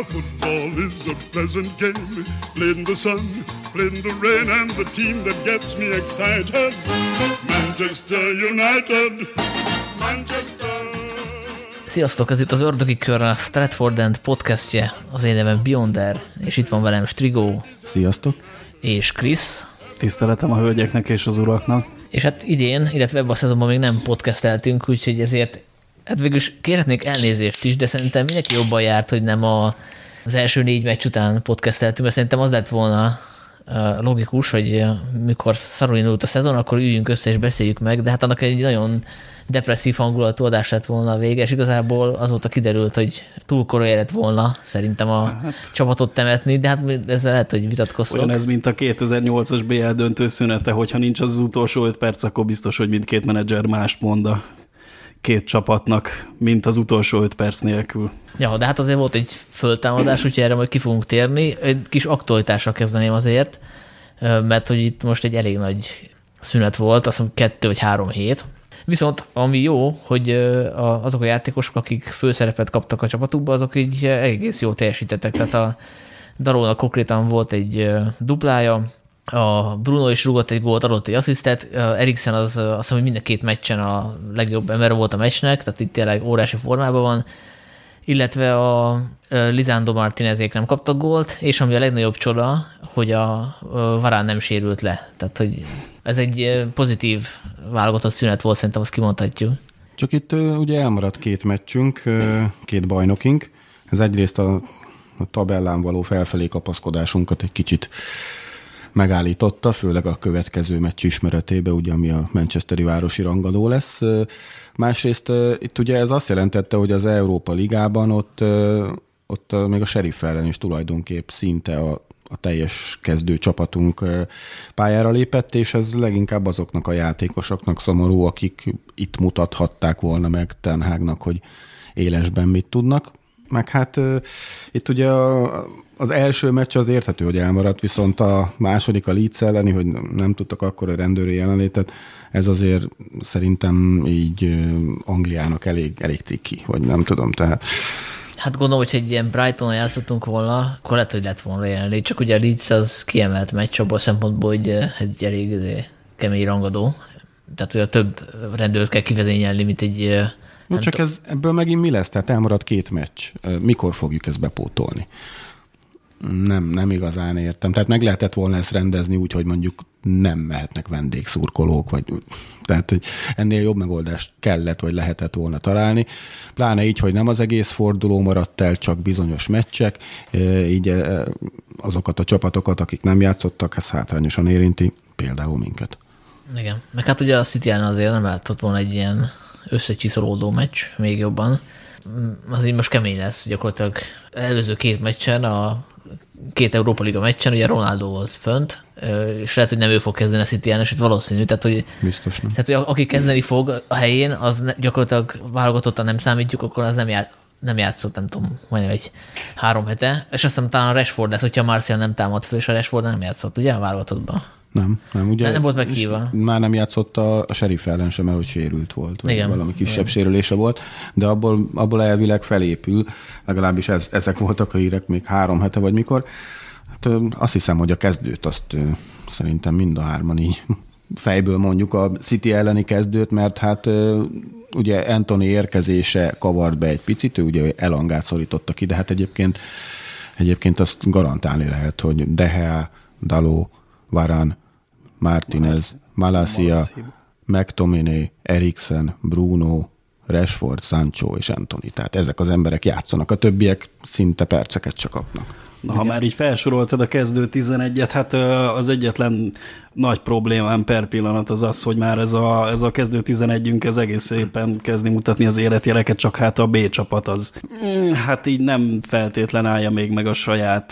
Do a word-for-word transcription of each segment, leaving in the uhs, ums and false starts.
Now football is a pleasant game, played in the sun, played in the rain, and the team that gets me excited, Manchester United, Manchester. Sziasztok, ez itt az Ördögi Kör, a Stratford End podcastje, az én nevem Beyonder, és itt van velem Strigó. Sziasztok. És Krisz. Tiszteletem a hölgyeknek és az uraknak. És hát idén, illetve ebben a szezonban még nem podcasteltünk, úgyhogy ezért hát végülis kérhetnék elnézést is, de szerintem mindenki jobban járt, hogy nem a, az első négy meccs után podcasteltünk, mert szerintem az lett volna logikus, hogy mikor szarul indult a szezon, akkor üljünk össze és beszéljük meg, de hát annak egy nagyon depresszív hangulatú adás lett volna a vége, és igazából azóta kiderült, hogy túl korai lett volna szerintem a hát, csapatot temetni, de hát ezzel lehet, hogy vitatkoztok. Olyan ez, mint a kétezer-nyolcas bé el döntő szünete, hogyha nincs az, az utolsó öt perc, akkor biztos, hogy mindkét menedzser mást mond a két csapatnak, mint az utolsó öt perc nélkül. Ja, de hát azért volt egy föltámadás, úgyhogy erre majd ki fogunk térni. Egy kis aktualitásra kezdeném azért, mert hogy itt most egy elég nagy szünet volt, azt hiszem kettő vagy három hét. Viszont ami jó, hogy azok a játékosok, akik főszerepet kaptak a csapatukba, azok így egész jól teljesítettek. Tehát a Darónak konkrétan volt egy duplája, a Bruno is rúgott egy gólt, adott egy asszisztet, Eriksen az azt hiszem, hogy minden két meccsen a legjobb ember volt a meccsnek, tehát itt tényleg óriási formában van, illetve a Lisandro Martinezék nem kaptak gólt, és ami a legnagyobb csoda, hogy a Varane nem sérült le. Tehát, hogy ez egy pozitív válogatott szünet volt, szerintem azt kimondhatjuk. Csak itt ugye elmaradt két meccsünk, két bajnokink. Ez egyrészt a, a tabellán való felfelé kapaszkodásunkat egy kicsit megállította, főleg a következő meccs ismeretében, ugye, ami a manchesteri városi rangadó lesz. Másrészt itt ugye ez azt jelentette, hogy az Európa Ligában ott, ott még a Sheriff ellen is tulajdonképp szinte a, a teljes kezdő csapatunk pályára lépett, és ez leginkább azoknak a játékosoknak szomorú, akik itt mutathatták volna meg Ten Hagnak, hogy élesben mit tudnak. Meg hát itt ugye a, az első meccs az érthető, hogy elmaradt, viszont a második a Leeds elleni, hogy nem tudtak akkor a rendőri jelenlétet, ez azért szerintem így Angliának elég, elég ciki, vagy nem tudom, tehát... Hát gondolom, hogyha egy ilyen Brighton-on játszottunk volna, akkor lehet, hogy lett volna jelenlét, csak ugye a Leeds az kiemelt meccs abban a szempontból, hogy egy elég kemény rangadó, tehát hogy a több rendőrt kell kivezényelni, mint egy... No, csak ez, ebből megint mi lesz? Tehát elmaradt két meccs. Mikor fogjuk ezt bepótolni? Nem, nem igazán értem. Tehát meg lehetett volna ezt rendezni úgy, hogy mondjuk nem mehetnek vendégszurkolók, vagy tehát, hogy ennél jobb megoldást kellett, vagy lehetett volna találni. Pláne így, hogy nem az egész forduló maradt el, csak bizonyos meccsek, így azokat a csapatokat, akik nem játszottak, ez hátrányosan érinti, például minket. Igen. Meg hát ugye a City-en azért nem látott volna egy ilyen összecsiszolódó meccs, még jobban. Az így most kemény lesz, gyakorlatilag előző két meccsen, a két Európa Liga meccsen, ugye Ronaldo volt fönt, és lehet, hogy nem ő fog kezdeni a City ellen, és itt valószínű, tehát hogy, biztos nem. Tehát, hogy aki kezdeni fog a helyén, az gyakorlatilag válogatottan nem számítjuk, akkor az nem, já, nem játszott, nem tudom, majdnem egy három hete, és azt hiszem talán a Rashford lesz, hogyha Martial nem támad föl, és a Rashford nem játszott, ugye a válogatottban? Nem, nem, ugye nem, nem volt meghívva. Már nem játszott a, a Sheriff ellen sem, mert hogy sérült volt, vagy igen, valami kisebb igen. sérülése volt, de abból, abból elvileg felépül, legalábbis ez, ezek voltak a hírek még három hete, vagy mikor. Hát, azt hiszem, hogy a kezdőt azt szerintem mind a hárman így fejből mondjuk a City elleni kezdőt, mert hát ugye Antony érkezése kavart be egy picit, ő ugye Elangát szorította ki, de hát egyébként, egyébként azt garantálni lehet, hogy De Gea, Dalot, Varane, Martinez, Malacia, McTominay, Eriksen, Bruno, Rashford, Sancho és Antony. Tehát ezek az emberek játszanak, a többiek szinte perceket csak kapnak. Na, ha már így felsoroltad a kezdő tizenegyet, hát az egyetlen nagy problémám per pillanat az az, hogy már ez a, ez a kezdő tizenegyünk ez egész szépen kezdi mutatni az életjeleket, csak hát a B csapat az. Hát így nem feltétlen állja még meg a saját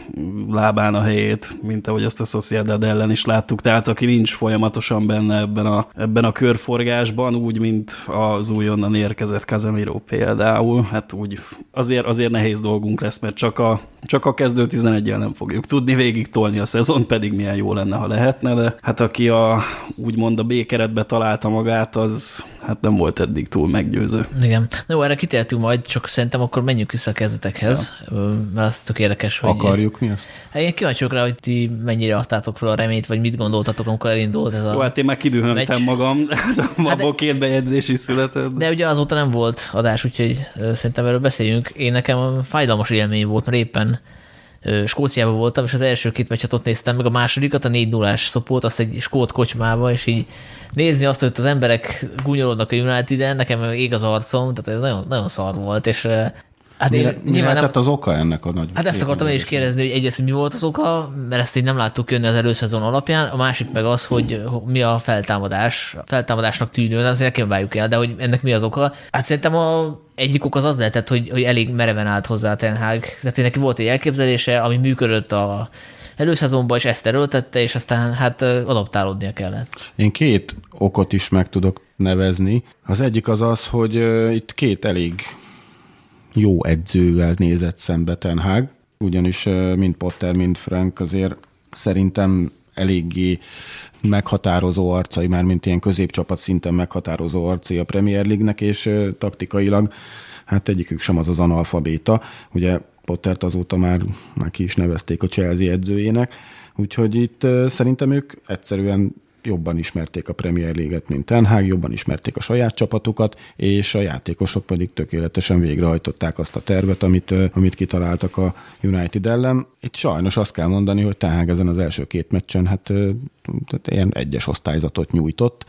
lábán a helyét, mint ahogy azt a Sociedad ellen is láttuk, tehát aki nincs folyamatosan benne ebben a, ebben a körforgásban, úgy, mint az újonnan érkezett Casemiro például, hát úgy azért, azért nehéz dolgunk lesz, mert csak a, csak a kezdő tizeneggyel nem fogjuk tudni végig tolni a szezon, pedig milyen jó lenne, ha lehetne, de hát aki a, úgymond a B-keretbe találta magát, az hát nem volt eddig túl meggyőző. Igen. Na jó, erre kitértünk majd, csak szerintem akkor menjünk vissza a kezdetekhez, ja. Mert az tök érdekes, hogy... Akarjuk mi azt? Hát én kíváncsiak rá, hogy ti mennyire adtátok fel a reményt, vagy mit gondoltatok, amikor elindult ez a... Jó, hát én már kidühöntem magam, abból hát két bejegyzés is született. De ugye azóta nem volt adás, úgyhogy szerintem erről beszéljünk. Én nekem fájdalmas élmény volt, mert éppen Skóciában voltam, és az első két meccset ott néztem, meg a másodikat, a négy nullás szopót, azt egy skót kocsmába, és így nézni azt, hogy az emberek gúnyolódnak a Uniteden, nekem ég az arcom, tehát ez nagyon, nagyon szar volt, és hát mi, én, mi lehetett nem... az oka ennek a nagy... Hát ezt akartam én is kérdezni, hogy egyrészt, hogy mi volt az oka, mert ezt így nem láttuk jönni az előszezon alapján, a másik meg az, hogy mi a feltámadás, a feltámadásnak tűnő, azért nekem várjuk el, de hogy ennek mi az oka. Hát szerintem a egyik ok az az lehetett, hogy, hogy elég mereven állt hozzá a Ten Hag. Tehát neki volt egy elképzelése, ami működött a előszezonban, és ezt erőltette, és aztán hát adaptálódnia kellett. Én két okot is meg tudok nevezni. Az egyik az az, hogy uh, itt két elég jó edzővel nézett szembe Ten Hag, ugyanis uh, mind Potter, mind Frank azért szerintem eléggé meghatározó arcai, már mint ilyen középcsapat szinten meghatározó arcai a Premier League-nek, és uh, taktikailag hát egyikük sem az az analfabéta. Ugye Pottert azóta már, már ki is nevezték a Chelsea edzőjének, úgyhogy itt uh, szerintem ők egyszerűen jobban ismerték a Premier League-et, mint Ten Hag, jobban ismerték a saját csapatukat, és a játékosok pedig tökéletesen végrehajtották azt a tervet, amit, amit kitaláltak a United ellen. Itt sajnos azt kell mondani, hogy Ten Hag ezen az első két meccsen hát tehát ilyen egyes osztályzatot nyújtott,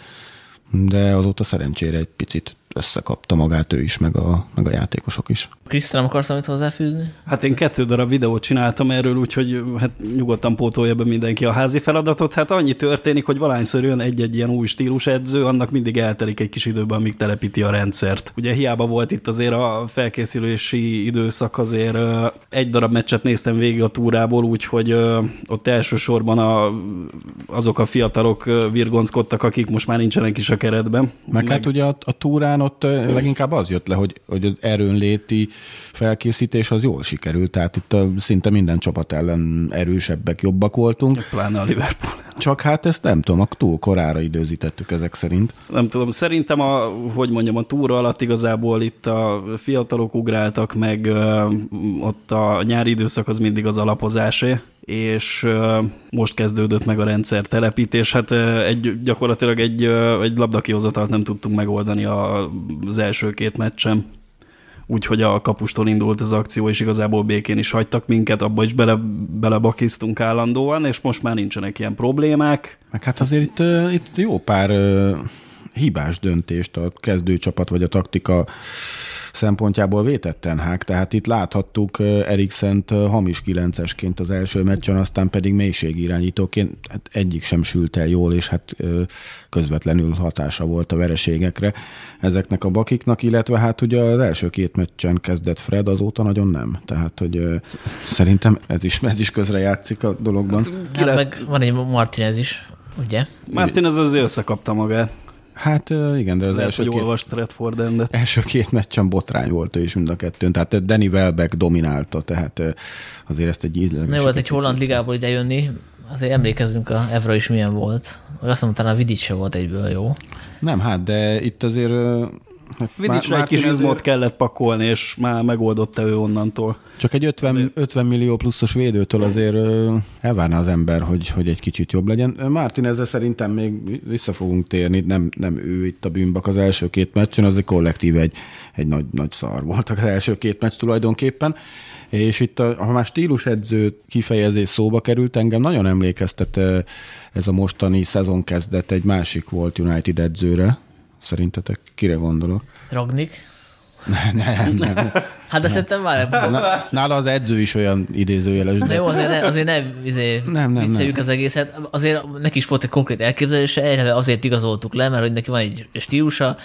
de azóta szerencsére egy picit összekapta magát ő is, meg a, meg a játékosok is. Krisztán, akarsz amit hozzáfűzni? Hát én kettő darab videót csináltam erről, úgyhogy hát nyugodtan pótolja be mindenki a házi feladatot. Hát annyi történik, hogy valahányszor jön egy-egy ilyen új stílus edző, annak mindig eltelik egy kis időben, amíg telepíti a rendszert. Ugye hiába volt itt azért a felkészülési időszak, azért egy darab meccset néztem végig a túrából, úgyhogy ott elsősorban a, azok a fiatalok virgonckodtak, akik most már nincsenek is a keretben. Meg, meg... hát ugye a, a túrán ott leginkább az jött le, hogy, hogy az erőnléti felkészítés az jól sikerült, tehát itt a, szinte minden csapat ellen erősebbek, jobbak voltunk. Pláne a Liverpool. Csak hát ezt nem tudom, túl korára időzítettük ezek szerint. Nem tudom, szerintem a, hogy mondjam, a túra alatt igazából itt a fiatalok ugráltak, meg ö, ott a nyári időszak az mindig az alapozásé, és ö, most kezdődött meg a rendszer telepítés. Hát ö, egy, gyakorlatilag egy, ö, egy labdakihozatalt nem tudtunk megoldani a, az első két meccsen. Úgyhogy a kapustól indult az akció, és igazából békén is hagytak minket, abba is bele, belebakiztunk állandóan, és most már nincsenek ilyen problémák. Meg hát azért itt, itt jó pár uh, hibás döntést a kezdőcsapat vagy a taktika szempontjából vétett Ten Hag, tehát itt láthattuk Eriksent hamis kilencesként az első meccsen, aztán pedig mélységirányítóként, hát egyik sem sült el jól, és hát közvetlenül hatása volt a vereségekre ezeknek a bakiknak, illetve hát ugye az első két meccsen kezdett Fred, azóta nagyon nem. Tehát, hogy szerintem ez is, ez is közrejátszik a dologban. Hát, hát meg van egy Martinez is, ugye? Martinez azért összekapta magát. Hát igen, de az Lehet, első, két, első két meccsen botrány volt ő is mind a kettőn, tehát Danny Welbeck dominálta, tehát azért ezt egy ízleges... Ne volt egy holland ligából idejönni, azért emlékezzünk a Evra is milyen volt. Azt mondtam, a Vidic se volt egyből jó. Nem, hát de itt azért... Hát Vidicre egy kis izmot azért... kellett pakolni, és már megoldotta ő onnantól. Csak egy ötven, ötven millió pluszos védőtől azért elvárna az ember, hogy, hogy egy kicsit jobb legyen. Martin ezzel szerintem még vissza fogunk térni, nem, nem ő itt a bűnbak az első két meccsen, az egy kollektív egy, egy nagy, nagy szar volt az első két meccs tulajdonképpen. És itt, a, ha már stílusedző kifejezés szóba került, engem nagyon emlékeztet ez a mostani szezonkezdet egy másik volt United edzőre. Szerintetek kire gondolok? Ragnik? Nem, nem. nem. Hát de szerintem már... Nála az edző is olyan idézőjeles. De, de jó, azért ne, azért ne izé, nem, nem, vicceljük nem. az egészet. Azért neki is volt egy konkrét elképzelése, azért igazoltuk le, mert hogy neki van egy stílusa,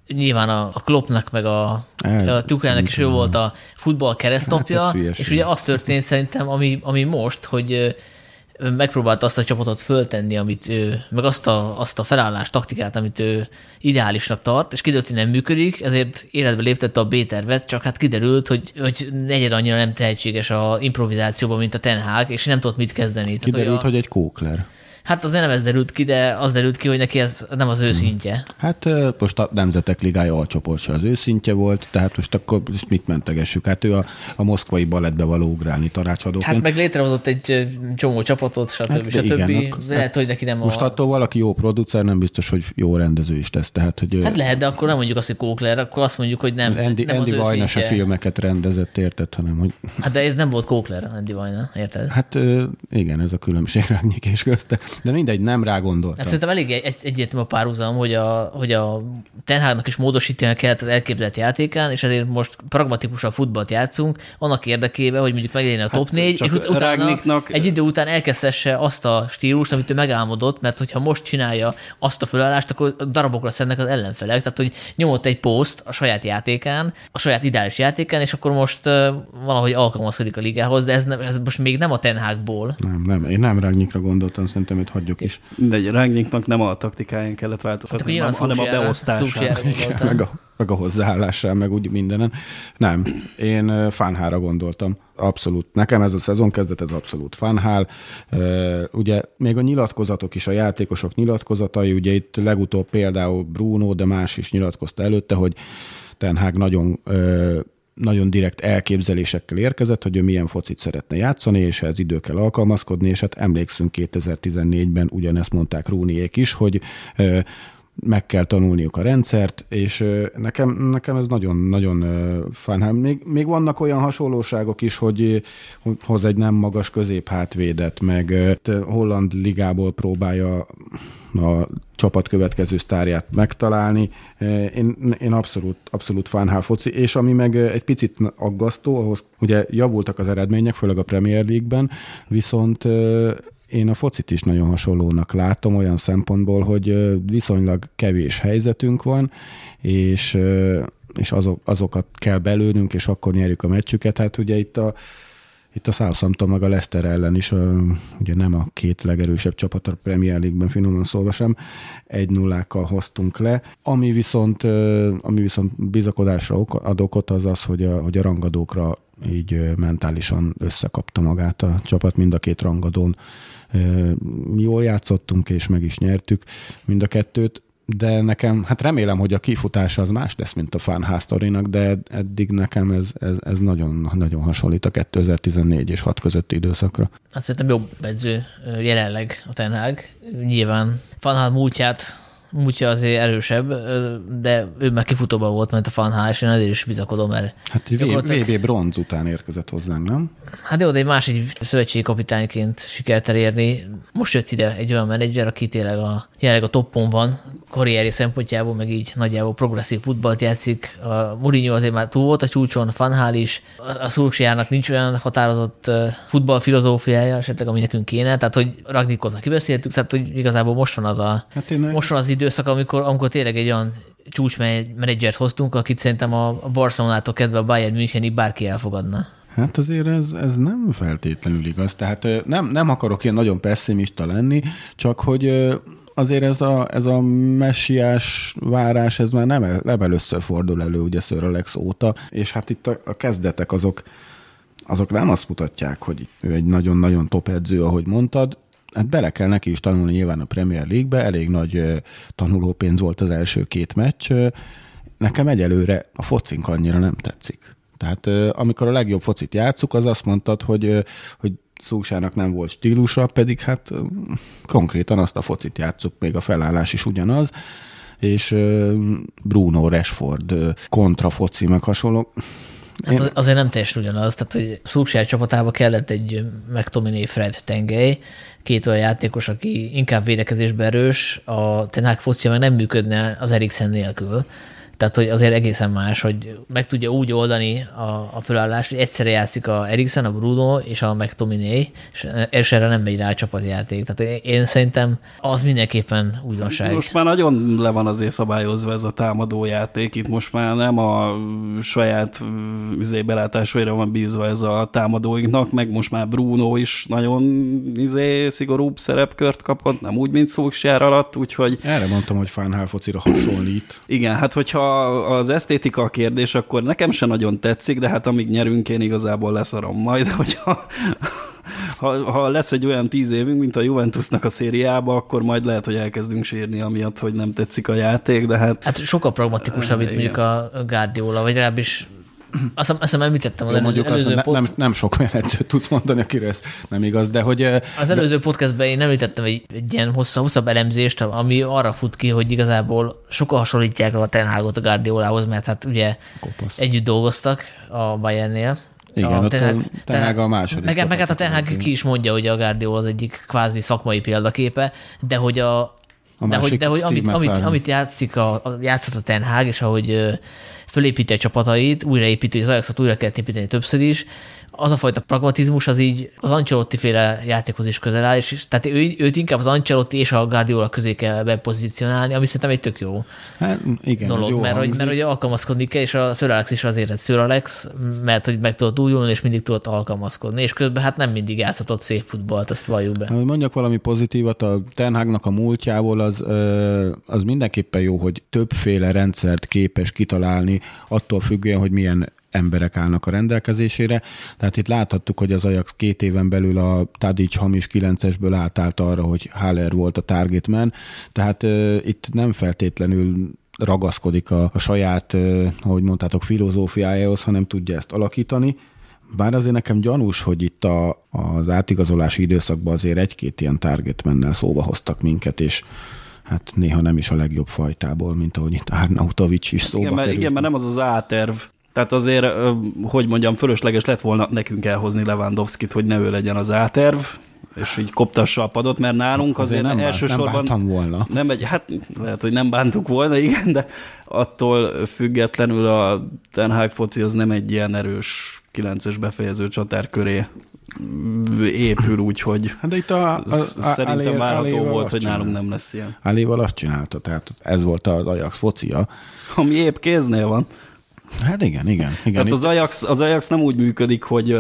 nyilván a, a Kloppnak meg a, a Tuchelnek is ő volt a futball keresztapja, hát és ugye az történt szerintem, ami, ami most, hogy megpróbálta azt a csapatot föltenni, amit ő, meg azt a, azt a felállás taktikát, amit ő ideálisnak tart, és kiderült, hogy nem működik, ezért életbe léptette a B-tervet, csak hát kiderült, hogy, hogy negyed annyira nem tehetséges a improvizációban, mint a Ten Hag, és nem tudott mit kezdeni. Kiderült, Tehát, hogy, a, hogy egy kókler. Hát azért nem ez derült ki, de az derült ki, hogy neki ez nem az ő szintje. Hát most a Nemzetek Ligája alcsoportja az ő szintje volt, tehát most akkor most mit mentegessük? Hát ő a, a moszkvai balettbe való ugrálni tanácsadóként. Hát meg létrehozott egy csomó csapatot, stb. Hát, stb. Igen, lehet, hát hogy neki nem most a... Most attól valaki jó producer, nem biztos, hogy jó rendező is lesz. Tehát, hogy hát lehet, de akkor nem mondjuk azt, hogy kókler, akkor azt mondjuk, hogy nem, Andy, nem Andy az Vajna ő se filmeket rendezett, érted, hanem hogy... Hát de ez nem volt kókler, Andy Vajna, érted? Hát igen, ez a különbség Rangnick és közte. De mindegy, nem rá gondoltam. Hát szerintem elég egy, egyértelmű a párhuzam, hogy a, hogy a Ten Hagnak is módosítani kellett az elképzelt játékán, és ezért most pragmatikusan futballt játszunk, annak érdekében, hogy mondjuk meglegyen a top hát négy, és ut- utána Rangnicknak... egy idő után elkezdhesse azt a stílust, amit ő megálmodott, mert hogyha most csinálja azt a fölállást, akkor darabokra szednek az ellenfelek, tehát hogy nyomott egy poszt a saját játékán, a saját ideális játékán, és akkor most uh, valahogy alkalmazkodik a ligához, de ez, nem, ez most még nem a Ten Hagból. Nem, nem, én nem Rangnickra gondoltam, szerintem őt hagyjuk is. De egy Rangnicknak nem a taktikáján kellett változtatni, hát, hanem a beosztásán. meg, a, meg a hozzáállásán, meg úgy mindenen. Nem, én Fanhalra gondoltam. Abszolút. Nekem ez a szezon kezdet, ez abszolút Fanhal. Ugye még a nyilatkozatok is, a játékosok nyilatkozatai, ugye itt legutóbb például Bruno, de más is nyilatkozta előtte, hogy Ten Hag nagyon nagyon direkt elképzelésekkel érkezett, hogy ő milyen focit szeretne játszani, és ehhez idő kell alkalmazkodni, és hát emlékszünk kétezer-tizennégyben ugyanezt mondták Rooneyék is, hogy meg kell tanulniuk a rendszert, és nekem, nekem ez nagyon-nagyon fán. Még, még vannak olyan hasonlóságok is, hogy hoz egy nem magas középhátvédet, meg holland ligából próbálja a csapat következő sztárját megtalálni. Én, én abszolút, abszolút Fanhal foci, és ami meg egy picit aggasztó, ahhoz ugye javultak az eredmények, főleg a Premier League-ben, viszont én a focit is nagyon hasonlónak látom olyan szempontból, hogy viszonylag kevés helyzetünk van, és, és azok, azokat kell belőnünk, és akkor nyerjük a meccsüket. Hát ugye itt a, itt a Southampton meg a Leicester ellen is, ugye nem a két legerősebb csapat a Premier League-ben, finoman szólva sem, egy nullákkal hoztunk le. Ami viszont, ami viszont bizakodásra ad okot az az, hogy a, hogy a rangadókra így mentálisan összekapta magát a csapat, mind a két rangadón jól játszottunk, és meg is nyertük mind a kettőt, de nekem, hát remélem, hogy a kifutása az más lesz, mint a Fanhal sztorinak, de eddig nekem ez, ez, ez nagyon, nagyon hasonlít a kétezer-tizennégy és hat közötti időszakra. Hát szerintem jobb edző jelenleg a Ten Hag. Nyilván Fanhal múltját múltja azért erősebb, de ő már kifutóban volt, mint a Fanhal, és én azért is bizakodom, mert... Hát vé bé bronz után érkezett hozzánk, nem? Hát jó, de egy másik szövetségi kapitányként sikert elérni. Most jött ide egy olyan menedzser, aki tényleg a, jelenleg a toppon van, karrieri szempontjából, meg így nagyjából progresszív futballt játszik. A Mourinho azért már túl volt a csúcson, a Fanhal is. A Solskjaernak nincs olyan határozott futballfilozófiája, esetleg ami nekünk kéne, tehát hogy Rangnickot már kibeszéltük, tehát hogy igazából most van az a, hát én... most van az időszak, amikor, amikor tényleg egy olyan csúcsmenedzsert hoztunk, akit szerintem a Barcelonától kedve a Bayern Münchenig bárki elfogadna. Hát azért ez, ez nem feltétlenül igaz. Tehát nem, nem akarok ilyen nagyon pessimista lenni, csak hogy azért ez a, ez a messiás várás, ez már nem, nem először fordul elő, ugye Sir Alex óta, és hát itt a, a kezdetek azok, azok nem azt mutatják, hogy ő egy nagyon-nagyon top edző, ahogy mondtad. Hát bele kell neki is tanulni nyilván a Premier League-be, elég nagy tanulópénz volt az első két meccs. Nekem egyelőre a focink annyira nem tetszik. Tehát amikor a legjobb focit játsszuk, az azt mondtad, hogy, hogy Solskjaernak nem volt stílusa, pedig hát konkrétan azt a focit játsszuk, még a felállás is ugyanaz, és Bruno, Rashford, kontra foci, meg hasonló. Hát az, azért nem teljesen ugyanaz, tehát hogy Solskjaer csapatába kellett egy McTominay, Fred, Tengely, két olyan játékos, aki inkább védekezésben erős, a Ten Hag focia meg nem működne az Eriksen nélkül. Tehát, hogy azért egészen más, hogy meg tudja úgy oldani a, a fölállást, hogy egyszerre játszik a Eriksen, a Bruno és a McTominay, és, és erre nem megy rá a csapatjáték. Tehát én szerintem az mindenképpen újdonság. Most már nagyon le van azért szabályozva ez a támadójáték. Itt most már nem a saját izé, belátásaira van bízva ez a támadóinknak, meg most már Bruno is nagyon izé, szigorúbb szerepkört kapott, nem úgy, mint Solskjaer alatt, úgyhogy... Erre mondtam, hogy Fánhál focira hasonlít. Igen, hát hogyha az esztétika a kérdés, akkor nekem se nagyon tetszik, de hát amíg nyerünk, én igazából leszarom majd, hogyha... Ha, ha lesz egy olyan tíz évünk, mint a Juventusnak a szériába, akkor majd lehet, hogy elkezdünk sírni amiatt, hogy nem tetszik a játék, de hát... Hát sokkal pragmatikusabb, mint mondjuk a Guardiola, vagy legalábbis azt hiszem említettem az Jó, előző, előző ne, pod... nem, nem sok olyan edzőt tudsz mondani, akire ez nem igaz, de hogy... Az előző de... podcastben én említettem egy, egy ilyen hosszabb, hosszabb elemzést, ami arra fut ki, hogy igazából sokan hasonlítják a Ten Hagot a Guardiolához, mert hát ugye Kopasz. Együtt dolgoztak a Bayernnél. Igen, a ott Ten Hag, a, Ten Hag a második. Meg, meg hát a Ten Hag ki is mondja, hogy a Guardiola az egyik kvázi szakmai példaképe, de hogy a, a de hogy, de hogy amit, amit, amit játszik a, a, játszott a Ten Hag, és ahogy fölépíti a csapatait, újraépíti, az Ajaxot újra kellett építeni többször is, az a fajta pragmatizmus az így az Ancelotti-féle játékhoz is közel áll, és tehát ő, őt inkább az Ancelotti és a Guardiola közé kell bepozícionálni, ami szerintem egy tök jó hát, igen, dolog, jó mert, hogy, mert hogy alkalmazkodni kell, és a Sir Alex is azért lett Sir Alex, mert hogy meg tudott újulni, és mindig tudott alkalmazkodni, és közben hát nem mindig játszhatott szép futballt, azt valljuk be. Hogy mondjak valami pozitívat, a Ten Hagnak a múltjából, az, az mindenképpen jó, hogy többféle rendszert képes kitalálni, attól függően, hogy milyen emberek állnak a rendelkezésére. Tehát itt láthattuk, hogy az Ajax két éven belül a Tadic hamis kilencesből átállt arra, hogy Haller volt a target man. Tehát uh, itt nem feltétlenül ragaszkodik a, a saját, uh, ahogy mondtátok, filozófiájához, hanem tudja ezt alakítani. Bár azért nekem gyanús, hogy itt a, az átigazolási időszakban azért egy-két ilyen target man-nel szóba hoztak minket, és hát néha nem is a legjobb fajtából, mint ahogy itt Arnautovic is szóba igen, mert, került. Igen, mert nem az az A-terv. Tehát azért, hogy mondjam, fölösleges lett volna nekünk elhozni Lewandowskit, hogy ne ő legyen az A-terv, és így koptassa a padot, mert nálunk azért, azért nem elsősorban... Nem bántam volna. Nem egy, hát lehet, hogy nem bántuk volna, igen, de attól függetlenül a Ten Hag foci az nem egy ilyen erős kilences befejező csatár köré épül, úgyhogy hát de itt a, a, a, szerintem várható volt, hogy csinál. nálunk nem lesz ilyen. Aléval azt csinálta, tehát ez volt az Ajax focia. Ami épp kéznél van. Hát igen, igen. igen. Tehát az Ajax, az Ajax nem úgy működik, hogy,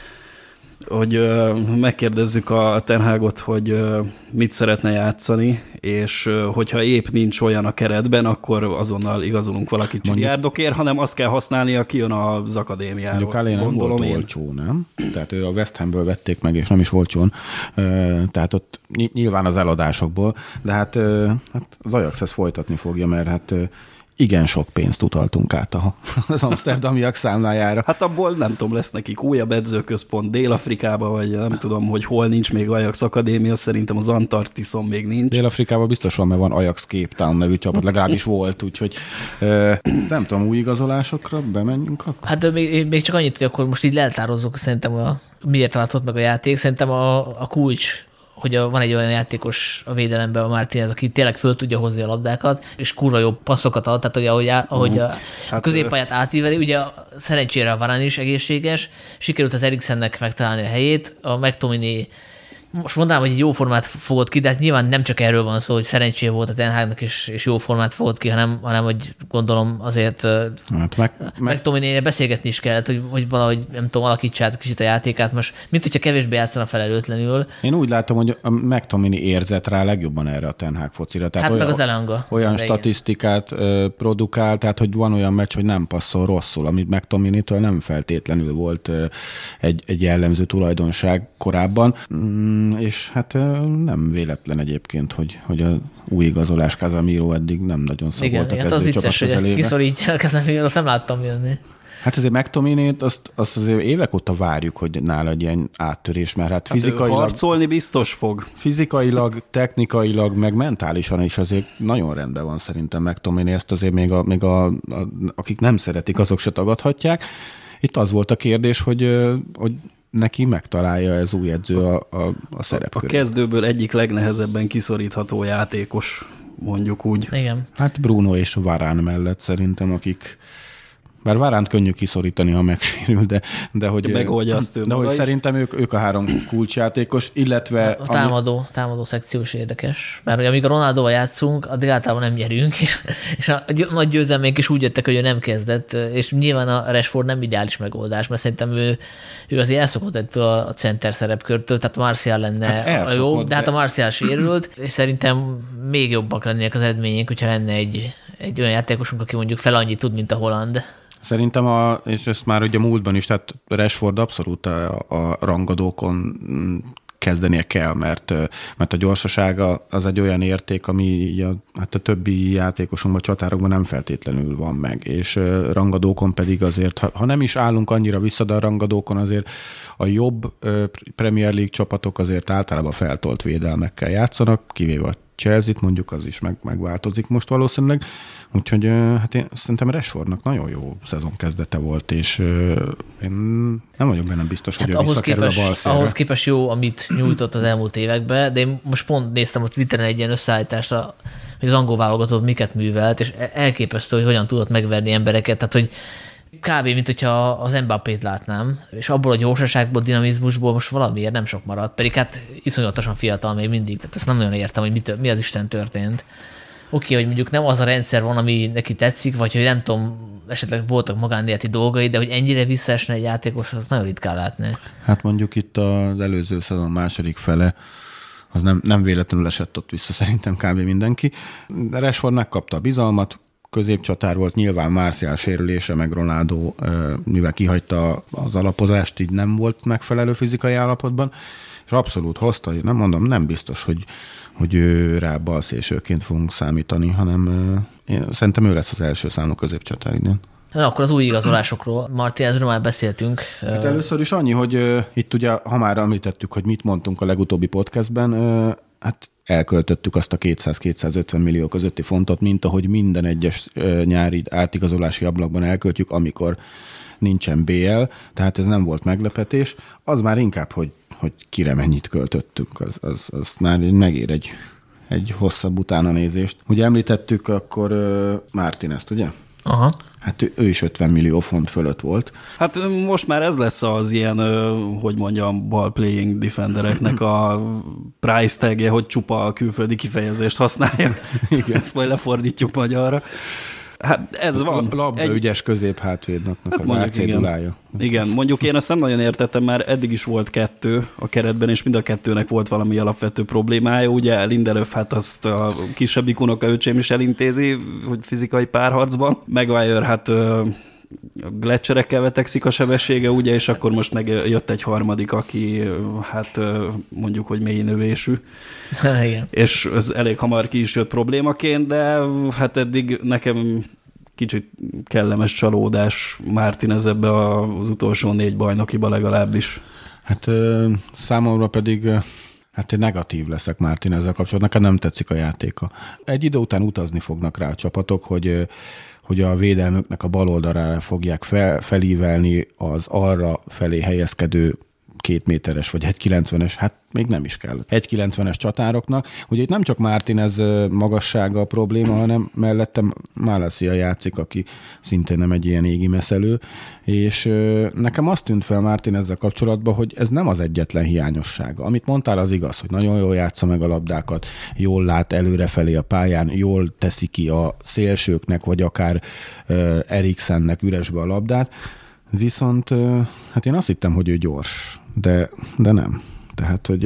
hogy megkérdezzük a Ten Hagot, hogy mit szeretne játszani, és hogyha épp nincs olyan a keretben, akkor azonnal igazolunk valakit csiliárdokért, hanem azt kell használni, aki jön az akadémiáról. Mondjuk Alé nem volt én. olcsó, nem? Tehát ő a West Hamből vették meg, és nem is olcsón. Tehát ott nyilván az eladásokból, de hát, hát az Ajax ezt folytatni fogja, mert hát igen sok pénzt utaltunk át az amsterdamiak számlájára. Hát abból nem tudom, lesz nekik újabb edzőközpont Dél-Afrikába, vagy nem tudom, hogy hol nincs még Ajax Akadémia, szerintem az Antarktiszon még nincs. Dél-Afrikában biztos van, mert van Ajax Cape Town nevű csapat, legalábbis volt, úgyhogy nem tudom, új igazolásokra bemenjünk akkor? Hát még, még csak annyit, hogy akkor most így leltározzuk szerintem, a, miért változott meg a játék. Szerintem a, a kulcs, hogy a, van egy olyan játékos a védelemben, a Martínez, aki tényleg föl tudja hozni a labdákat, és kurva jó passzokat ad, tehát hogy ahogy, ahogy a, hát, a középpályát átíveli, ugye szerencsére a Varane is egészséges, sikerült az Eriksennek megtalálni a helyét, a McTominay most mondanám, hogy egy jó formát fogott ki, de hát nyilván nem csak erről van szó, hogy szerencsé volt a Ten Hagnak, és, és jó formát fogott ki, hanem, hanem hogy gondolom azért hát meg, meg Tominél beszélgetni is kellett, hogy, hogy valahogy nem tudom, alakítsa át kicsit a játékát. Most, mint hogyha kevésbé játszana felelőtlenül. Én úgy látom, hogy a McTominay érzett rá legjobban erre a Ten Hag focira. Tehát hát olyan, meg az Elanga. Olyan statisztikát uh, produkál, tehát hogy van olyan meccs, hogy nem passzol rosszul, amit McTominaytől nem feltétlenül volt uh, egy, egy jellemző tulajdonság korábban. Mm, és hát nem véletlen egyébként, hogy, hogy a új igazolás Casemiro eddig nem nagyon szaboltak. Igen, hát az vicces, hogy kiszorítja a Casemiro, azt nem láttam jönni. Hát azért McTominayt azt, azt azért évek óta várjuk, hogy nála egy ilyen áttörés, mert hát fizikailag... Hát harcolni biztos fog. Fizikailag, technikailag, meg mentálisan is azért nagyon rendben van szerintem McTominay, ezt azért még, a, még a, a, akik nem szeretik, azok se tagadhatják. Itt az volt a kérdés, hogy, hogy neki megtalálja ez új edző a, a, a szerepkörét. A kezdőből egyik legnehezebben kiszorítható játékos mondjuk úgy. Igen. Hát Bruno és Varane mellett szerintem, akik bár Varánt könnyű kiszorítani, ha megsérül, de, de hogy, de megoldja azt ő de hogy is. Szerintem ők, ők a három kulcsjátékos, illetve... A támadó, ami... támadó szekció is érdekes, mert hogy amíg a Ronaldóval játszunk, addig általában nem nyerünk, és a nagy győzelménk is úgy jöttek, hogy ő nem kezdett, és nyilván a Rashford nem ideális megoldás, mert szerintem ő, ő azért elszokott ettől a center szerepkörtől, tehát Martial lenne hát a jó, de, de hát a Martial sérült, és szerintem még jobbak lennének az eredmények, hogyha lenne egy, egy olyan játékosunk, aki mondjuk fel annyit tud, mint a Holland. Szerintem, a, és ezt már ugye múltban is, tehát Rashford abszolút a, a rangadókon kezdenie kell, mert, mert a gyorsasága az egy olyan érték, ami a, hát a többi játékosunkban, csatárokban nem feltétlenül van meg, és rangadókon pedig azért, ha, ha nem is állunk annyira vissza, de a rangadókon azért a jobb Premier League csapatok azért általában feltolt védelmekkel játszanak, kivéve a Chelsea-t mondjuk, az is meg, megváltozik most valószínűleg. Úgyhogy hát én szerintem Rashfordnak nagyon jó szezon kezdete volt, és én nem vagyok benne biztos, hogy hát ő visszakerül a bal szélre. Ahhoz képest jó, amit nyújtott az elmúlt években, de én most pont néztem a Twitteren egy ilyen összeállítást, hogy az angol válogatott miket művelt, és elképesztő, hogy hogyan tudott megverni embereket, tehát hogy kb. Mint hogyha az Mbappét látnám, és abból a gyorsaságból, dinamizmusból most valamiért nem sok maradt, pedig hát iszonyatosan fiatal még mindig, tehát ezt nem nagyon értem, hogy mit, mi az Isten történt. Oké, okay, hogy mondjuk nem az a rendszer van, ami neki tetszik, vagy hogy nem tudom, esetleg voltak magánéleti dolgai, de hogy ennyire visszaesne egy játékos, az nagyon ritkán látni. Hát mondjuk itt az előző szezon második fele, az nem, nem véletlenül esett ott vissza szerintem kb. Mindenki. De Rashford megkapta a bizalmat, középcsatár volt, nyilván Martial sérülése, meg Ronaldo, mivel kihagyta az alapozást, így nem volt megfelelő fizikai állapotban, és abszolút hozta, nem mondom, nem biztos, hogy, hogy ő rá balszélsőként fogunk számítani, hanem én szerintem ő lesz az első számú középcsatár idén. Na, akkor az új igazolásokról, Martinezről már beszéltünk. Hát először is annyi, hogy uh, itt ugye, ha már említettük, hogy mit mondtunk a legutóbbi podcastben, uh, hát elköltöttük azt a kétszáz-kétszázötven millió közötti fontot, mint ahogy minden egyes uh, nyári átigazolási ablakban elköltjük, amikor nincsen bé el, tehát ez nem volt meglepetés. Az már inkább, hogy, hogy kire mennyit költöttünk, az, az, az már megér egy, egy hosszabb utánanézést. Ugye említettük akkor uh, Martinezt, ugye? Aha. Hát ő, ő is ötven millió font fölött volt. Hát most már ez lesz az ilyen, hogy mondjam, ball-playing defendereknek a price tagje, hogy csupa a külföldi kifejezést használják. Igen. Ezt majd lefordítjuk magyarra. Hát ez van. Labdaügyes egy... középhátvédnak hát az átcédulája. Igen. igen, mondjuk én ezt nem nagyon értettem, mert eddig is volt kettő a keretben, és mind a kettőnek volt valami alapvető problémája. Ugye Lindelöf, hát azt a kisebbik unokaöcsém is elintézi, hogy fizikai párharcban. Maguire, hát a gletszerekkel vetekszik a sebessége, ugye, és akkor most meg jött egy harmadik, aki hát mondjuk, hogy mély növésű. Igen. És ez elég hamar ki is jött problémaként, de hát eddig nekem kicsit kellemes csalódás Martinez ebbe az utolsó négy bajnokiba legalábbis. Hát számomra pedig hát én negatív leszek Martinezzel kapcsolatban, nekem nem tetszik a játéka. Egy idő után utazni fognak rá a csapatok, hogy hogy a védelmüknek a bal oldalára fogják fel, felívelni az arra felé helyezkedő két méteres vagy egy kilencvenes, hát még nem is kell. egy kilencvenes csatároknak. Ugye itt nem csak Martinez magassága a probléma, hanem mellettem Malacia játszik, aki szintén nem egy ilyen égi meszelő, és nekem azt tűnt fel Martinezzel kapcsolatban, hogy ez nem az egyetlen hiányossága. Amit mondtál, az igaz, hogy nagyon jól játsza meg a labdákat, jól lát előrefelé a pályán, jól teszi ki a szélsőknek, vagy akár Eriksennek üresbe a labdát, viszont hát én azt hittem, hogy ő gyors, de, de nem. Tehát, hogy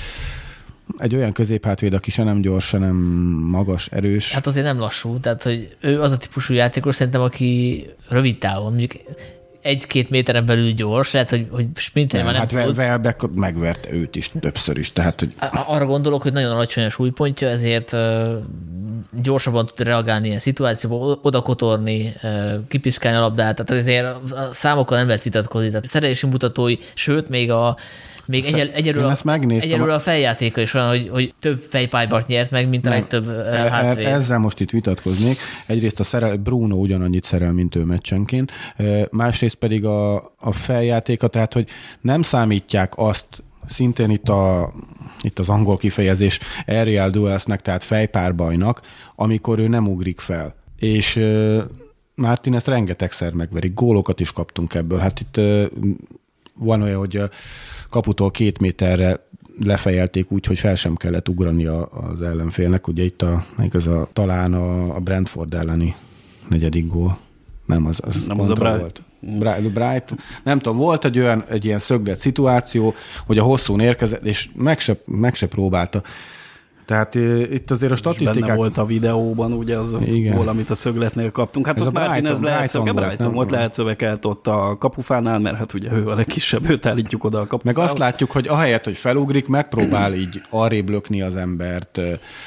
egy olyan középhátvéd, aki se nem gyors, se nem magas, erős. Hát azért nem lassú, tehát hogy ő az a típusú játékos szerintem, aki rövid távon, mondjuk egy-két méteren belül gyors, lehet, hogy, hogy sprintelni már nem hát tud. Hát Welbeck megvert őt is többször is. Tehát, hogy... Arra gondolok, hogy nagyon alacsony a súlypontja, ezért uh, gyorsabban tud reagálni ilyen szituációba, odakotorni, uh, kipiszkálni a labdát, tehát ezért a számokkal nem lehet vitatkozni. Tehát szerelési mutatói, sőt, még a Még egyel, egyelőre, egyelőre a feljátéka is olyan, hogy, hogy több fejpálybat nyert meg, mint a legtöbb hátvéd. Ezzel most itt vitatkoznék. Egyrészt a szerel, Bruno ugyanannyit szerel, mint ő meccsenként. Másrészt pedig a, a feljátéka, tehát hogy nem számítják azt szintén itt, a, itt az angol kifejezés aerial duelsnek, tehát fejpárbajnak, amikor ő nem ugrik fel. És uh, Martin ezt rengetegszer megverik, gólokat is kaptunk ebből. Hát itt uh, van olyan, hogy a kaputól két méterre lefejelték úgy, hogy fel sem kellett ugrani a, az ellenfélnek. Ugye itt a, ez a, talán a, a Brentford elleni negyedik gól. Nem, az, az, nem az a Bright. Volt. Bright, Bright. Nem tudom, volt egy olyan, egy ilyen szöglet szituáció, hogy a hosszún érkezett, és meg se, meg se próbálta. Tehát uh, itt azért a statisztikák... Benne volt a videóban, ugye az igen. Gól, amit a szögletnél kaptunk. Hát ez ott Martin, ez lehet szöve, Brighton volt, lehet szövekelt ott a kapufánál, mert hát ugye ő a legkisebb, őt állítjuk oda a kapufánál. Meg azt látjuk, hogy ahelyett, hogy felugrik, megpróbál így arrébb lökni az embert.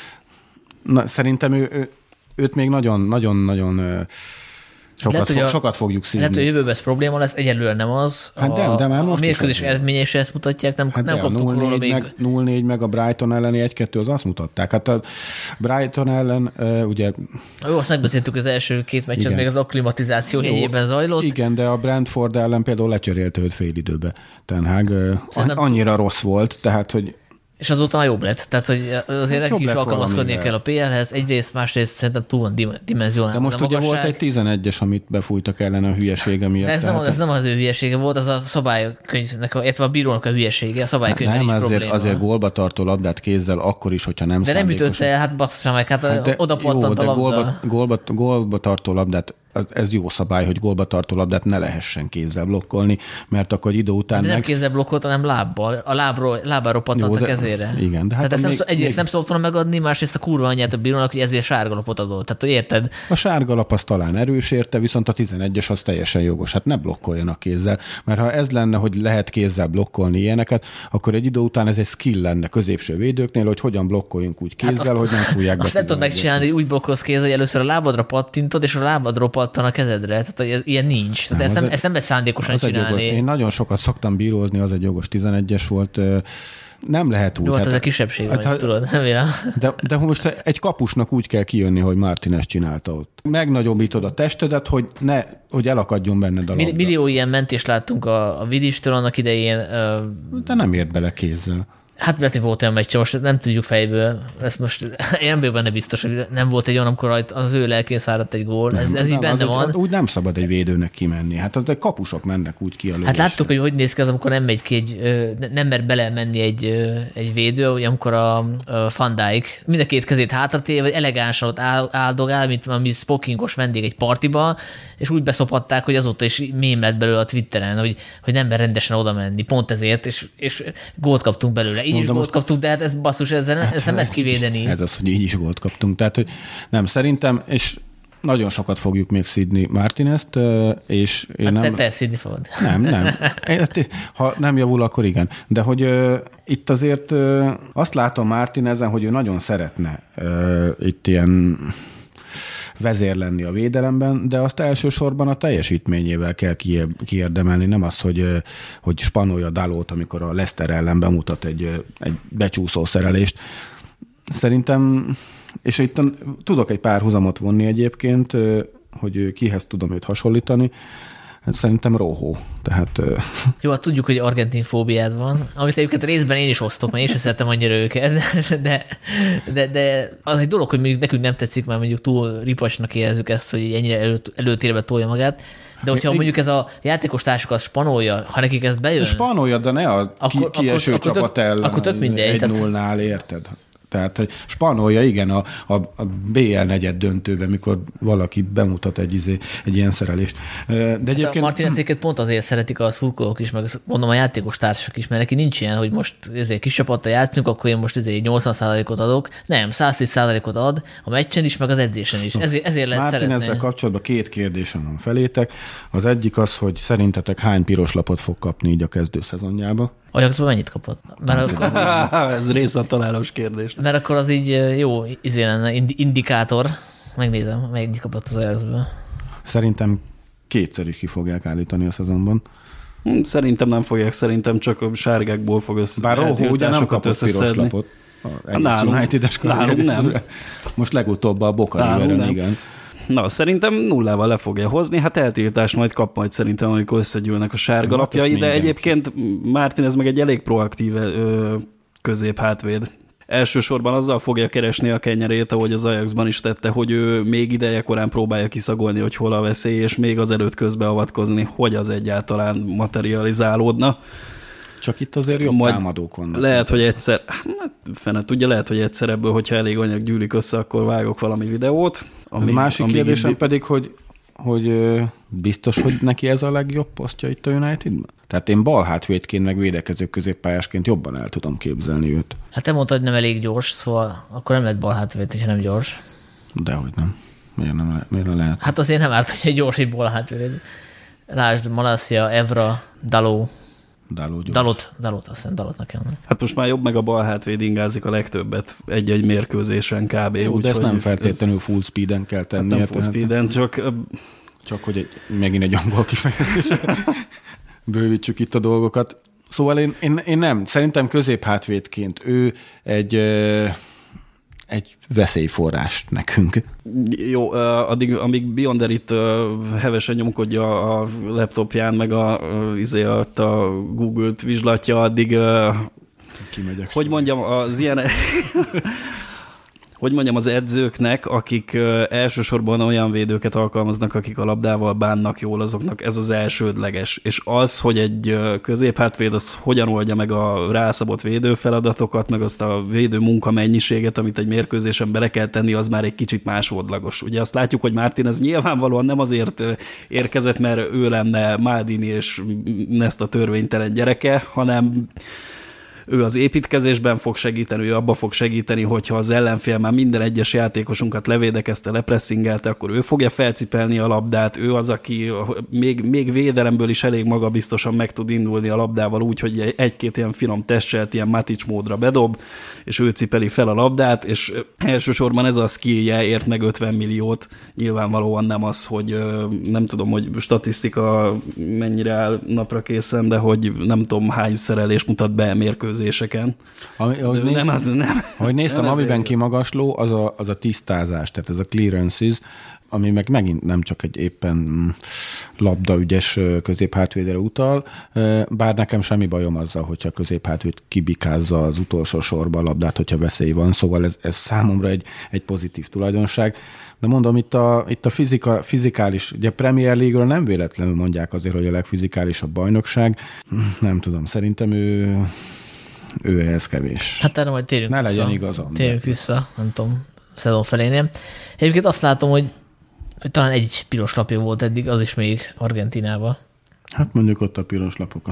Na, szerintem ő, ő, őt még nagyon-nagyon sokat, lehet, fog, a, sokat fogjuk szívni. Lehet, hogy jövőben ez probléma lesz, egyelőre nem az. Hát de, de már most a mérkőzés eredményese ezt mutatják, nem, hát nem kaptunk róla még. Meg, nulla négy meg a Brighton elleni egy kettő az azt mutatták. Hát a Brighton ellen uh, ugye... Jó, azt megbeszéltük az első két meccset, még az akklimatizáció jegyében zajlott. Igen, de a Brentford ellen például lecserélte őt fél időbe. Ten Hag uh, annyira rossz volt, tehát, hogy és azóta már jobb lett. Tehát, hogy azért hát neki is alkalmazkodnia kell a pé el-hez. Egyrészt, másrészt szerintem túl van dimenziónál. De most ugye magasság. Volt egy tizenegyes, amit befújtak ellen a hülyesége miatt. De ez, nem, ez nem az ő hülyesége volt, az a szabálykönyvnek, illetve a bírónak a hülyesége, a szabálykönyvben hát is azért, probléma. Azért gólba tartó labdát kézzel akkor is, hogyha nem de szándékosan. De nem ütötte el, hát bassza meg, hát, hát oda pattant a labda. Gólba, gólba, gólba tartó labdát, ez jó szabály, hogy gólba tartó labdát ne lehessen kézzel blokkolni, mert akkor idő után de meg... nem kézzel blokkolt, hanem lábbal. A lábról, lábáról pattant a kezére. Igen, de hát tehát ezt még, nem, egyrészt még... nem szólt volna megadni, másrészt a kurva anyját a bírónak, hogy ezért sárgalapot adott. Tehát érted? A sárgalap az talán erős érte, viszont a tizenegyes az teljesen jogos. Hát ne blokkoljanak kézzel, mert ha ez lenne, hogy lehet kézzel blokkolni ilyeneket, akkor egy idő után ez egy skill lenne középső védőknél, hogy hogyan blokkoljunk úgy kézzel, hát azt, hogy nem fújják be. Azt nem tudod megcsinálni, hogy úgy blokkolsz kézzel, hogy először a lábadra pattintod, és a lábadról pattan a kezedre. Tehát hogy ilyen nincs. Tehát nem, ezt, nem, egy, ezt nem lehet szándékosan csinálni. Én nagyon sokat szoktam bírózni, az egy jogos tizenegyes volt. Nem lehet úgy. Jó, hát ez a kisebbség hát, van, tudod, nem vélem. De, de most egy kapusnak úgy kell kijönni, hogy Martin ezt csinálta ott. Megnagyobbítod a testedet, hogy, ne, hogy elakadjon benned a labda. Millió ilyen mentést láttunk a, a Vidistől annak idején. De nem ért bele kézzel. Hát mert volt olyan meccse, most nem tudjuk fejből, ezt most én nem vagyok benne biztos, hogy nem volt egy olyan, amikor az ő lelkén száradt egy gól, ez, ez nem, így benne van. Egy, úgy nem szabad egy védőnek kimenni, hát az, de kapusok mennek úgy ki a lövésre. Hát láttuk, hogy hogy néz ki az, amikor nem megy ki egy, nem mer belemenni egy, egy védő, hogy amikor a, a Van Dijk mind a két kezét hátratéve, vagy elegánsan ott áldogál, mint valami spokkingos vendég egy partiba, és úgy beszopatták, hogy azóta is mém lett belőle a Twitteren, hogy, hogy nem mer rendesen oda menni, pont ezért, és, és gólt kaptunk belőle. Így is gólt kaptunk, de hát ez basszus, ezzel hát, ezt nem lehet kivédeni. Ez az, hogy így is gólt kaptunk. Tehát, hogy nem, szerintem, és nagyon sokat fogjuk még szidni Martinezt, és én hát nem... te, te szidni fogod. Nem, nem. Ha nem javul, akkor igen. De hogy uh, itt azért uh, azt látom Martinezen, hogy ő nagyon szeretne uh, itt ilyen vezér lenni a védelemben, de azt elsősorban a teljesítményével kell kiérdemelni, nem az, hogy, hogy spanolja Dalót, amikor a Leicester ellen bemutat egy, egy becsúszó szerelést. Szerintem, és itt tudok egy pár húzamot vonni egyébként, hogy kihez tudom őt hasonlítani, szerintem Rojo. Tehát, jó, hát tudjuk, hogy argentin fóbiád van, amit egyébként részben én is osztok, mert én sem szeretem annyira őket, de, de, de az egy dolog, hogy mondjuk nekünk nem tetszik, mert mondjuk túl ripasnak érezzük ezt, hogy ennyire elő, előtérbe tolja magát, de hogyha én, mondjuk ez a játékos társakat spanolja, ha nekik ez bejön... Spanolja, de ne a akkor, ki, kieső akkor, csapat akkor ellen akkor tök mindegy, egy nullnál, érted? Tehát, hogy spanolja, igen, a, a, a bé el negyed döntőben, mikor valaki bemutat egy, izé, egy ilyen szerelést. De hát egyébként... A Martinezéket pont azért szeretik a szurkolók is, meg mondom a játékos társak is, mert neki nincs ilyen, hogy most ezért kis csapattal játszunk, akkor én most ezért nyolcvan százalékot adok. Nem, száz tíz százalékot ad a meccsen is, meg az edzésen is. Ezért, ezért lehet Martin szeretni. Ezzel kapcsolatban két kérdésem van felétek. Az egyik az, hogy szerintetek hány piros lapot fog kapni így a kezdőszezonjába? Ajaxban mennyit kapott? Mert akkor az így, ez részletalálós kérdés. Mert akkor az így jó izé lenne, indikátor. Megnézem, mennyit kapott az Ajaxban. Szerintem kétszer is ki fogják állítani a szezonban. Szerintem nem fogják, szerintem csak a sárgákból fog össze. Bár Rojo ugye nem kapott piros lapot. Nálunk, nálunk nem. Most legutóbb a Boca Riveren, igen. Na, szerintem nullával le fogja hozni, hát eltiltást majd kap majd szerintem, amikor összegyűlnek a sárga lapjai, de egyébként Martinez meg egy elég proaktív ö, közép-hátvéd. Elsősorban azzal fogja keresni a kenyerét, ahogy az Ajaxban is tette, hogy ő még ideje korán próbálja kiszagolni, hogy hol a veszély, és még azelőtt közbeavatkozni, hogy az egyáltalán materializálódna. Csak itt azért jobb majd támadók vannak. Lehet, hogy egyszer, hát fene tudja, lehet, hogy egyszer ebből, hogyha elég anyag gyűlik össze, akkor vágok valami videót. Amíg, a másik amíg kérdésem így... pedig, hogy, hogy biztos, hogy neki ez a legjobb posztja itt a Unitedben? Tehát én bal hátvédként, meg védekező középpályásként jobban el tudom képzelni őt. Hát te mondtad, hogy nem elég gyors, szóval akkor nem lehet bal hátvéd, ha nem gyors. Dehogy nem. Miért nem, le- miért nem lehet? Hát azért nem árt, hogy egy gyors, egy bal hátvéd. Lásd, Malacia, Evra, Dalot. Dalot, Dalot, Dalot, azt hiszem Dalot nekem. Hát most már jobb meg a bal hátvéd ingázik a legtöbbet egy-egy mérkőzésen kb. Jó, úgy, de ezt nem feltétlenül ez... full speeden kell tenni. Hát nem full speeden, csak... Csak hogy egy, megint egy angol kifejezés. Bővítsük itt a dolgokat. Szóval én, én, én nem. Szerintem középhátvédként ő egy, egy veszélyforrás nekünk. Jó, addig, amíg Beyonder itt hevesen nyomkodja a laptopján, meg a, izé, a Google-t vizslatja, addig Kimegyek hogy mondjam, az ilyen... Hogy mondjam, az edzőknek, akik elsősorban olyan védőket alkalmaznak, akik a labdával bánnak jól, azoknak ez az elsődleges. És az, hogy egy középhátvéd az hogyan oldja meg a rászabott védőfeladatokat, meg azt a védő munkamennyiséget, amit egy mérkőzésen bele kell tenni, az már egy kicsit másodlagos. Ugye azt látjuk, hogy Martinez nyilvánvalóan nem azért érkezett, mert ő lenne Maldini és Nesta törvénytelen gyereke, hanem ő az építkezésben fog segíteni, ő abba fog segíteni, hogyha az ellenfél már minden egyes játékosunkat levédekezte, lepresszingelte, akkor ő fogja felcipelni a labdát, ő az, aki még, még védelemből is elég magabiztosan meg tud indulni a labdával úgy, hogy egy-két ilyen finom testselt, ilyen Matic módra bedob, és ő cipeli fel a labdát, és elsősorban ez a skillje ért meg ötven milliót, nyilvánvalóan nem az, hogy nem tudom, hogy statisztika mennyire áll napra készen, de hogy nem tudom hány szerelés mutat be mérkőzéseken. Ami, ahogy, néztem, nem, az, nem, ahogy néztem, nem amiben kimagasló, az a, az a tisztázás, tehát ez a clearances, ami meg megint nem csak egy éppen labdaügyes középhátvédre utal, bár nekem semmi bajom azzal, hogyha középhátvéd kibikázza az utolsó sorba a labdát, hogyha veszély van, szóval ez, ez számomra egy, egy pozitív tulajdonság. De mondom, itt a, itt a fizika, fizikális, ugye Premier League-ről nem véletlenül mondják azért, hogy a legfizikálisabb bajnokság. Nem tudom, szerintem ő, ő ehhez kevés. Hát erre majd térjünk ne vissza. legyen igazam. Térjünk vissza, nem tudom, szezon felénél. Egyébként azt látom, hogy hogy talán egy piros lapja volt eddig, az is még Argentínában. Hát mondjuk ott a piros lapok,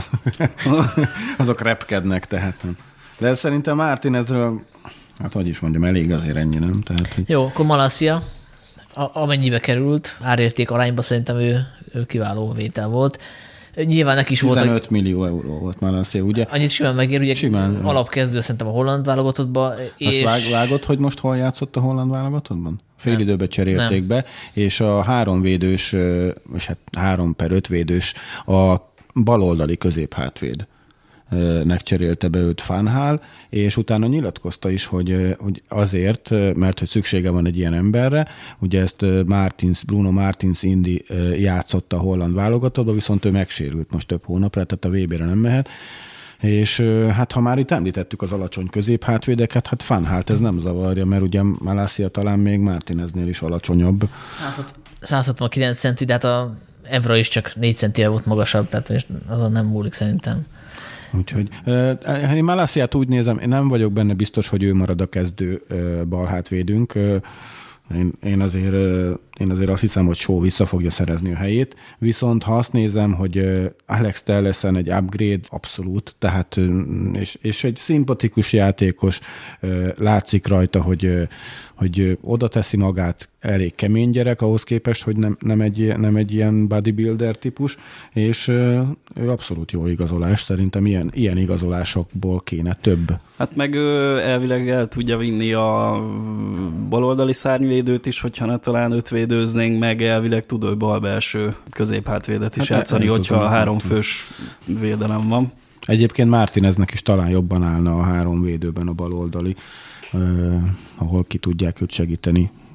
azok repkednek, tehát nem. De szerintem Martinezről, hát hogy is mondjam, elég azért ennyi, nem? Tehát, hogy... Jó, akkor Malacia, amennyibe került, árérték arányba szerintem ő, ő kiváló vétel volt. Nyilván neki is volt... tizenöt millió euró volt Malacia, ugye? Annyit simán megér, ugye simán, alapkezdő szerintem a holland válogatottban. És... Azt vágod, hogy most hol játszott a holland válogatottban? Fél időbe cserélték nem. be, és a három védős, és hát három per öt védős a baloldali középhátvéd nek cserélte be őt Van Gaal, és utána nyilatkozta is, hogy, hogy azért, mert hogy szüksége van egy ilyen emberre, ugye ezt Martins, Bruno Martins Indi játszott a holland válogatottba, viszont ő megsérült most több hónapra, tehát a vé bére nem mehet, és hát ha már itt említettük az alacsony középhátvédeket, hát Van Gaalt ez nem zavarja, mert ugye Malacia talán még Martineznél is alacsonyabb. száz hatvankilenc centi, de hát a Evra is csak négy centivel volt magasabb, tehát azon nem múlik szerintem. Úgyhogy én Malaciát úgy nézem, én nem vagyok benne biztos, hogy ő marad a kezdő balhátvédünk. Én, én, azért, én azért azt hiszem, hogy Shaw vissza fogja szerezni a helyét, viszont ha azt nézem, hogy Alex Tellesen egy upgrade, abszolút, tehát, és, és egy szimpatikus játékos, látszik rajta, hogy, hogy oda teszi magát, elég kemény gyerek ahhoz képest, hogy nem, nem, egy, nem egy ilyen bodybuilder típus, és ő abszolút jó igazolás, szerintem ilyen, ilyen igazolásokból kéne több. Hát meg ő elvileg el tudja vinni a baloldali szárnyvédőt is, hogyha ne talán öt védőznénk, meg elvileg tud ő balbelső középhátvédet is hát játszani, hogyha a háromfős védelem van. Egyébként Martineznek is talán jobban állna a három védőben a baloldali, Uh, ahol ki tudják őt segíteni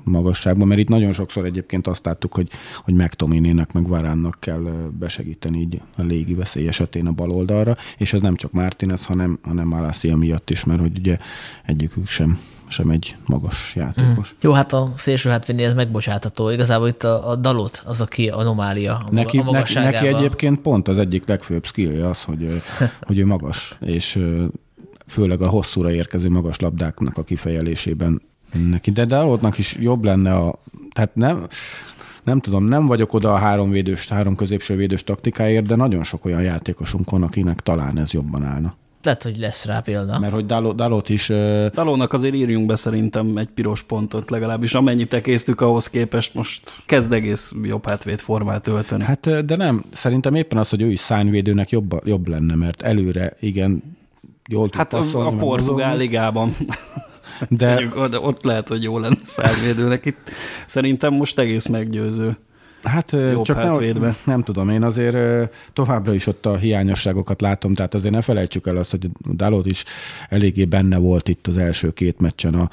magasságban, mert itt nagyon sokszor egyébként azt láttuk, hogy, hogy McTominaynek, meg Varánnak kell besegíteni így a légi veszély esetén a bal oldalra, és ez nem csak Martinez, hanem, hanem Malacia miatt is, mert hogy ugye egyikük sem sem egy magas játékos. Mm. Jó, hát a szélső hátvédni ez megbocsátható. Igazából itt a, a Dalot az, aki anomália a, neki, a magasságában. Neki egyébként pont az egyik legfőbb skillje az, hogy, hogy ő magas, és főleg a hosszúra érkező magas labdáknak a kifejelésében neki. De Dalotnak is jobb lenne a... Tehát nem... Nem tudom, nem vagyok oda a három védős, három középső védős taktikáért, de nagyon sok olyan játékosunk van, akinek talán ez jobban állna. Lehet, hogy lesz rá példa. Mert hogy Dalot, Dalot is... Dalónak azért írjunk be szerintem egy piros pontot, legalábbis amennyit ekésztük ahhoz képest, most kezd egész jobb hátvéd formát ölteni. Hát, de nem, szerintem éppen az, hogy ő is szárnyvédőnek jobb, jobb lenne, mert előre igen, jól tud hát passzolni. Hát a portugál ligában... De... de ott lehet, hogy jó lenne szárnyvédőnek. Itt szerintem most egész meggyőző. Hát jobb csak nem, nem tudom, én azért továbbra is ott a hiányosságokat látom, tehát azért ne felejtsük el azt, hogy Dalot is eléggé benne volt itt az első két meccsen a,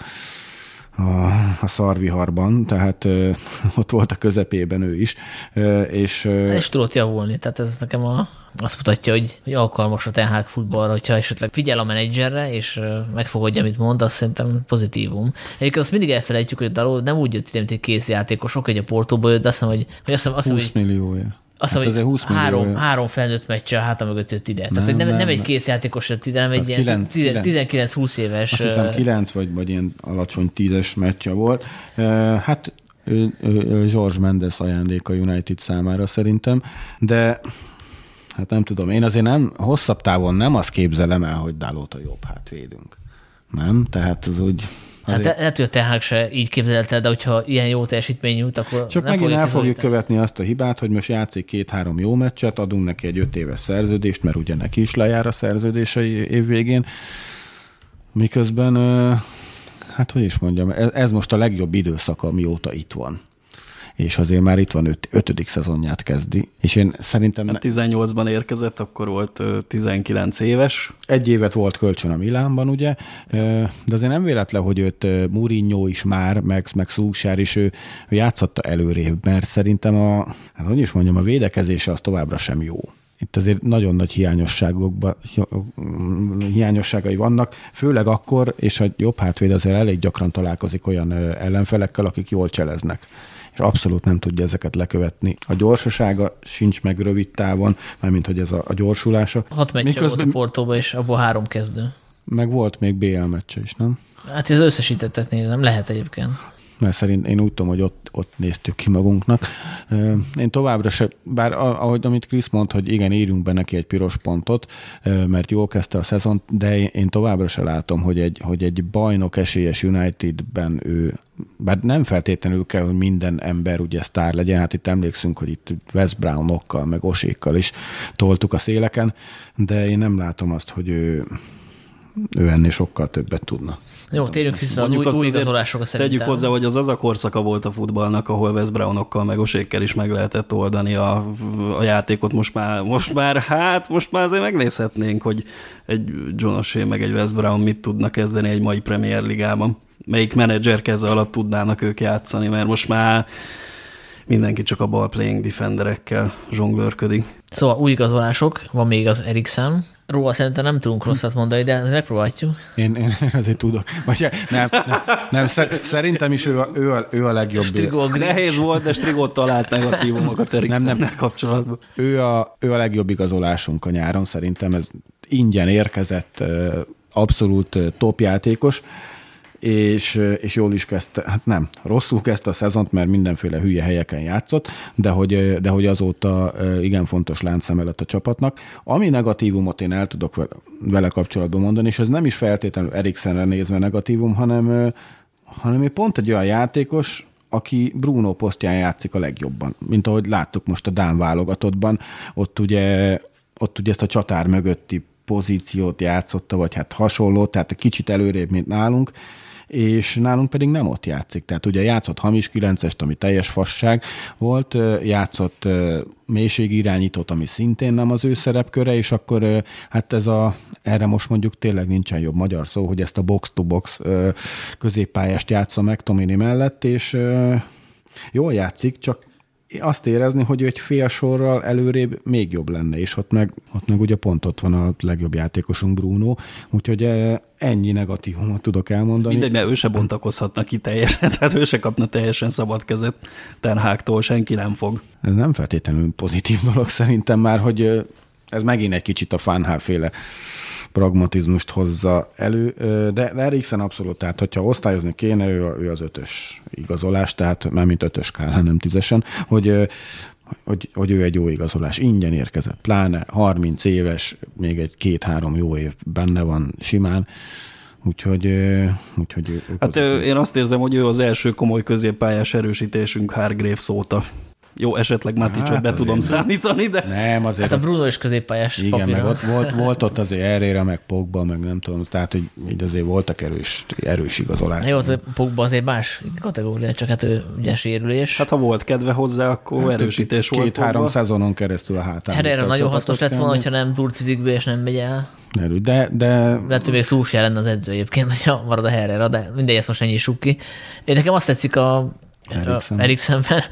a, a szarviharban, tehát ott volt a közepében ő is. És, és tudott javulni, tehát ez nekem a, azt mutatja, hogy, hogy alkalmas a Ten Hag futballra, hogyha esetleg figyel a menedzserre, és megfogadja, amit mond, azt szerintem pozitívum. Egyébként azt mindig elfelejtjük, hogy Dalot nem úgy jött ide, mint egy készjátékos, oké, hogy a Portóból jött, de azt hiszem, hogy, hogy azt hiszem, azt húsz milliója. Azt hát mondom, hogy három, három felnőtt meccse a háta mögött jött ide. Nem, Tehát nem, nem, nem egy készjátékos jött ide, hanem egy hát ilyen tizenkilenc-húsz éves. Azt hiszem kilenc vagy, vagy ilyen alacsony tízes meccse volt. Hát ő, ő, ő George Mendes ajándéka United számára szerintem, de hát nem tudom, én azért nem, hosszabb távon nem azt képzelem el, hogy Dalot a jobb hátvédünk. Nem? Tehát az úgy... Hát lehet, hogy a Ten Hag se így képzelte, de hogyha ilyen jó teljesítmény nyújt, akkor csak nem megint el fogjuk követni. követni azt a hibát, hogy most játszik két-három jó meccset, adunk neki egy öt éves szerződést, mert ugye neki is lejár a szerződése év végén. Miközben, hát hogy is mondjam, ez most a legjobb időszaka, mióta itt van. És azért már itt van öt, ötödik szezonját kezdi. És én szerintem... Hát tizennyolcban érkezett, akkor volt tizenkilenc éves. Egy évet volt kölcsön a Milánban, ugye, de azért nem véletlen, hogy őt Mourinho is már, meg, meg Solskjaer is, ő, ő játszotta előrébb, mert szerintem a, hát hogy is mondjam, a védekezése az továbbra sem jó. Itt azért nagyon nagy hiányosságokban, hiányosságai vannak, főleg akkor, és a jobb hátvéd azért elég gyakran találkozik olyan ellenfelekkel, akik jól cseleznek. És abszolút nem tudja ezeket lekövetni. A gyorsasága sincs meg rövid távon, mármint hogy ez a, a gyorsulása. Hat meccse Miközben... volt a Portóba, és abból három kezdő. Meg volt még bé el meccse is, nem? Hát ez összesítettet nézem, lehet egyébként. Mert szerint én úgy tudom, hogy ott, ott néztük ki magunknak. Én továbbra se, bár ahogy amit Krisz mond, hogy igen, írjunk be neki egy piros pontot, mert jól kezdte a szezont, de én továbbra se látom, hogy egy, hogy egy bajnok esélyes Unitedben ő, bár nem feltétlenül kell, hogy minden ember ugye sztár legyen, hát itt emlékszünk, hogy itt Wes Brownokkal, meg Osékkal is toltuk a széleken, de én nem látom azt, hogy ő, ő ennél sokkal többet tudna. Jó, térjünk vissza az új, új igazolásokra szerintem. Tegyük hozzá, hogy az az a korszaka volt a futballnak, ahol Wes Brownokkal meg Osékkel is meg lehetett oldani a, a játékot. Most már, most már, hát most már azért megnézhetnénk, hogy egy John O'Shea meg egy Wes Brown mit tudna kezdeni egy mai Premier Ligában. Melyik menedzser keze alatt tudnának ők játszani, mert most már mindenki csak a ball playing defenderekkel zsonglőrködik. Szóval új igazolások, van még az Eriksen. Róla szerintem nem tudunk rosszat mondani, de megpróbáljuk. Én, én azért tudok. Vagy nem, nem, nem, szerintem is ő a, ő a, ő a legjobb. Strigol Nehéz volt, de Strigol talált negatívumokat Eriksennel kapcsolatban. Ő a, ő a legjobb igazolásunk a nyáron, szerintem ez ingyen érkezett, abszolút top játékos, és, és jól is kezdte, hát nem, rosszul kezdte a szezont, mert mindenféle hülye helyeken játszott, de hogy, de hogy azóta igen fontos láncszeme lett a csapatnak. Ami negatívumot én el tudok vele, vele kapcsolatban mondani, és ez nem is feltétlenül Eriksenre nézve negatívum, hanem, hanem pont egy olyan játékos, aki Bruno posztján játszik a legjobban, mint ahogy láttuk most a dán válogatottban, ott ugye, ott ugye ezt a csatár mögötti pozíciót játszotta, vagy hát hasonló, tehát kicsit előrébb, mint nálunk, és nálunk pedig nem ott játszik. Tehát ugye játszott hamis kilencest, ami teljes fasság volt, játszott mélységirányítót, ami szintén nem az ő szerepköre, és akkor hát ez a, erre most mondjuk tényleg nincsen jobb magyar szó, hogy ezt a box-to-box középpályást játsza McTominay mellett, és jól játszik, csak azt érezni, hogy egy fél sorral előrébb még jobb lenne, és ott meg, ott meg ugye pont ott van a legjobb játékosunk Bruno, úgyhogy ennyi negatívumot tudok elmondani. Mindegy, mert ő se bontakozhatna ki teljesen, tehát ő se kapna teljesen szabad kezet Ten Hagtól, senki nem fog. Ez nem feltétlenül pozitív dolog szerintem már, hogy ez megint egy kicsit a Fánhál-féle pragmatizmust hozza elő, de, de Eriksen abszolút, tehát hogyha osztályozni kéne, ő, ő az ötös igazolás, tehát már mint ötös kell, nem tízesen, hogy, hogy, hogy ő egy jó igazolás. Ingyen érkezett, pláne harminc éves, még egy két-három jó év benne van simán, úgyhogy... úgyhogy ő, hát ő, én azt érzem, hogy ő az első komoly középpályás erősítésünk Hargreaves óta. Jó, esetleg Maticot hát be tudom számítani, de... Nem, azért... Hát a Bruno is középpályás igen, papíron. meg ott volt, volt ott azért Herrera, meg Pogba, meg nem tudom, tehát hogy így azért voltak erős, erős igazolások. Jó, az Pogba azért más kategória, csak hát ő ugye sérülés. Hát ha volt kedve hozzá, akkor hát erősítés volt. Két-három szezonon keresztül a hátán. Herrera nagyon hasznos lett volna, hogyha nem durcizik be, és nem megy el. De, de... Lehet, hogy még Solskjaer lenne az edző egyébként, hogyha marad a Herrera, de mindegy, ezt most ennyi is ki. Én nekem azt tetszik a Eriksenben,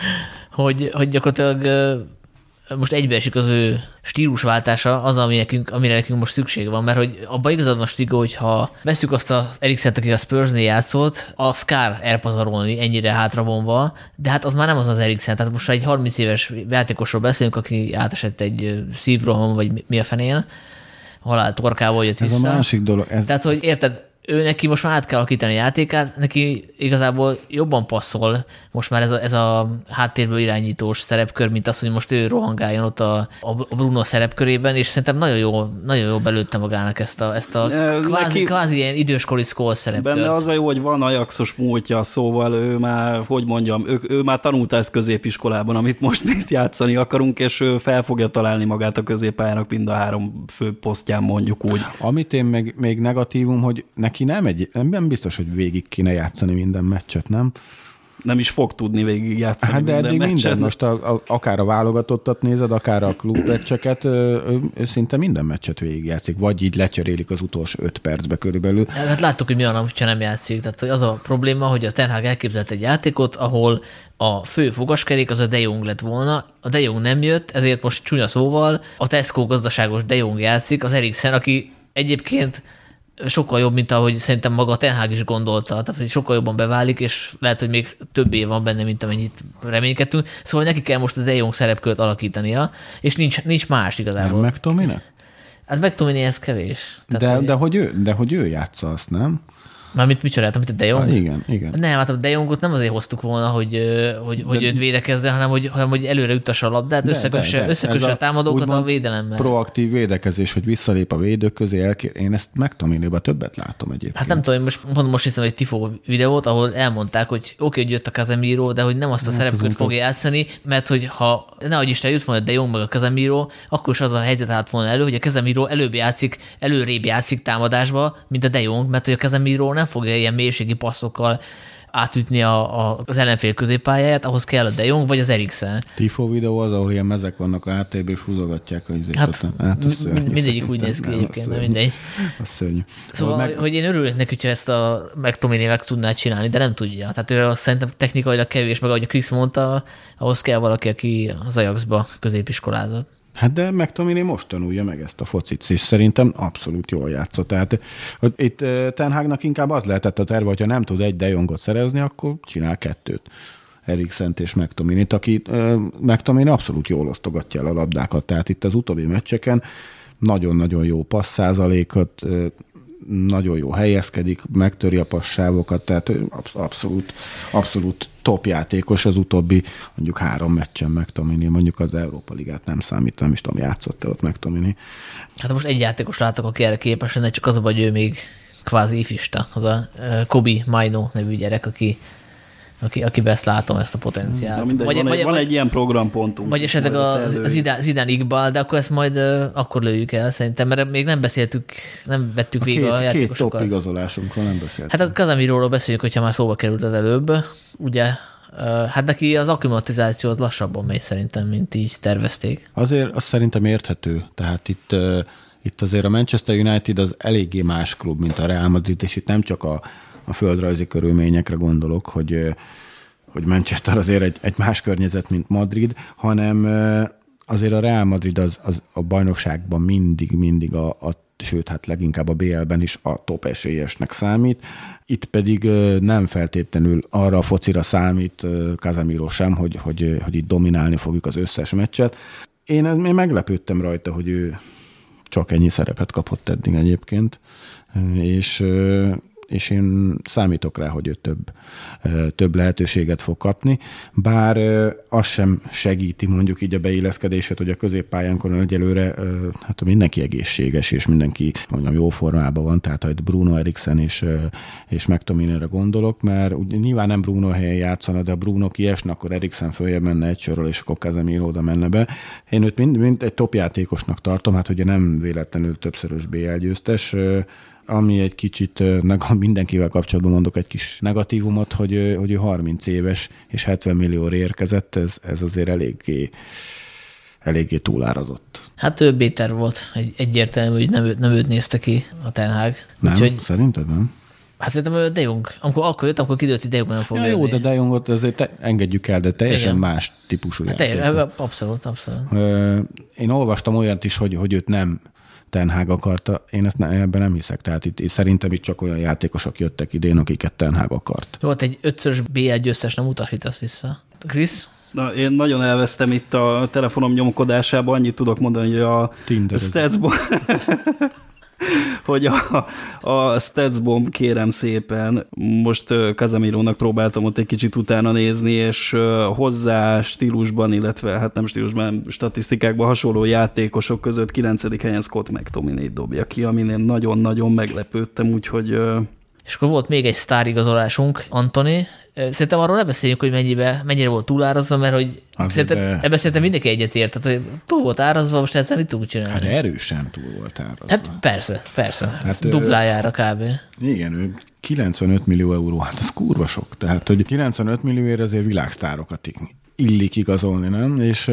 hogy, hogy gyakorlatilag most egybeesik az ő stílusváltása az, ami nekünk, amire nekünk most szükség van, mert hogy abban igazad van, Stigo, hogyha veszük azt az Eriksent, aki a Spursnél játszott, a Scar elpazarolni ennyire hátravonva, de hát az már nem az az Eriksen, tehát most egy harminc éves játékosról beszélünk, aki átesett egy szívroham, vagy mi a fenén, halál torkával jött vissza. Ez a másik dolog. Ez... Tehát, hogy érted, ő neki most már át kell alakítani a játékát, neki igazából jobban passzol most már ez a, ez a háttérből irányítós szerepkör, mint az, hogy most ő rohangáljon ott a, a Bruno szerepkörében, és szerintem nagyon jó, nagyon jó belőtte magának ezt a, ezt a kvázi, neki, kvázi ilyen időskori Scholes szerepkört. Benne az a jó, hogy van Ajaxos múltja, szóval ő már, hogy mondjam, ő, ő már tanulta ezt középiskolában, amit most mit játszani akarunk, és ő fel fogja találni magát a középpályának mind a három fő posztján, mondjuk úgy. Amit én még, még negatívum, hogy neki nem, egy, nem biztos, hogy végig kéne játszani minden meccset, nem? Nem is fog tudni végig játszani hát de minden eddig meccset. Minden. Most a, a, akár a válogatottat nézed, akár a klubmeccseket, ő, ő szinte minden meccset végig játszik, vagy így lecserélik az utolsó öt percbe körülbelül. Hát láttuk, hogy mi van, hogyha nem játszik. Tehát hogy az a probléma, hogy a Ten Hag elképzelt egy játékot, ahol a fő fogaskerék az a De Jong lett volna, a De Jong nem jött, ezért most csúnya szóval a Tesco gazdaságos De Jong játszik, az Eriksen, aki egyébként sokkal jobb, mint ahogy szerintem maga Ten Hag is gondolta, tehát hogy sokkal jobban beválik, és lehet, hogy még több év van benne, mint amennyit reménykedtünk. Szóval neki kell most az De Jong szerepkört alakítania, és nincs, nincs más igazából. Nem McTominay? Hát McTominay ez kevés. Tehát de, hogy... De, hogy ő, de hogy ő játsza azt, nem? Mármint mit csinált, amit a De Jong? Ah, igen, igen. Nem, hát a De Jongot nem azért hoztuk volna, hogy, hogy, hogy őt védekezze, hanem hogy, hanem hogy előre üttesse a labdát, összekösse, összekösse a támadókat a védelemmel. Proaktív védekezés, hogy visszalép a védők közé, elkér... én ezt McTominayban többet látom egyébként. Hát nem tudom, most, mondom, most hiszem egy tifó videót, ahol elmondták, hogy oké, hogy jött a Casemiro, de hogy nem azt a hát szerepkört fogja játszani, mert hogy ha nehogy Isten jut volna De Jong meg a Casemiro, akkor is az a helyzet állt volna elő, hogy a Casemiro előbb játszik, előrébb játszik támadásba, mint a De Jong, mert hogy a Casemiro nem fogja ilyen mélységi passzokkal átütni a, a, az ellenfél középpályáját, ahhoz kell a De Jong vagy az Eriksen. Tifo videó az, ahol ilyen mezek vannak a háttérben, és húzogatják a izét. Hát, hát mindegyik úgy néz ki egyébként, de mindegy. Az szörnyű. Szóval, meg... hogy én örülök neki, hogyha ezt a McTominay meg tudná csinálni, de nem tudja. Tehát ő azt szerintem technikailag kevés, meg ahogy a Krisz mondta, ahhoz kell valaki, aki az Ajaxba középiskolázott. Hát de McTominay most tanulja meg ezt a focit, és szerintem abszolút jól játszott. Tehát itt Ten Hagnak inkább az lehetett a terve, hogyha nem tud egy De Jongot szerezni, akkor csinál kettőt. Eriksent és McTominayt, aki McTominay abszolút jól osztogatja el a labdákat. Tehát itt az utóbbi meccseken nagyon-nagyon jó passzázalékot, nagyon jó helyezkedik, megtöri a passávokat, tehát abszolút, abszolút top játékos az utóbbi mondjuk három meccsen McTominay, mondjuk az Európa Ligát nem számít, nem is tudom, játszott-e ott McTominay. Hát most egy játékos látok, aki erre képes lenne, csak az a baj, hogy ő még kvázi ifista, az a Kobe Maino nevű gyerek, aki aki, akiben ezt látom, ezt a potenciált. Na mindegy, vagy, van, vagy, egy, van egy ilyen programpontunk. Vagy esetleg az, az Zidane Iqbal, de akkor ezt majd uh, akkor lőjük el szerintem, mert még nem beszéltük, nem vettük a végig két, a játékosokat. Két top igazolásunkról nem beszéltünk. Hát a Casemiróról beszéljük, hogyha már szóba került az előbb. Ugye, uh, hát neki az akklimatizáció az lassabban megy szerintem, mint így tervezték. Azért azt szerintem érthető. Tehát itt, uh, itt azért a Manchester United az eléggé más klub, mint a Real Madrid, és itt nem csak a, a földrajzi körülményekre gondolok, hogy uh, hogy Manchester azért egy, egy más környezet, mint Madrid, hanem azért a Real Madrid az, az a bajnokságban mindig, mindig, a, a, sőt, hát leginkább a bé el-ben is a top esélyesnek számít. Itt pedig nem feltétlenül arra a focira számít Casemiro sem, hogy, hogy, hogy itt dominálni fogjuk az összes meccset. Én, én meglepődtem rajta, hogy ő csak ennyi szerepet kapott eddig egyébként, és és én számítok rá, hogy ő több, több lehetőséget fog kapni, bár az sem segíti mondjuk így a beilleszkedését, hogy a középpályánkon egyelőre hát mindenki egészséges, és mindenki mondjam, jó formában van, tehát hogy Bruno Eriksen és, és McTominayre gondolok, mert ugye nyilván nem Bruno helyen játszana, de ha Bruno kiesne, akkor Eriksen följebb menne egy sorról, és akkor Casemiro oda menne be. Én őt mind, mind egy top játékosnak tartom, hát ugye nem véletlenül többszörös bé el győztes, ami egy kicsit, mindenkivel kapcsolatban mondok egy kis negatívumot, hogy, hogy ő harminc éves és hetven millióra érkezett, ez, ez azért eléggé, eléggé túlárazott. Hát ő Béter volt, egy, egyértelmű, hogy nem, nem őt nézte ki a Ten Hag. Nem? Úgyhogy, szerinted nem? Hát szerintem De Jong. Amikor akkor jött, akkor kidőlt, hogy De Jong nem fog ja, jönni. Jó, de De Jongot azért te, engedjük el, de teljesen igen. más típusú hát játék. Abszolút, abszolút. Én olvastam olyat is, hogy, hogy őt nem Ten Hag akarta, én ezt ne, ebben nem hiszek. Tehát itt, itt szerintem itt csak olyan játékosok jöttek idén, akiket Ten Hag akart. Volt egy ötszörös bé el győztes, nem utasítasz vissza. Krisz? Na, én nagyon elvesztem itt a telefonom nyomkodásában, annyit tudok mondani, hogy a Statsbomb, hogy a, a Statsbomb kérem szépen, most Casemirónak próbáltam ott egy kicsit utána nézni, és hozzá stílusban, illetve hát nem stílusban, statisztikákban hasonló játékosok között kilencedik helyen Scott McTominay dobja ki, amin én nagyon-nagyon meglepődtem, úgyhogy... És akkor volt még egy sztárigazolásunk, Antony. Szerintem arról ne beszéljünk, hogy mennyibe, mennyire volt túlárazva, mert hogy szerintem, de... ebben szerintem mindenki egyetért, tehát hogy túl volt árazva, most ezzel mit tudunk csinálni? Hát erősen túl volt árazva. Hát persze, persze. Hát duplájára kb. Igen, ő kilencvenöt millió euró, hát ez kurva sok. Tehát, hogy kilencvenöt millióért azért világsztárokat illik igazolni, nem? És...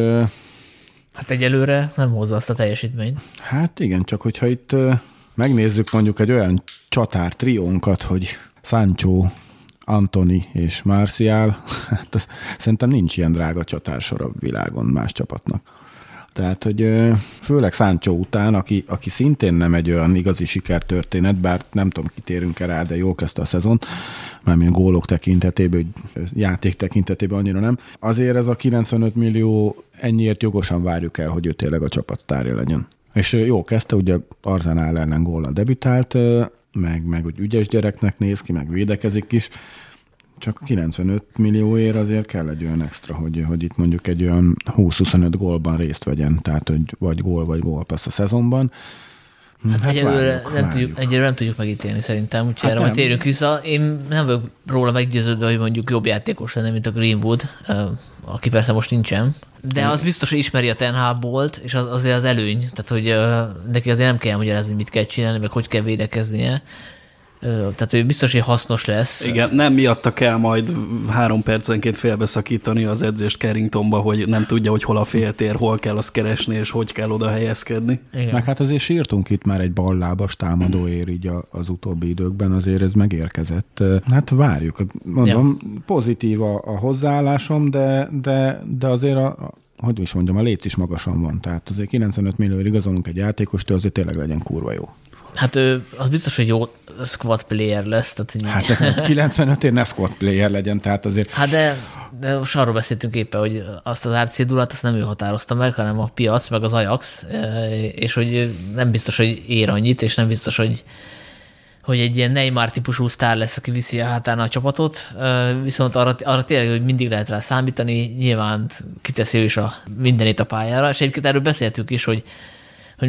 Hát egyelőre nem hozza azt a teljesítményt. Hát igen, csak hogyha itt megnézzük mondjuk egy olyan csatár triónkat, hogy Sancho, Antony és Martial, hát szerintem nincs ilyen drága csatársor a világon más csapatnak. Tehát, hogy főleg Sancho után, aki, aki szintén nem egy olyan igazi sikertörténet, bár nem tudom, kitérünk-e rá, de jól kezdte a szezont, mármint gólok tekintetében, játék tekintetében annyira nem. Azért ez a kilencvenöt millió, ennyiért jogosan várjuk el, hogy ő tényleg a csapat sztárja legyen. És jó kezdte, ugye Arsenal ellen góllal debütált, meg, meg hogy ügyes gyereknek néz ki, meg védekezik is, csak kilencvenöt millióért azért kell egy olyan extra, hogy, hogy itt mondjuk egy olyan húsz-huszonöt gólban részt vegyen, tehát hogy vagy gól, vagy gólpassz a szezonban. Hát, hát egyelőre, várjuk, nem tudjuk, egyelőre nem tudjuk megítélni szerintem, úgyhogy hát erre majd térjünk vissza. Én nem vagyok róla meggyőződve, hogy mondjuk jobb játékos lenne, mint a Greenwood, aki persze most nincsen. De az biztos, hogy ismeri a Ten Hag-bolt, és az azért az előny. Tehát, hogy neki azért nem kell magyarázni, mit kell csinálni, meg hogy kell védekeznie. Tehát, hogy biztos, hogy hasznos lesz. Igen, nem miatta kell majd három percenként félbeszakítani az edzést Carringtonba, hogy nem tudja, hogy hol a féltér, hol kell azt keresni, és hogy kell oda helyezkedni. Igen. Meg hát azért sírtunk itt már egy ballábas támadóért így az utóbbi időkben, azért ez megérkezett. Hát várjuk. Mondom, ja. Pozitív a, a hozzáállásom, de, de, de azért a, hogy is mondjam, a léc is magasan van. Tehát azért kilencvenöt millióért igazolunk egy játékost, azért tényleg legyen kurva jó. Hát ő, az biztos, hogy jó squad player lesz. Tehát, hát kilencvenötért ne squad player legyen, tehát azért... Hát de, de most arról beszéltünk éppen, hogy azt az árcédulát azt nem ő határozta meg, hanem a piac, meg az Ajax, és hogy nem biztos, hogy ér annyit, és nem biztos, hogy, hogy egy ilyen Neymar típusú sztár lesz, aki viszi a hátán a csapatot, viszont arra, arra tényleg, hogy mindig lehet rá számítani, nyilván kiteszi ő is a mindenét a pályára, és egyébként erről beszéltünk is, hogy, hogy most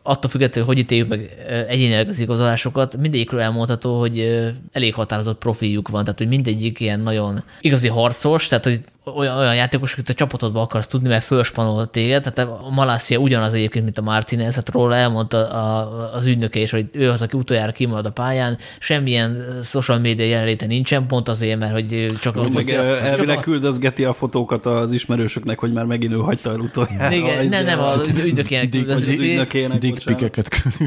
attól függetlenül, hogy ítéljük meg egyénileg az igazolásokat, mindegyikről elmondható, hogy elég határozott profiljuk van, tehát hogy mindegyik ilyen nagyon igazi harcos, tehát hogy olyan, olyan játékosok, akit a csapatodba akarsz tudni, mert fölspanol téged. Tehát a Malacia ugyanaz egyébként, mint a Martinez, tehát róla elmondta a, az ügynöke is, hogy ő az, aki utoljára kimarad a pályán, semmilyen social media jelenléte nincsen, pont azért, mert hogy csak hogy a meg elvileg a... küldözgeti a fotókat az ismerősöknek, hogy már megint ő hagyta el utoljára. Igen, nem, nem, az ügynökének küldözgeti. Dickpikeket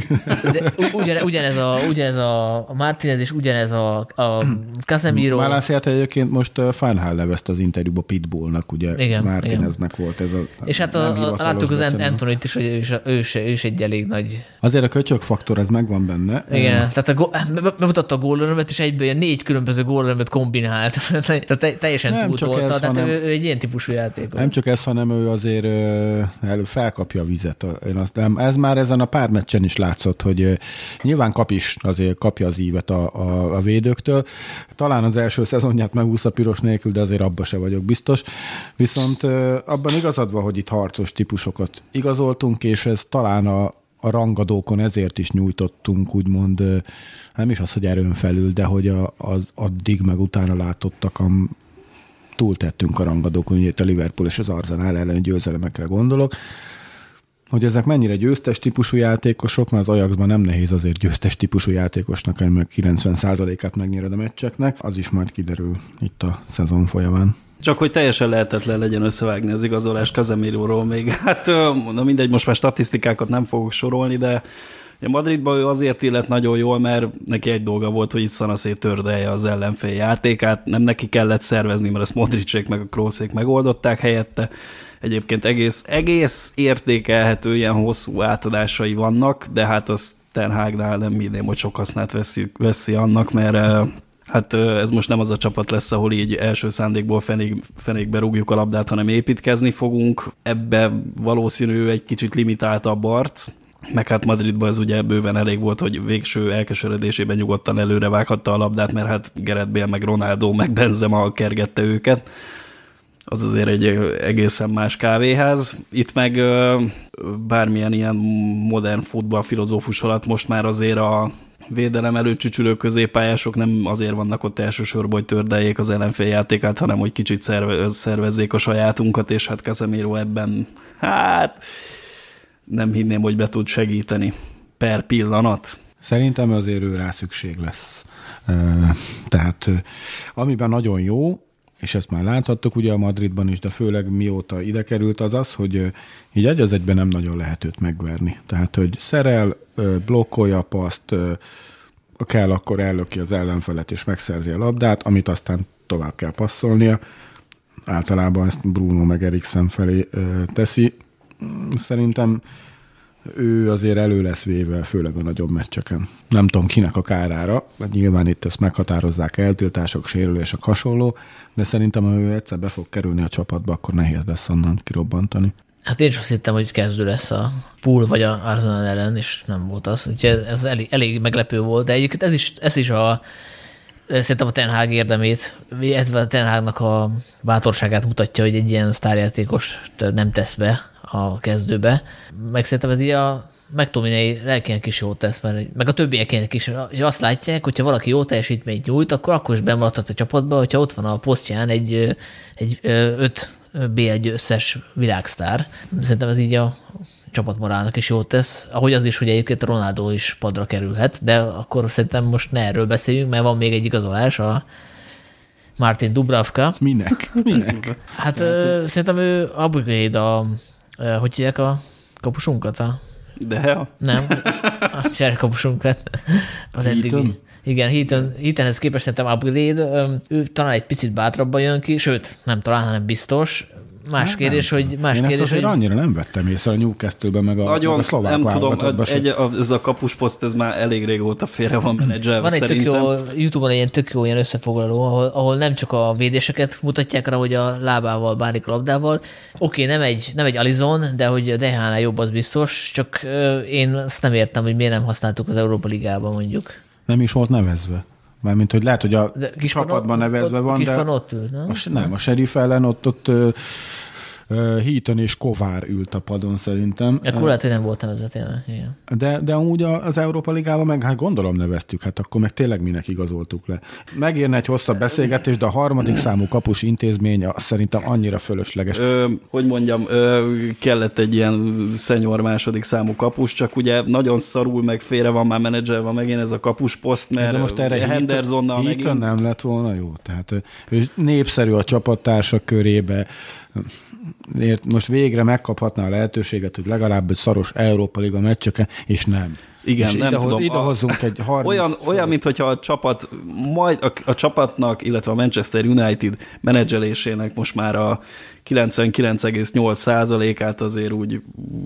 De ugyan, ugyanez, a, ugyanez a Martinez és ugyanez a, a Casemiro. Malaciát egyébként most Fánhál nevezte az interjúba Pitbullnak, ugye igen, Martineznek igen. volt ez a... És hát a, a, láttuk az Antonit is, hogy ő is, ő, is, ő is egy elég nagy... Azért a köcsögfaktor, ez megvan benne. Igen, tehát a go, bemutatta a gólörömet, és egyből négy különböző gólörömet kombinált. Tehát teljesen túltolta, tehát ő, ő egy ilyen típusú játékos. Nem csak ez, hanem ő azért elő felkapja a vizet. Én azt, nem, ez már ezen a pár meccsen is látszott, hogy nyilván kap is, azért kapja az ívet a, a, a védőktől. Talán az első szezonját megúszza piros nélkül, de azért abba se vagyok biztos. Viszont abban igazad van, hogy itt harcos típusokat igazoltunk, és ez talán a, a rangadókon ezért is nyújtottunk, úgymond, nem is az, hogy erőn felül, de hogy a, az addig meg utána látottak, a, túltettünk a rangadókon, ugye itt a Liverpool és az Arsenal ellen győzelemekre gondolok, hogy ezek mennyire győztes típusú játékosok, mert az Ajaxban nem nehéz azért győztes típusú játékosnak, meg kilencven százalékát megnyered a meccseknek, az is majd kiderül itt a szezon folyamán. Csak hogy teljesen lehetetlen legyen összevágni az igazolást Casemiróról még. Hát na mindegy, most már statisztikákat nem fogok sorolni, de a Madridban ő azért illet nagyon jól, mert neki egy dolga volt, hogy itt szanaszét tördelje az ellenfél játékát, nem neki kellett szervezni, mert ezt Modricsék meg a Kroószék megoldották helyette. Egyébként egész, egész értékelhető ilyen hosszú átadásai vannak, de hát az Ten Hagnál nem hinném, hogy sok hasznát veszi, veszi annak, mert hát ez most nem az a csapat lesz, ahol így első szándékból fenék, fenékbe rúgjuk a labdát, hanem építkezni fogunk. Ebbe valószínű egy kicsit limitáltabb arc, meg hát Madridban ez ugye bőven elég volt, hogy végső elkeseredésében nyugodtan előre vághatta a labdát, mert hát Gareth Bale, meg Ronaldo, meg Benzema kergette őket. Az azért egy egészen más kávéház. Itt meg bármilyen ilyen modern futballfilozófus alatt most már azért a védelem előtt csücsülő középpályások nem azért vannak ott elsősorban, hogy tördeljék az ellenfél játékát, hanem hogy kicsit szerve, szervezzék a sajátunkat, és hát Casemiro ebben, hát nem hinném, hogy be tud segíteni per pillanat. Szerintem azért ő rá szükség lesz. Tehát amiben nagyon jó, és ezt már láthattuk ugye a Madridban is, de főleg mióta ide került, az az, hogy így egy az egyben nem nagyon lehet őt megverni. Tehát, hogy szerel, blokkolja a paszt, kell, akkor ellöki az ellenfelet és megszerzi a labdát, amit aztán tovább kell passzolnia. Általában ezt Bruno meg Eriksen felé teszi. Szerintem ő azért elő lesz véve, főleg a nagyobb meccseken. Nem tudom kinek a kárára, mert nyilván itt ezt meghatározzák eltiltások, sérülések, hasonló, de szerintem, ha ő egyszer be fog kerülni a csapatba, akkor nehéz lesz onnan kirobbantani. Hát én is azt hittem, hogy kezdő lesz a Pool vagy a Arsenal ellen, és nem volt az. Úgyhogy ez elég, elég meglepő volt, de egyébként ez is, ez is a szerintem a Ten Hag érdemét, illetve a Ten Hagnak a bátorságát mutatja, hogy egy ilyen sztárjátékos nem tesz be a kezdőbe. Meg szerintem ez így a McTominay lelkének is jót tesz, mert, meg a többieknek is, hogy azt látják, hogyha valaki jó teljesítményt nyújt, akkor akkor is bemaradhat a csapatba, hogyha ott van a posztján egy, egy öt bé egy összes világsztár. Szerintem ez így a csapatmorálnak is jót tesz, ahogy az is, hogy egyébként Ronaldo is padra kerülhet, de akkor szerintem most ne erről beszéljünk, mert van még egy igazolás, a Martin Dubravka. Minek? Minek? Hát ö, szerintem ő upgrade a, ö, hogy hívják a kapusunkat? A... De ja. Nem, a cserekapusunkat. Heaton? Igen, Heaton, Heatonhez képest szerintem upgrade, ő talán egy picit bátrabban jön ki, sőt, nem talán, hanem biztos. Más hát kérdés, nem. hogy... Más Én kérdés, ezt hogy... annyira nem vettem észre a Newcastle-ben, meg a, nagyon, meg a szlovák nem tudom, egy, a, ez a kapusposzt, ez már elég régóta félre van menedzselve. Van egy tök jó, YouTube-on egy ilyen tök jó ilyen összefoglaló, ahol, ahol nem csak a védéseket mutatják rá, hogy a lábával bánik a labdával. Oké, nem egy, nem egy Alizon, de hogy a dé há-nál jobb, az biztos, csak én ezt nem értem, hogy miért nem használtuk az Európa Ligában mondjuk. Nem is volt nevezve. Mármint, hogy lehet, hogy a de csapatban nevezve van, Kispan de... ott ült, nem? A, nem, a Sheriff ellen ott, ott Heaton és Kovár ült a padon szerintem. Akkor lehet, hogy nem volt nevezett tényleg. Igen. De, de amúgy az Európa Ligában meg, hát gondolom neveztük, hát akkor meg tényleg minek igazoltuk le. Megérne egy hosszabb beszélgetés, de a harmadik számú kapus intézmény szerintem annyira fölösleges. Ö, hogy mondjam, ö, kellett egy ilyen senior második számú kapus, csak ugye nagyon szarul meg félre van már menedzserve megint ez a kapusposzt, mert de most erre Hendersonnal megint... Heaton nem lett volna jó, tehát ő népszerű a csapattársak körébe, most végre megkaphatná a lehetőséget, hogy legalább egy szaros Európa Liga meccseken, és nem. Igen, és nem ide, tudom. Ide hozzunk egy harminc olyan, olyan, mintha a csapat, majd a, a csapatnak, illetve a Manchester United menedzselésének most már a kilencvenkilenc egész nyolc százalékát azért úgy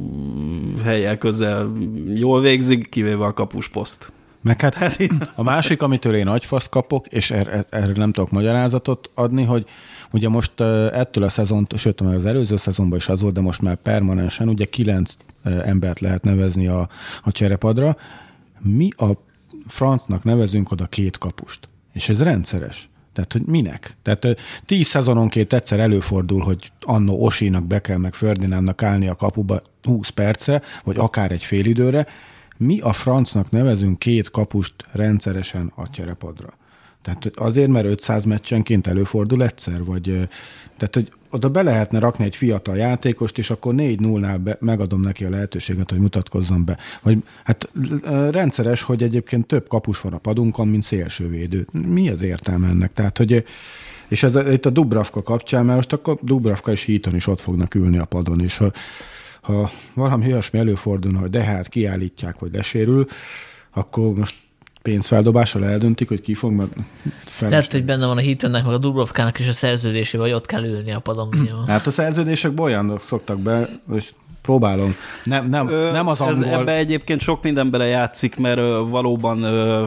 helyel közel jól végzik, kivéve a kapusposzt. Meg hát a másik, amitől én agyfaszt kapok, és erre, erre nem tudok magyarázatot adni, hogy ugye most ettől a szezont, sőt, az előző szezonban is az volt, de most már permanensen, ugye kilenc embert lehet nevezni a, a cserepadra. Mi a francnak nevezünk oda két kapust. És ez rendszeres. Tehát, hogy minek? Tehát tíz szezononként egyszer előfordul, hogy annó Osinak be kell meg Ferdinandnak állni a kapuba húsz perce, vagy akár egy fél időre. Mi a francnak nevezünk két kapust rendszeresen a cserepadra? Tehát azért, mert ötszáz meccsenként előfordul egyszer, vagy tehát, hogy oda be lehetne rakni egy fiatal játékost, és akkor négy nullnál be, megadom neki a lehetőséget, hogy mutatkozzon be. Vagy hát rendszeres, hogy egyébként több kapus van a padunkon, mint szélsővédő. Mi az értelme ennek? Tehát, hogy és ez itt a Dubravka kapcsán, mert most akkor Dubravka és Heaton is ott fognak ülni a padon, és ha, ha valami olyasmi előfordul, hogy de hát kiállítják, hogy lesérül, akkor most pénzfeldobással eldöntik, hogy ki fog meg felesni. Lehet, hogy benne van a Heatonnek, meg a Dubravkának is a szerződésében, hogy ott kell ülni a padon. Hát a szerződésekben olyanok szoktak be, és próbálom. Nem, nem, Ö, nem az angol... Ebbe egyébként sok minden belejátszik, mert ö, valóban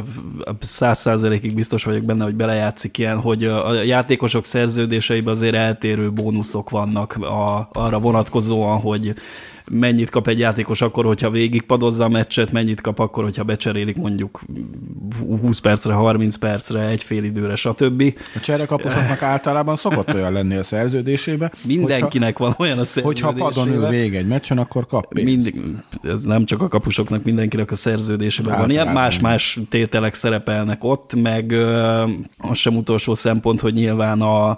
száz százalékig biztos vagyok benne, hogy belejátszik ilyen, hogy a játékosok szerződéseiben azért eltérő bónuszok vannak a, arra vonatkozóan, hogy mennyit kap egy játékos akkor, hogyha végigpadozza a meccset, mennyit kap akkor, hogyha becserélik mondjuk húsz percre, harminc percre, egy fél időre, stb. A cserekapusoknak általában szokott olyan lenni a szerződésében. Mindenkinek hogyha, van olyan a szerződésében. Hogyha padon ül vég egy meccsen, akkor kap pénzt. Mindig, ez nem csak a kapusoknak, mindenkinek a szerződésében van ilyen. Más-más tételek szerepelnek ott, meg ö, az sem utolsó szempont, hogy nyilván a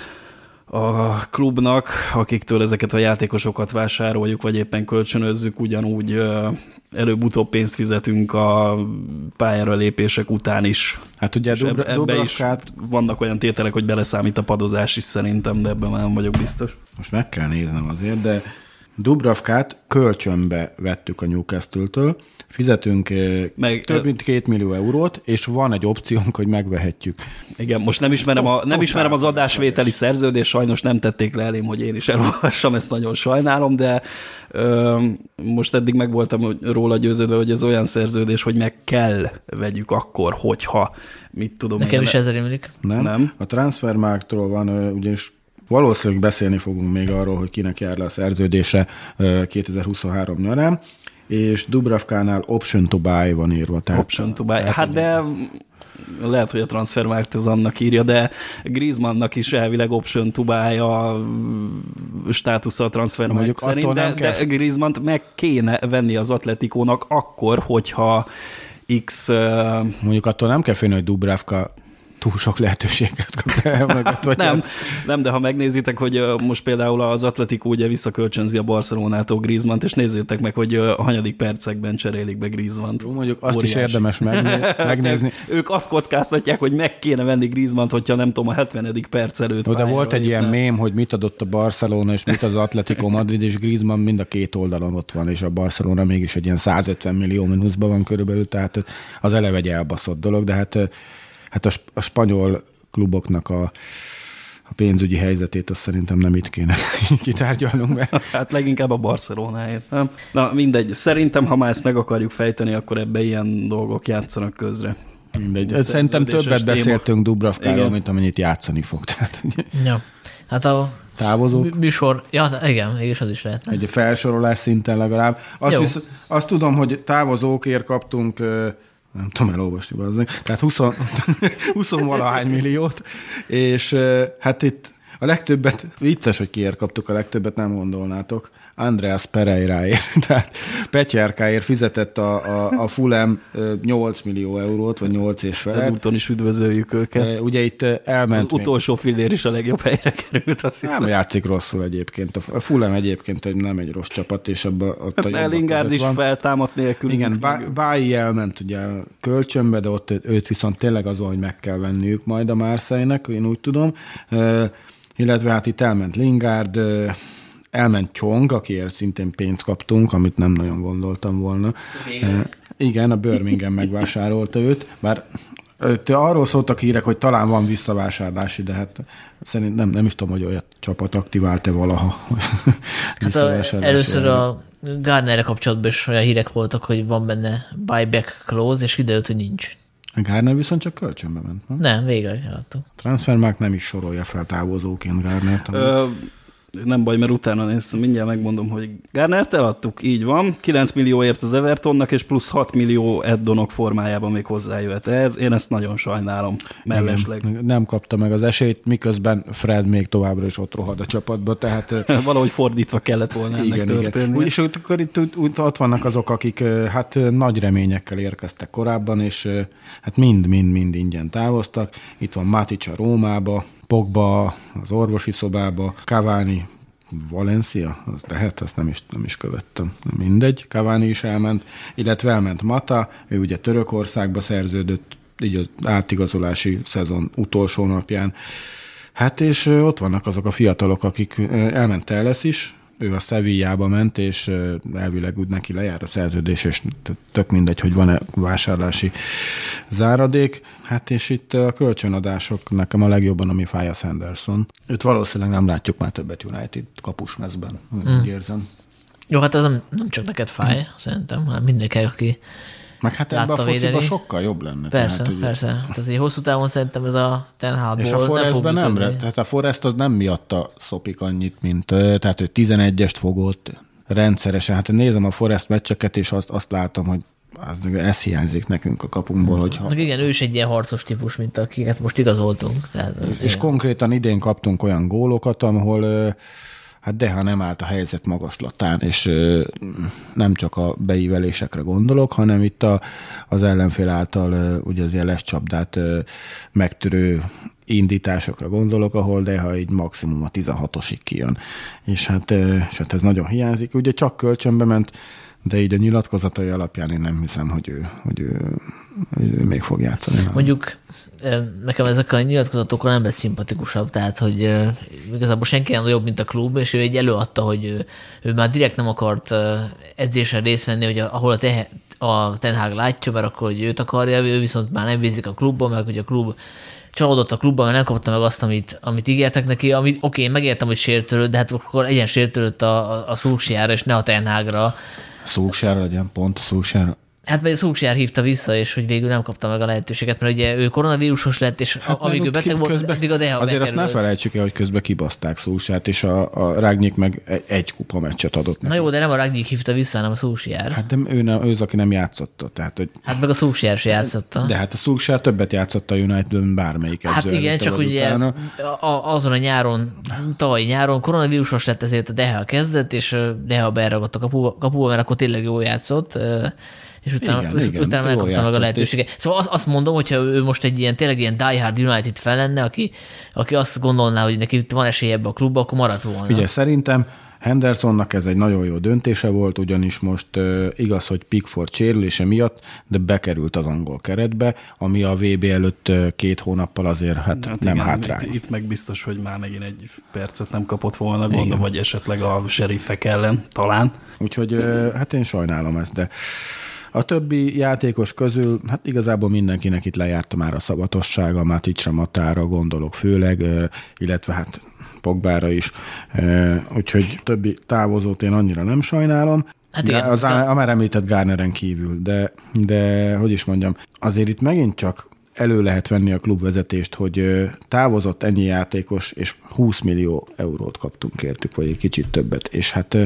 a klubnak, akiktől ezeket a játékosokat vásároljuk, vagy éppen kölcsönözzük, ugyanúgy előbb-utóbb pénzt fizetünk a pályára lépések után is. Hát ugye Dubra- ebbe Dubravkát... is vannak olyan tételek, hogy beleszámít a padozás is szerintem, de ebben már nem vagyok biztos. Most meg kell néznem azért, de Dubravkát kölcsönbe vettük a Newcastle-től, fizetünk Meg, több mint két millió eurót, és van egy opciónk, hogy megvehetjük. Igen, most nem ismerem, a, nem ismerem az adásvételi szerződést, sajnos nem tették le elém, hogy én is elolvassam, ezt nagyon sajnálom, de ö, most eddig meg voltam róla győződve, hogy ez olyan szerződés, hogy meg kell vegyük akkor, hogyha, mit tudom. Nekem is ezzel rémlik. Nem? nem. A Transfermarktról van, ugyanis valószínűleg beszélni fogunk még arról, hogy kinek jár le a szerződése kétezer-huszonhárom nyarán, és Dubravkánál option to buy van írva. Tehát, option to buy. Hát de lehet, hogy a Transfermarkt ez annak írja, de Griezmannnak is elvileg option to buy a státusza a Transfermarkt szerint, de, de Griezmannt meg kéne venni az Atletikónak akkor, hogyha X... Mondjuk attól nem kell félni, hogy Dubravka túl sok lehetőséget kap el mögött. Vagy nem, nem, de ha megnézitek, hogy most például az Atletico ugye visszakölcsönzi a Barcelonától Griezmannt, és nézzétek meg, hogy a hanyadik percekben cserélik be Griezmannt. Jó, mondjuk azt Óriás. Is érdemes megné- megnézni. Ők azt kockáztatják, hogy meg kéne venni Griezmannt, hogyha nem tudom, a hetvenedik perc előtt. Jó, de volt egy ilyen mém, hogy mit adott a Barcelona, és mit az Atletico Madrid, és Griezmann mind a két oldalon ott van, és a Barcelona mégis egy ilyen százötven millió mínuszban van körülbelül, tehát az eleve egy elbaszott dolog, de hát Hát a, a spanyol kluboknak a, a pénzügyi helyzetét azt szerintem nem itt kéne kitárgyalnunk be. Hát leginkább a Barcelonáért, nem? Na mindegy, szerintem ha már ezt meg akarjuk fejteni, akkor ebbe ilyen dolgok játszanak közre. Mindegy. Szerintem többet beszéltünk Dubravkáról, mint amennyit játszani fog. Tehát, ja. Hát a távozó. Műsor, ja, igen, mégis az is lehetne. Egy felsorolás szinten legalább. Azt, visz, azt tudom, hogy távozókért kaptunk... nem tudom elolvasni, bazdmeg. Tehát húsz valahány milliót, és hát itt A legtöbbet, vicces, hogy kiért kaptuk, a legtöbbet nem gondolnátok. Andreas Pereiráért, tehát Petyárkáért fizetett a, a, a Fulham nyolc millió eurót, vagy nyolc és felett. Ezúton is üdvözöljük őket. Ugye itt elment... Az utolsó fillér is a legjobb helyre került, azt hiszem. Nem játszik rosszul egyébként. A Fulham egyébként nem egy rossz csapat, és abban ott hát a Lingard is van. Feltámadt nélkül. Igen, Báji elment ugye kölcsönbe, de ott őt viszont tényleg azon, hogy meg kell venniük majd a Marseille-nek, én úgy tudom. Uh, illetve hát itt elment Lingard, uh, elment Chong, akiért szintén pénzt kaptunk, amit nem nagyon gondoltam volna. Uh, igen, a Birmingham megvásárolta őt, bár te arról szóltak hírek, hogy talán van visszavásárlási, de hát szerintem nem, nem is tudom, hogy olyan csapat aktivált-e valaha. Hát a, először a Gardnerre kapcsolatban is olyan hírek voltak, hogy van benne buyback clause, és kiderült, hogy nincs. A Gardner viszont csak kölcsönbe ment. Nem, nem végre eladtuk. Transfermarkt nem is sorolja fel távozóként Gardnert. Ö, nem baj, mert utána néztem, mindjárt megmondom, hogy Gardnert eladtuk, így van, kilenc millióért az Evertonnak, és plusz hat millió add-onok formájában még hozzájöhet ez. Én ezt nagyon sajnálom, mellesleg. Igen, nem kapta meg az esélyt, miközben Fred még továbbra is ott rohad a csapatba, tehát... Valahogy fordítva kellett volna ennek igen, történni. Igen. És akkor itt úgy, ott vannak azok, akik hát nagy reményekkel érkeztek korábban, és hát mind-mind-mind ingyen távoztak. Itt van Matic a Rómába, Pogba az orvosi szobába, Cavani Valencia, az lehet, azt nem is, nem is követtem. Mindegy, Cavani is elment, illetve elment Mata, ő ugye Törökországba szerződött, így az átigazolási szezon utolsó napján. Hát és ott vannak azok a fiatalok, akik elment Telles is, ő a Sevillába ment, és elvileg úgy neki lejár a szerződés, és tök mindegy, hogy van-e vásárlási záradék. Hát és itt a kölcsönadások nekem a legjobban, ami Fája Sanderson. Őt valószínűleg nem látjuk már többet United kapusmezben, mm. úgy érzem. Jó, hát ez nem, nem csak neked fáj, mm. szerintem, hanem mindenki, aki meg hát ebben a fociban sokkal jobb lenne. Persze, tehát, persze. Hát azért hosszú távon szerintem ez a Ten Hagból és a Forestben nem, nem tehát a Forest az nem miatta szopik annyit, mint tehát ő tizenegyest fogott rendszeresen. Hát nézem a Forest meccseket, és azt, azt látom, hogy az, ez hiányzik nekünk a kapunkból. Hogyha... Igen, ő is egy ilyen harcos típus, mint akiket most igazoltunk. Tehát, és ilyen. Konkrétan idén kaptunk olyan gólokat, ahol hát de ha nem állt a helyzet magaslatán, és ö, nem csak a beívelésekre gondolok, hanem itt a, az ellenfél által ö, ugye az ilyen lescsapdát ö, megtörő indításokra gondolok, ahol de ha így maximum a tizenhatosig kijön. És hát, ö, és hát ez nagyon hiányzik. Ugye csak kölcsönbe ment, de így a nyilatkozatai alapján én nem hiszem, hogy ő, hogy ő, ő még fog játszani. Mondjuk nekem ezek a nyilatkozatokról nem lesz szimpatikusabb, tehát hogy uh, igazából senki nem jobb, mint a klub, és ő egy előadta, hogy ő, ő már direkt nem akart uh, edzésen részt venni, hogy a, ahol a, te, a Ten Hag látja, mert akkor hogy őt akarja, ő viszont már nem bízik a klubban, meg hogy a klub csalódott a klubban, mert nem kapta meg azt, amit, amit ígértek neki, amit oké, okay, megértem, hogy sértődött, de hát akkor egyen sértődött a, a, a Solskjaerre, és ne a Ten Hagra. Solskjaer legyen, pont Solskjaer. Hát mert a Solskjaer hívta vissza, és hogy végül nem kapta meg a lehetőséget, mert ugye ő koronavírusos lett, és hát amíg ő beteg volt, közben, addig a Deha azért bekerült. azt ne felejtsük el, hogy közben kibaszták Solskjaert, és a, a Rangnick meg egy kupa meccset adott neki. Na jó, de nem a Rangnick hívta vissza, hanem a Solskjaer. Hát de ő, nem, ő az, aki nem játszotta. Tehát, hogy... Hát meg a Solskjaer se játszotta. De hát a Solskjaer többet játszotta a Unitedben bármelyik edző. Hát igen, csak ugye a, azon a nyáron, tavalyi nyáron koronavírusos lett, ezért a Deha kezdett, és Deha beragadt a kapuba, kapuba, mert akkor tényleg jól játszott. És utána, igen, és igen, utána nem kapta meg a lehetőséget. Szóval azt mondom, hogyha ő most egy ilyen, tényleg ilyen diehard United fel lenne, aki, aki azt gondolná, hogy neki van esély ebbe a klubba, akkor maradt volna. Ugye szerintem Hendersonnak ez egy nagyon jó döntése volt, ugyanis most uh, igaz, hogy Pickford sérülése miatt, de bekerült az angol keretbe, ami a vé bé előtt uh, két hónappal azért hát, hát nem igen, hátrány. Itt, itt meg biztos, hogy már megint egy percet nem kapott volna, gondolom, vagy esetleg a seriffek ellen talán. Úgyhogy uh, hát én sajnálom ezt, de a többi játékos közül, hát igazából mindenkinek itt lejárta már a szabatossága, Maticra, Matára gondolok főleg, illetve hát Pogbára is, úgyhogy többi távozót én annyira nem sajnálom. Hát igen, az a, a már említett Gardneren kívül, de, de hogy is mondjam, azért itt megint csak elő lehet venni a klubvezetést, hogy távozott ennyi játékos, és húsz millió eurót kaptunk értük, vagy egy kicsit többet, és hát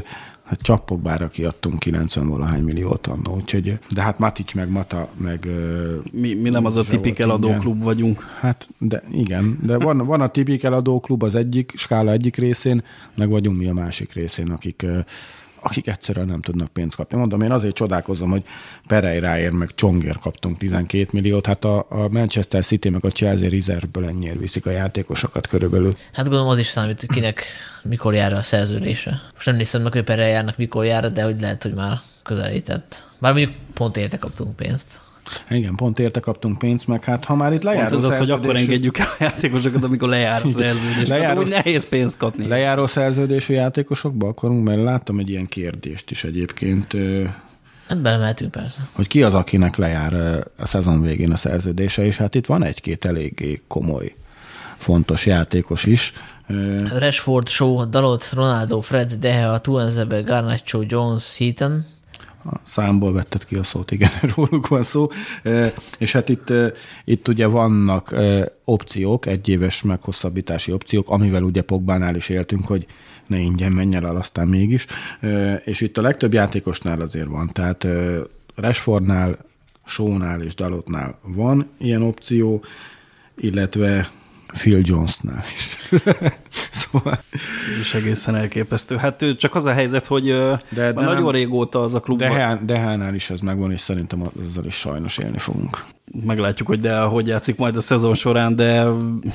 Hát csak Pogbára kiadtunk kilencven-valahány milliót annó, úgyhogy, de hát Matic meg Mata meg... Mi, mi nem az a tipik eladóklub vagyunk. Hát, de igen, de van, van a tipik eladóklub az egyik, skála egyik részén, meg vagyunk mi a másik részén, akik, akik egyszerűen nem tudnak pénzt kapni. Mondom, én azért csodálkozom, hogy Pereiráért meg Csongért kaptunk tizenkét milliót, hát a, a Manchester City meg a Chelsea reserve-ből ennyire viszik a játékosokat körülbelül. Hát gondolom az is számít, hogy kinek mikor jár a szerződése. Most nem néztem meg, hogy Pereirárnak mikor jár, de hogy lehet, hogy már közelített. Bár mondjuk pont érte kaptunk pénzt. Igen, pont érte kaptunk pénzt, meg hát ha már itt lejár pont ez az, hogy akkor engedjük el a játékosokat, amikor lejár a szerződés. Lejáró, hát, nehéz pénzt kapni. Lejáró szerződésű játékosokba akarunk, mert láttam egy ilyen kérdést is egyébként. Hát belemeltünk persze. Hogy ki az, akinek lejár a szezon végén a szerződése, és hát itt van egy-két eléggé komoly, fontos játékos is. Rashford, Shaw, Dalot, Ronaldo, Fred, De Gea, Tuanzebe, Garnacho, Jones, Heaton. A számból vetted ki a szót, igen, róluk van szó. És hát itt, itt ugye vannak opciók, egyéves meghosszabbítási opciók, amivel ugye Pogbánál is éltünk, hogy ne ingyen menj el, aztán mégis. És itt a legtöbb játékosnál azért van, tehát Rashfordnál, Shawnál és Dalotnál van ilyen opció, illetve Phil Jonesnál is. Szóval... Ez is egészen elképesztő. Hát csak az a helyzet, hogy de, de nagyon nem, régóta az a klubban... Dehánál is ez megvan, és szerintem ezzel is sajnos élni fogunk. Meglátjuk, hogy de hogy játszik majd a szezon során, de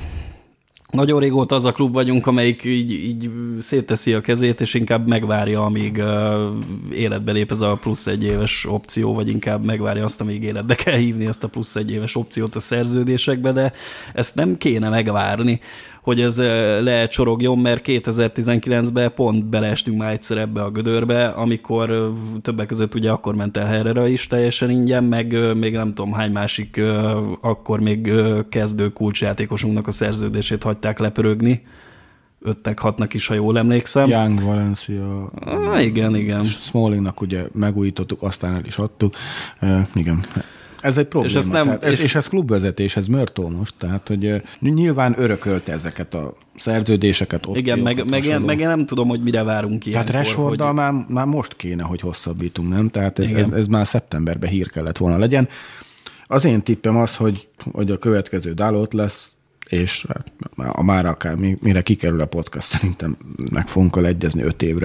nagyon régóta az a klub vagyunk, amelyik így, így szétteszi a kezét, és inkább megvárja, amíg uh, életbe lép ez a plusz egy éves opció, vagy inkább megvárja azt, amíg életbe kell hívni ezt a plusz egy éves opciót a szerződésekbe, de ezt nem kéne megvárni, hogy ez lecsorogjon, mert kétezer-tizenkilencben pont beleestünk már egyszer ebbe a gödörbe, amikor többek között ugye akkor ment el Herrera is teljesen ingyen, meg még nem tudom hány másik akkor még kezdő kulcsjátékosunknak a szerződését hagyták lepörögni. Ötnek, hatnak is, ha jól emlékszem. Young, Valencia. Ah, igen, igen. Smallingnak ugye megújítottuk, aztán el is adtuk. Uh, igen. Ez egy probléma. És, nem, tehát ez, és... és ez klubvezetés, ez Mörtó most, tehát hogy nyilván örökölte ezeket a szerződéseket, opciókat. Igen, meg, meg, én, meg én nem tudom, hogy mire várunk ilyenkor. Tehát Rashforddal hogy... már, már most kéne, hogy hosszabbítunk, nem? Tehát ez, ez, ez már szeptemberben hír kellett volna legyen. Az én tippem az, hogy, hogy a következő Dalot lesz, és a már akár mire kikerül a podcast, szerintem meg fogunk egyezni öt évre.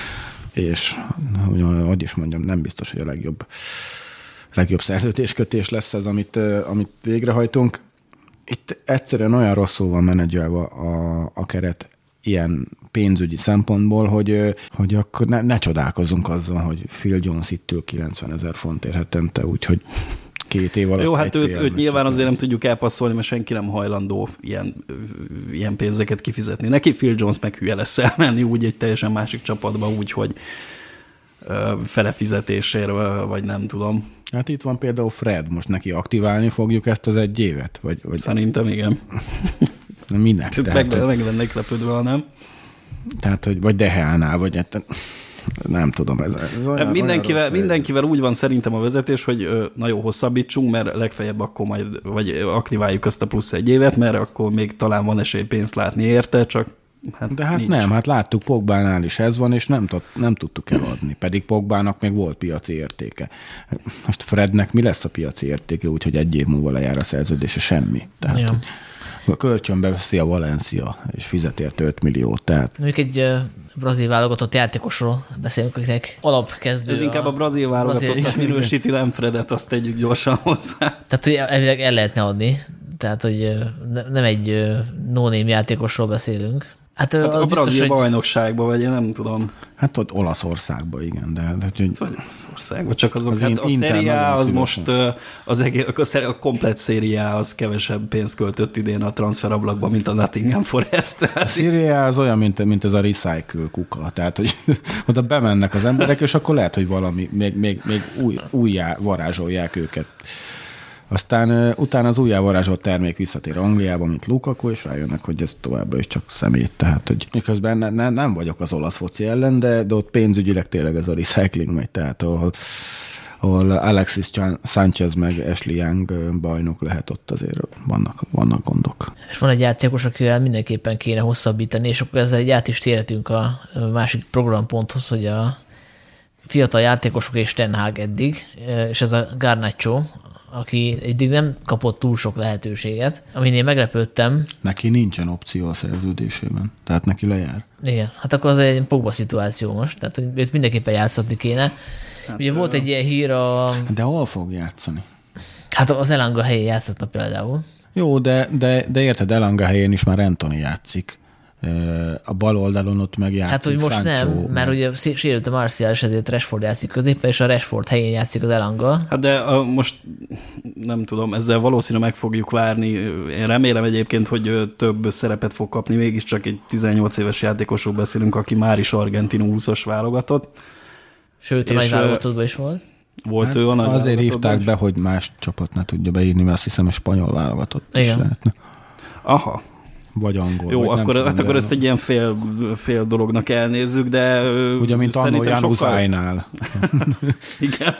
És hogy is mondjam, nem biztos, hogy a legjobb legjobb szerződéskötés lesz ez, amit, amit végrehajtunk. Itt egyszerűen olyan rosszul van menedzselve a, a keret ilyen pénzügyi szempontból, hogy, hogy akkor ne, ne csodálkozunk azzal, hogy Phil Jones itt ül kilencvenezer fontért hetente, úgyhogy két év alatt. Jó, hát őt, őt nyilván azért nem tudjuk elpasszolni, mert senki nem hajlandó ilyen, ilyen pénzeket kifizetni. Neki Phil Jones meg hülye lesz elmenni úgy egy teljesen másik csapatba, úgy, hogy fele fizetésért, vagy nem tudom. Hát itt van például Fred, most neki aktiválni fogjuk ezt az egy évet? Vagy, vagy... Szerintem igen. Minek? Tehát, meg, meg lennék lepődve, ha nem. Tehát, hogy vagy Deheánál, vagy hát, nem tudom. Ez, ez olyan, mindenkivel, olyan mindenkivel úgy van szerintem a vezetés, hogy na jó, hosszabbítsunk, mert legfeljebb akkor majd vagy aktiváljuk ezt a plusz egy évet, mert akkor még talán van esély pénzt látni érte, csak hát de hát nincs. Nem, hát láttuk Pogbánál is ez van, és nem, tud, nem tudtuk eladni, pedig Pogbának még volt piaci értéke. Most Frednek mi lesz a piaci értéke, úgyhogy egy év múlva lejár a szerződése, semmi. Tehát ja. A kölcsönbe veszi a Valencia, és fizet érte öt milliót. Tehát... Mondjuk egy uh, brazil válogatott játékosról beszélünk, akinek alapkezdő. Ez inkább a brazil válogatottat minősíti, nem Fredet, azt tegyük gyorsan hozzá. Tehát, hogy elvileg el lehetne adni. Tehát, hogy nem egy no-name játékosról beszélünk. Hát, hát a brazil hogy... bajnokságban, vagy én nem tudom. Hát ott Olaszországban, igen. De, de, hogy... Olaszországban, csak azok. Az hát a Serie A az most az egész, a komplet Serie A az kevesebb pénzt költött idén a transferablakban, mint a Nottingham Forest. A Serie A az olyan, mint, mint ez a recycle kuka. Tehát, hogy oda bemennek az emberek, és akkor lehet, hogy valami, még, még, még új, újjá varázsolják őket. Aztán uh, utána az újjávarázsolt termék visszatér Angliába, mint Lukaku, és rájönnek, hogy ez továbbra is csak szemét. Tehát, hogy miközben ne, ne, nem vagyok az olasz foci ellen, de, de ott pénzügyileg tényleg ez a recycling megy, tehát ahol, ahol Alexis Sanchez meg Ashley Young bajnok lehet, ott azért vannak, vannak gondok. És van egy játékos, akivel mindenképpen kéne hosszabbítani, és akkor ezzel egy át is térhetünk a másik programponthoz, hogy a fiatal játékosok és Ten Hag eddig, és ez a Garnacho, aki eddig nem kapott túl sok lehetőséget, aminél meglepődtem. Neki nincsen opció a szerződésében, tehát neki lejár. Igen, hát akkor az egy Pogba szituáció most, tehát hogy őt mindenképpen játszatni kéne. Hát ugye volt egy ilyen hír a... De hol fog játszani? Hát az Elanga helyén játszhatna például. Jó, de, de, de érted, Elanga helyén is már Antony játszik. A bal oldalon ott meg játszik. Hát, hogy most Sancho, nem, mert meg... ugye sérült a Martial, és ezért Rashford játszik középen, és a Rashford helyén játszik az Elanga. Hát de a, most nem tudom, ezzel valószínűleg meg fogjuk várni. Én remélem egyébként, hogy több szerepet fog kapni, mégiscsak egy tizennyolc éves játékosról beszélünk, aki már is argentin húszas válogatott. Sőt, a nagy válogatottban is volt. Volt hát ő a nagy azért hívták be, hogy más csapat ne tudja beírni, mert azt hiszem, a spanyol válogatott is lehetne. Aha. Vagy angol. Jó, vagy akkor, tudom, hát akkor ezt egy ilyen fél, fél dolognak elnézzük, de ugye, mint annó Janus sokkal... Ájnál. Igen.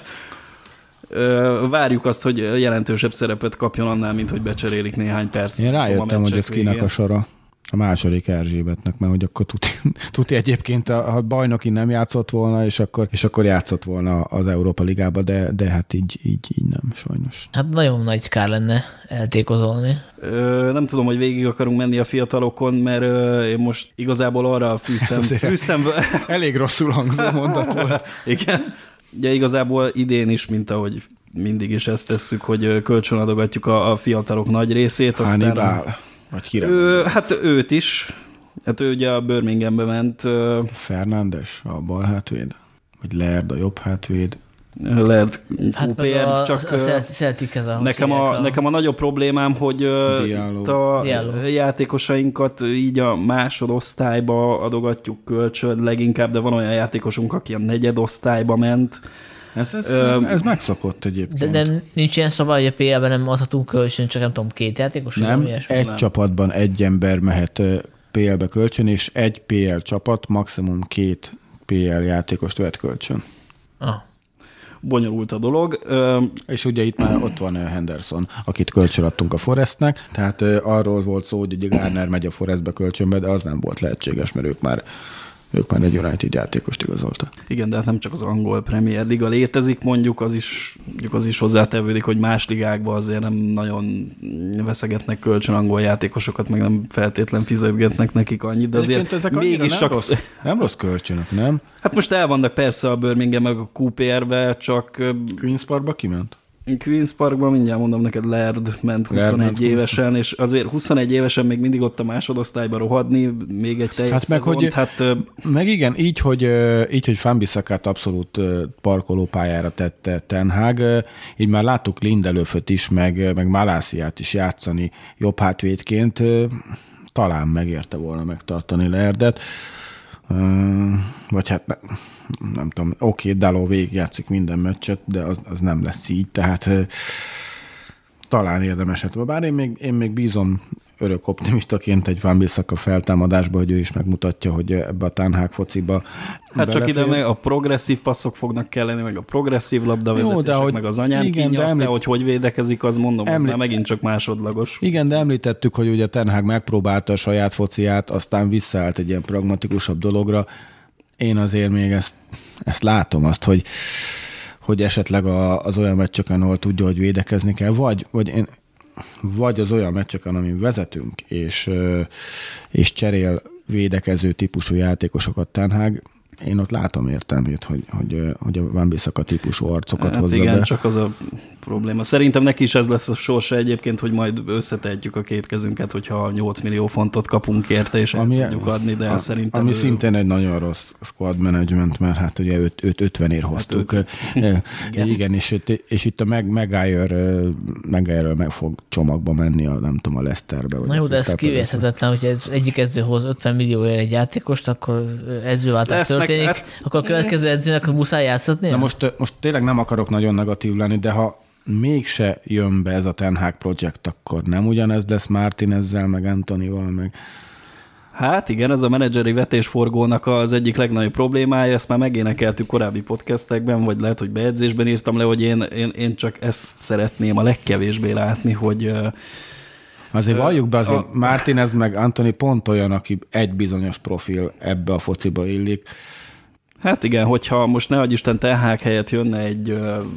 Várjuk azt, hogy jelentősebb szerepet kapjon annál, mint hogy becserélik néhány perc. Én rájöttem, hogy ez kinek a sora. A második Erzsébetnek, mert hogy akkor tuti, tuti egyébként a, a bajnoki nem játszott volna, és akkor, és akkor játszott volna az Európa Ligába, de, de hát így, így, így nem, sajnos. Hát nagyon nagy kár lenne eltékozolni. Ö, nem tudom, hogy végig akarunk menni a fiatalokon, mert ö, én most igazából arra fűztem. fűztem elég rosszul hangzó mondat volt. Igen. Ugye igazából idén is, mint ahogy mindig is ezt tesszük, hogy kölcsönadogatjuk a, a fiatalok nagy részét. Hannibal. Vagy kire? Ő, hát őt is. Hát ő ugye a Birminghambe ment. Fernándes, a bal hátvéd? Vagy Laird, a jobb hátvéd? Laird, hát U P R, a, csak... A Celtic ez a... Nekem a, a... nekem a nagyobb problémám, hogy Diallo. itt a Diallo. játékosainkat így a másodosztályba adogatjuk kölcsön leginkább, de van olyan játékosunk, aki a negyedosztályba ment. Ez, ez, Ö, ez megszokott egyébként. De, de nincs ilyen szabály, hogy a pé el-ben nem adhatunk kölcsön, csak nem tudom, két játékos? Nem, nem egy nem. csapatban egy ember mehet pé el-be kölcsön, és egy pé el csapat maximum két pé el játékost vett kölcsön. Ah. Bonyolult a dolog. Ö, és ugye itt már ott van Henderson, akit kölcsön adtunk a Forestnek, tehát arról volt szó, hogy ugye Garner megy a Forestbe kölcsönbe, de az nem volt lehetséges, mert ők már ők már egy United játékost igazoltak. Igen, de hát nem csak az angol Premier Liga létezik, mondjuk az is, mondjuk az is hozzátevődik, hogy más ligákban azért nem nagyon veszegetnek kölcsön angol játékosokat, meg nem feltétlen fizetgetnek nekik annyit, de azért ezek mégis nem, csak... rossz, nem rossz kölcsönök, nem? Hát most el vannak persze a Birmingham meg a Q P R-be, csak... Queen's Parkba kiment? Queen's Parkban mindjárt mondom neked, Laird ment huszonegy évesen, és azért huszonegy évesen még mindig ott a másodosztályba rohadni, még egy teljes hát meg, szezont, hogy, hát... Meg igen, így, hogy, így, hogy Wan-Bissakát abszolút parkolópályára tette Ten Hag, így már láttuk Lindelöföt is, meg, meg Malásiát is játszani jobb hátvédként, talán megérte volna megtartani Lairdet, vagy hát nem, nem tudom, oké, okay, Dalot végigjátszik minden meccset, de az, az nem lesz így, tehát talán érdemes. Bár én még, én még bízom örök optimistaként egy Wan-Bissaka feltámadásba, hogy ő is megmutatja, hogy ebbe a Ten Hag fociba hát belefér. Csak ide meg a progresszív passzok fognak kelleni, meg a progresszív labdavezetések, jó, meg az anyám kínja, aztán, hogy hogy védekezik, az mondom, említ... az már megint csak másodlagos. Igen, de említettük, hogy ugye Ten Hag megpróbálta a saját fociát, aztán visszaállt egy ilyen pragmatikusabb dologra. Én azért még ezt, ezt látom, azt, hogy, hogy esetleg a, az olyan meccseken, ahol tudja, hogy védekezni kell, vagy, vagy, én, vagy az olyan meccseken, amin vezetünk, és, és cserél védekező típusú játékosokat Ten Hag, én ott látom értelmét, hogy, hogy, hogy a Wan-Bissaka típusú arcokat hát hozza igen, be. csak az a probléma. Szerintem neki is ez lesz a sorsa egyébként, hogy majd összetehetjük a két kezünket, hogyha nyolc millió fontot kapunk érte, és ami, el tudjuk adni, de a, szerintem... Ami ő... szintén egy nagyon rossz squad management, mert hát ugye őt, őt ötvenért hoztuk. Hát öt... igen. igen, és, és itt a Maguire-ről meg fog csomagba menni a, nem tudom, a Leicesterbe. Na jó, de ez kivészhetetlen, hogy ez egyik edző hoz ötven millióért egy játékost, akkor edzőváltás történik, hát... akkor a következő edzőnek a muszáj játszatni? Na most, most tényleg nem akarok nagyon negatív lenni, de ha mégse jön be ez a Ten Hag projekt, akkor nem ugyanez lesz Martinezzel, meg Antonyval, meg... Hát igen, ez a menedzseri vetésforgónak az egyik legnagyobb problémája, ezt már megénekeltük korábbi podcastekben, vagy lehet, hogy bejegyzésben írtam le, hogy én, én, én csak ezt szeretném a legkevésbé látni, hogy... Azért valljuk be, azért a... Martinez meg Antony pont olyan, aki egy bizonyos profil ebbe a fociba illik. Hát igen, hogyha most ne adj Isten Ten Hag helyett jönne egy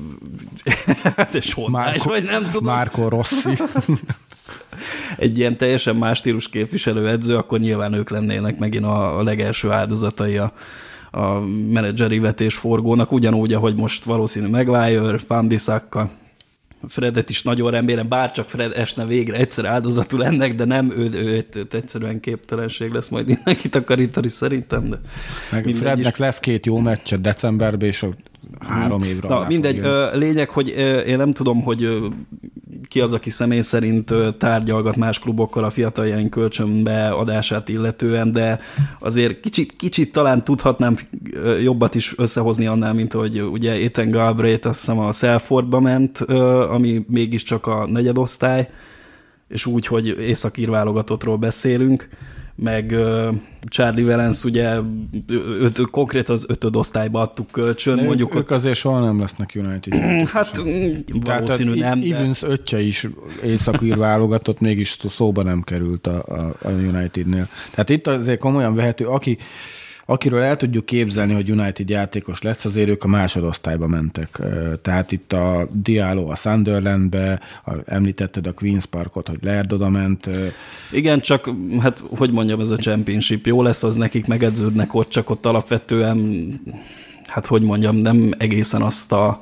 Marco, vagy nem tudom. Marco Rossi. Egy ilyen teljesen más stílus képviselő edző, akkor nyilván ők lennének megint a, a legelső áldozatai a, a menedzseri vetésforgónak, ugyanúgy, ahogy most valószínű Maguire, Van Bissaka, Fredet is nagyon remélem, bárcsak Fred esne végre egyszer áldozatul ennek, de nem, ő, ő, ő, ő egyszerűen képtelenség lesz majd innen kitakarítani szerintem. De meg Frednek is lesz két jó meccse decemberben, és három évre. Na, mindegy, ö, lényeg, hogy ö, én nem tudom, hogy ö, ki az, aki személy szerint ö, tárgyalgat más klubokkal a fiataljaink kölcsönbeadását illetően, de azért kicsit, kicsit talán tudhatnám ö, jobbat is összehozni annál, mint hogy ugye Ethan Galbraith azt hiszem a Salfordba ment, ö, ami mégiscsak a negyedosztály, és úgy, hogy északír válogatottról beszélünk, meg uh, Charlie Valence ugye öt, konkrét az ötöd osztályba adtuk kölcsön. Ők, mondjuk ők azért soha nem lesznek United. Hát valószínű nem. De... Evans öccse is északír válogatott, mégis szóba nem került a, a, a Unitednél. Tehát itt azért komolyan vehető, aki akiről el tudjuk képzelni, hogy United játékos lesz, azért ők a másodosztályba mentek. Tehát itt a Diallo a Sunderlandbe, említetted a Queen's Parkot, hogy Laird oda ment. Igen, csak hát hogy mondjam, ez a Championship jó lesz, az nekik megedződnek ott, csak ott alapvetően, hát hogy mondjam, nem egészen azt a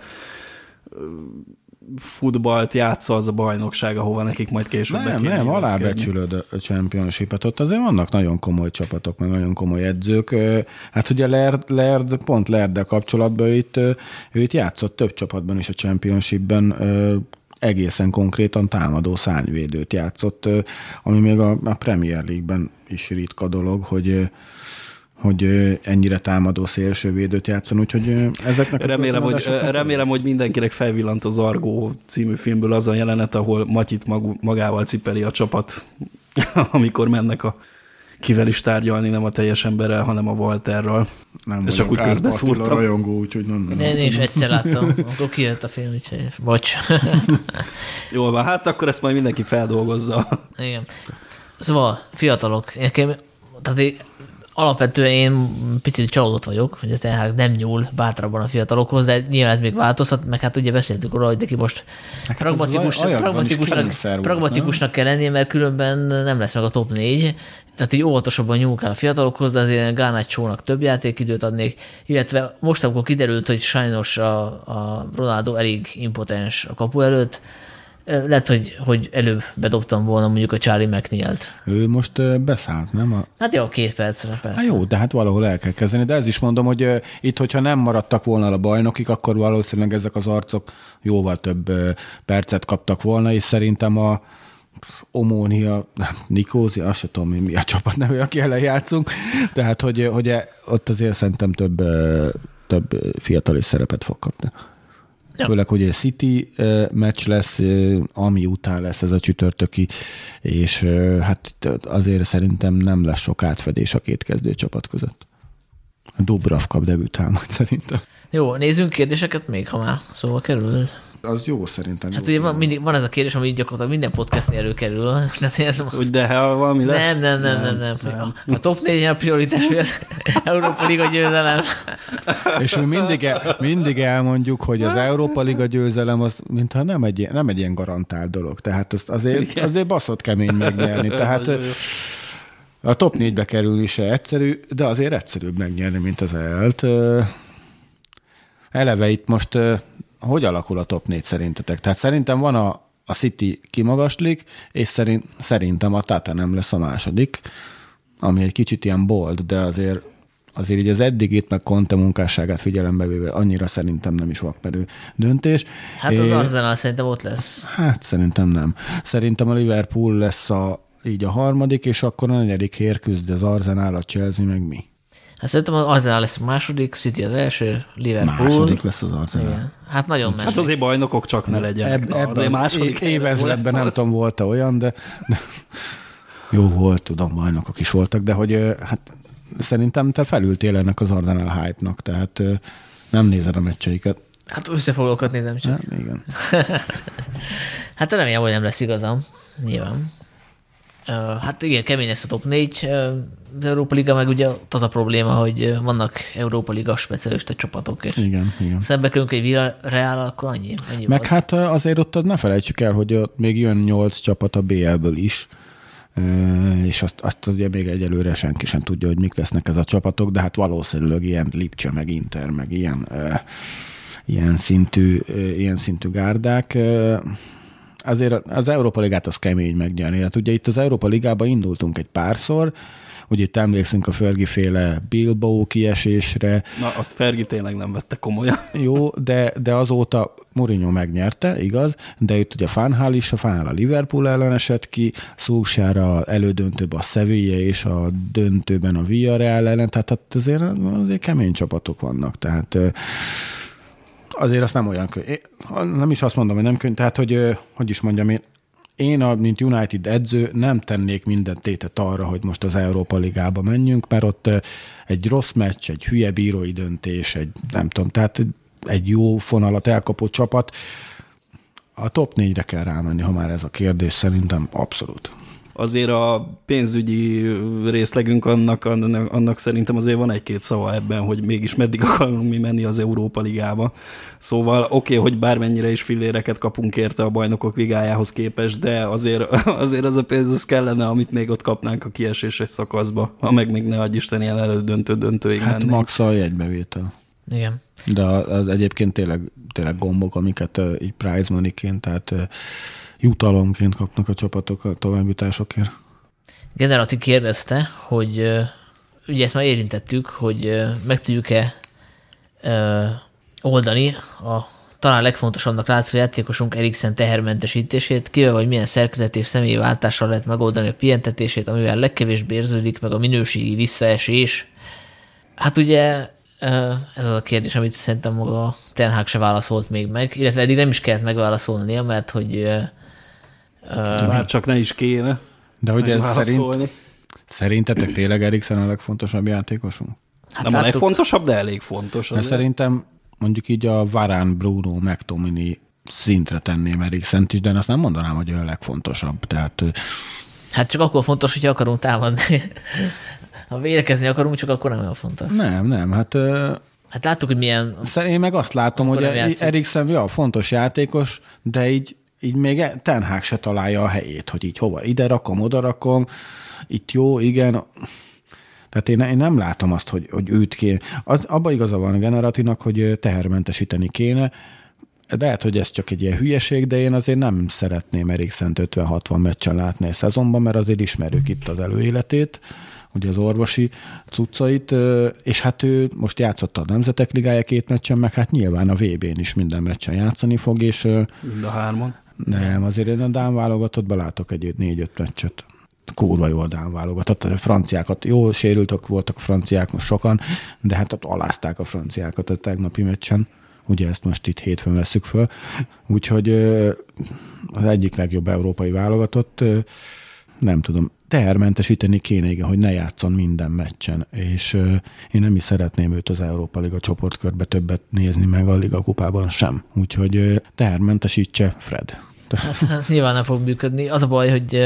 futballt játsza az a bajnokság, ahova nekik majd később Nem, nem, alábecsülöd a Championship-et. Ott azért vannak nagyon komoly csapatok, meg nagyon komoly edzők. Hát ugye Laird, Laird pont Lairddel kapcsolatban ő itt, ő itt játszott több csapatban is a Championship-ben, egészen konkrétan támadó szárnyvédőt játszott, ami még a, a Premier League-ben is ritka dolog, hogy hogy ennyire támadó szélsővédőt játszan, úgyhogy ezeknek remélem, hogy, remélem, hogy mindenkinek felvillant az Argó című filmből az a jelenet, ahol Matyit magával cipeli a csapat, amikor mennek a kivel is tárgyalni, nem a teljes emberrel, hanem a Walterral. Nem és csak úgy közbeszúrtam. rajongó, úgyhogy nem, nem. Én is egyszer láttam, akkor kijött a film, úgyhogy bocs. Jól van, hát akkor ezt majd mindenki feldolgozza. Igen. Szóval, fiatalok, nekem, tehát én, alapvetően én picit csalódott vagyok, hogy a Ten Hag nem nyúl bátrabban a fiatalokhoz, de nyilván ez még változhat, meg hát ugye beszéltük róla, hogy neki most hát pragmatikus, pragmatikusnak, pragmatikusnak kell lennie, mert különben nem lesz meg a top négy, tehát így óvatosabban nyúl kell a fiatalokhoz, de azért Garnachónak több játékidőt adnék, illetve most, amikor kiderült, hogy sajnos a, a Ronaldo elég impotens a kapu előtt, lehet, hogy, hogy előbb bedobtam volna mondjuk a Charlie McNeilt. Ő most uh, beszállt, nem? A... Hát jó, két percre persze. Hát jó, de hát valahol el kell kezdeni. De ez is mondom, hogy uh, itt, hogyha nem maradtak volna a bajnokik, akkor valószínűleg ezek az arcok jóval több uh, percet kaptak volna, és szerintem a Omónia, nem, Nikózia, azt sem tudom, mi a csapatnevű, aki ellen játszunk. Tehát, hogy, hogy ott azért szerintem több, uh, több fiatal is szerepet fog kapni. Ja. Főleg, hogy egy City uh, meccs lesz, uh, ami után lesz ez a csütörtöki, és uh, hát azért szerintem nem lesz sok átfedés a két kezdő csapat között. A Dubravka debütál majd szerintem. Jó, nézzünk kérdéseket még, ha már szóval kerül. Az jó szerintem. Hát jó ugye van, mindig, van ez a kérdés, ami gyakorlatilag minden podcastnél előkerül. Úgy, de ha valami lesz? Nem, nem, nem, nem. nem. nem. A top négy a prioritás, hogy az Európa Liga győzelem. És mi mindig, el, mindig elmondjuk, hogy az Európa Liga győzelem az mintha nem egy, nem egy ilyen garantált dolog. Tehát azt azért, azért baszott kemény megnyerni. Tehát a top négybe kerülni se egyszerű, de azért egyszerűbb megnyerni, mint az elt. Eleve itt most hogy alakul a top négy szerintetek? Tehát szerintem van a, a City kimagaslik, és szerint, szerintem a Tottenham lesz a második, ami egy kicsit ilyen bold, de azért, azért így az eddigit, meg Conte munkásságát figyelembe véve annyira szerintem nem is vakmerő döntés. Hát az Arsenal szerintem ott lesz. Hát szerintem nem. Szerintem a Liverpool lesz a, így a harmadik, és akkor a negyedik hér küzd az Arsenal, a Chelsea, meg mi. Hát szerintem az Arsenal lesz a második, City az első, Liverpool. Második lesz az Arsenal. Igen. Hát nagyon hát azért bajnokok csak ne legyenek. Ebb, azért második évezredben nem tudom, volt-e olyan, de, de jó volt, tudom, bajnokok is voltak, de hogy hát szerintem te felültél ennek az Arsenal hype-nak, tehát nem nézed a meccseiket. Hát összefoglalókat nézem csak. Hát, igen. Hát remélem, hogy nem lesz igazam, nyilván. Hát igen, kemény lesz a top négy, de Európa Liga meg ugye az a probléma, hogy vannak Európa Liga specialista csapatok, és igen, igen. szembe kerülünk egy Villarreal, akkor annyi. annyi meg volt. hát azért ott az ne felejtsük el, hogy ott még jön nyolc csapat a bé el-ből is, és azt, azt ugye még egyelőre senki sem tudja, hogy mik lesznek ez a csapatok, de hát valószínűleg ilyen Lipcse, meg Inter, meg ilyen, ilyen, szintű, ilyen szintű gárdák. Azért az Európa Ligát az kemény megnyerni. Hát ugye itt az Európa Ligába indultunk egy párszor, ugye itt emlékszünk a Fergie-féle Bilbao kiesésre. Na, azt Fergie tényleg nem vette komolyan. Jó, de, de azóta Mourinho megnyerte, igaz, de itt ugye Van Gaal is, a Van Gaal a Liverpool ellen esett ki, Solskjaer elődöntőben a Sevilla és a döntőben a Villarreal ellen, tehát azért, azért kemény csapatok vannak, tehát azért azt nem olyan könnyű. Nem is azt mondom, hogy nem könnyű, tehát hogy, hogy is mondjam én, én, mint United edző nem tennék minden tétet arra, hogy most az Európa Ligába menjünk, mert ott egy rossz meccs, egy hülye bírói döntés, egy nem tudom, tehát egy jó fonalat elkapó csapat. A top négyre kell rámenni, ha már ez a kérdés, szerintem abszolút. Azért a pénzügyi részlegünk annak, annak, annak szerintem azért van egy-két szava ebben, hogy mégis meddig akarunk mi menni az Európa Ligába. Szóval oké, okay, hogy bármennyire is filléreket kapunk érte a Bajnokok Ligájához képest, de azért, azért az a pénz az kellene, amit még ott kapnánk a kieséses szakaszba, ha meg még ne adj Isten ilyen elődöntő döntőig hát mennénk. max a jegybevétel. Igen. De az egyébként tényleg, tényleg gombok, amiket így prize money-ként, tehát jutalomként kapnak a csapatok a továbbjutásokért. Generati kérdezte, hogy ugye ezt már érintettük, hogy meg tudjuk-e oldani a talán legfontosabbnak látszó játékosunk Eriksen tehermentesítését, kivel vagy milyen szerkezet és személyi váltással lehet megoldani a pihentetését, amivel legkevésbé érződik meg a minőségi visszaesés. Hát ugye ez az a kérdés, amit szerintem maga Ten Hag se válaszolt még meg, illetve eddig nem is kellett megválaszolnia, mert hogy már csak ne is kéne. De hogy ez szerint, szerintetek tényleg Eriksen a legfontosabb játékosunk? Hát nem láttuk. A legfontosabb, de elég fontos. Mert szerintem mondjuk így a Varane, Bruno, McTominay szintre tenném Eriksent is, de én azt nem mondanám, hogy ő a legfontosabb. Tehát, hát csak akkor fontos, hogyha akarunk támadni. Ha védekezni akarunk, csak akkor nem olyan fontos. Nem, nem. Hát, hát láttuk, hogy milyen... Én meg azt látom, hogy Eriksen ja, fontos játékos, de így így még Ten Hag se találja a helyét, hogy így hova, ide rakom, oda rakom, itt jó, igen. Tehát én, én nem látom azt, hogy, hogy őt kéne. Az, abban igaza van a Generatinak, hogy tehermentesíteni kéne, de lehet, hogy ez csak egy ilyen hülyeség, de én azért nem szeretném Eriksent ötven-hatvan meccsen látni a szezonban, mert azért ismerjük itt az előéletét, ugye az orvosi cuccait, és hát ő most játszotta a Nemzetek Ligája két meccsen, meg hát nyilván a vé bén is minden meccsen játszani fog, és... Mind a hárman. Nem, azért én a Dán válogatottban látok egy négy-öt meccset. Kurva jó a Dán válogatott. A franciákat, jó sérültek voltak a franciák most sokan, de hát ott alázták a franciákat a tegnapi meccsen. Ugye ezt most itt hétfőn veszük föl. Úgyhogy az egyik legjobb európai válogatott, nem tudom, tehermentesíteni kéne, igen, hogy ne játszon minden meccsen, és én nem is szeretném őt az Európa Liga csoportkörbe többet nézni, meg a Liga kupában sem. Úgyhogy tehermentesítse Fred. Hát, nyilván nem fog működni. Az a baj, hogy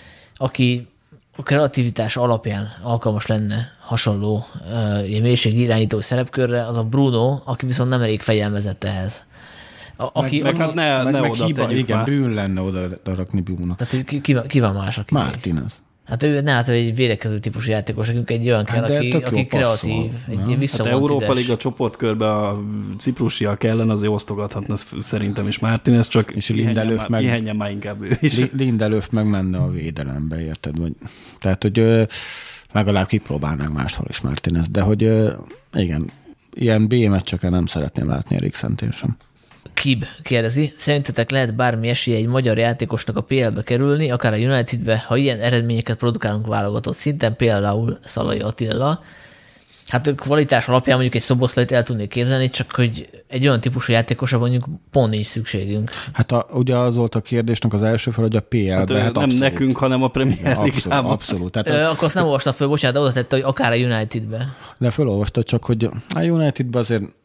aki a kreativitás alapján alkalmas lenne hasonló ilyen mélységi irányító szerepkörre, az a Bruno, aki viszont nem elég fegyelmezett ehhez. A, aki, meg, meg, hát ne, meg, ne meg oda hiba, igen, már. bűn lenne oda rakni Bruno. Tehát ki, ki, ki van más, aki... Martinez. Hát ő, ne, hát ő egy védekező típusú játékos, nekünk egy olyan kell, hát aki, aki kreatív, passzol, egy visszavont hát Európa tízes. Liga csoportkörbe a ciprusiak ellen azért osztogathatna szerintem is Martinez, csak és Lindelöf meg, pihenjen már inkább ő is. Lindelöf meg menne a védelembe, érted? Vagy, tehát, hogy ö, legalább kipróbálnánk máshol is Martinez, de hogy ö, igen, ilyen B-meccseken nem szeretném látni Eriksent sem. Kib kérdezi, szerintetek lehet bármi esélye egy magyar játékosnak a pé el-be kerülni, akár a Unitedbe, ha ilyen eredményeket produkálunk válogatott szinten, például Szalai Attila. Hát a kvalitás alapján mondjuk egy Szoboszlait el tudnék képzelni, csak hogy egy olyan típusú játékosra mondjuk pont nincs szükségünk. Hát a, ugye az volt a kérdésnek az első fel, hogy a pé el-be. Hát, hát nem abszolút. Nekünk, hanem a Premier Ligában. Abszolút. Tehát Ö, akkor azt nem olvastam föl, bocsánat, de oda tette, hogy akár a Unitedbe. De felolvastad csak, hogy a Unitedben azért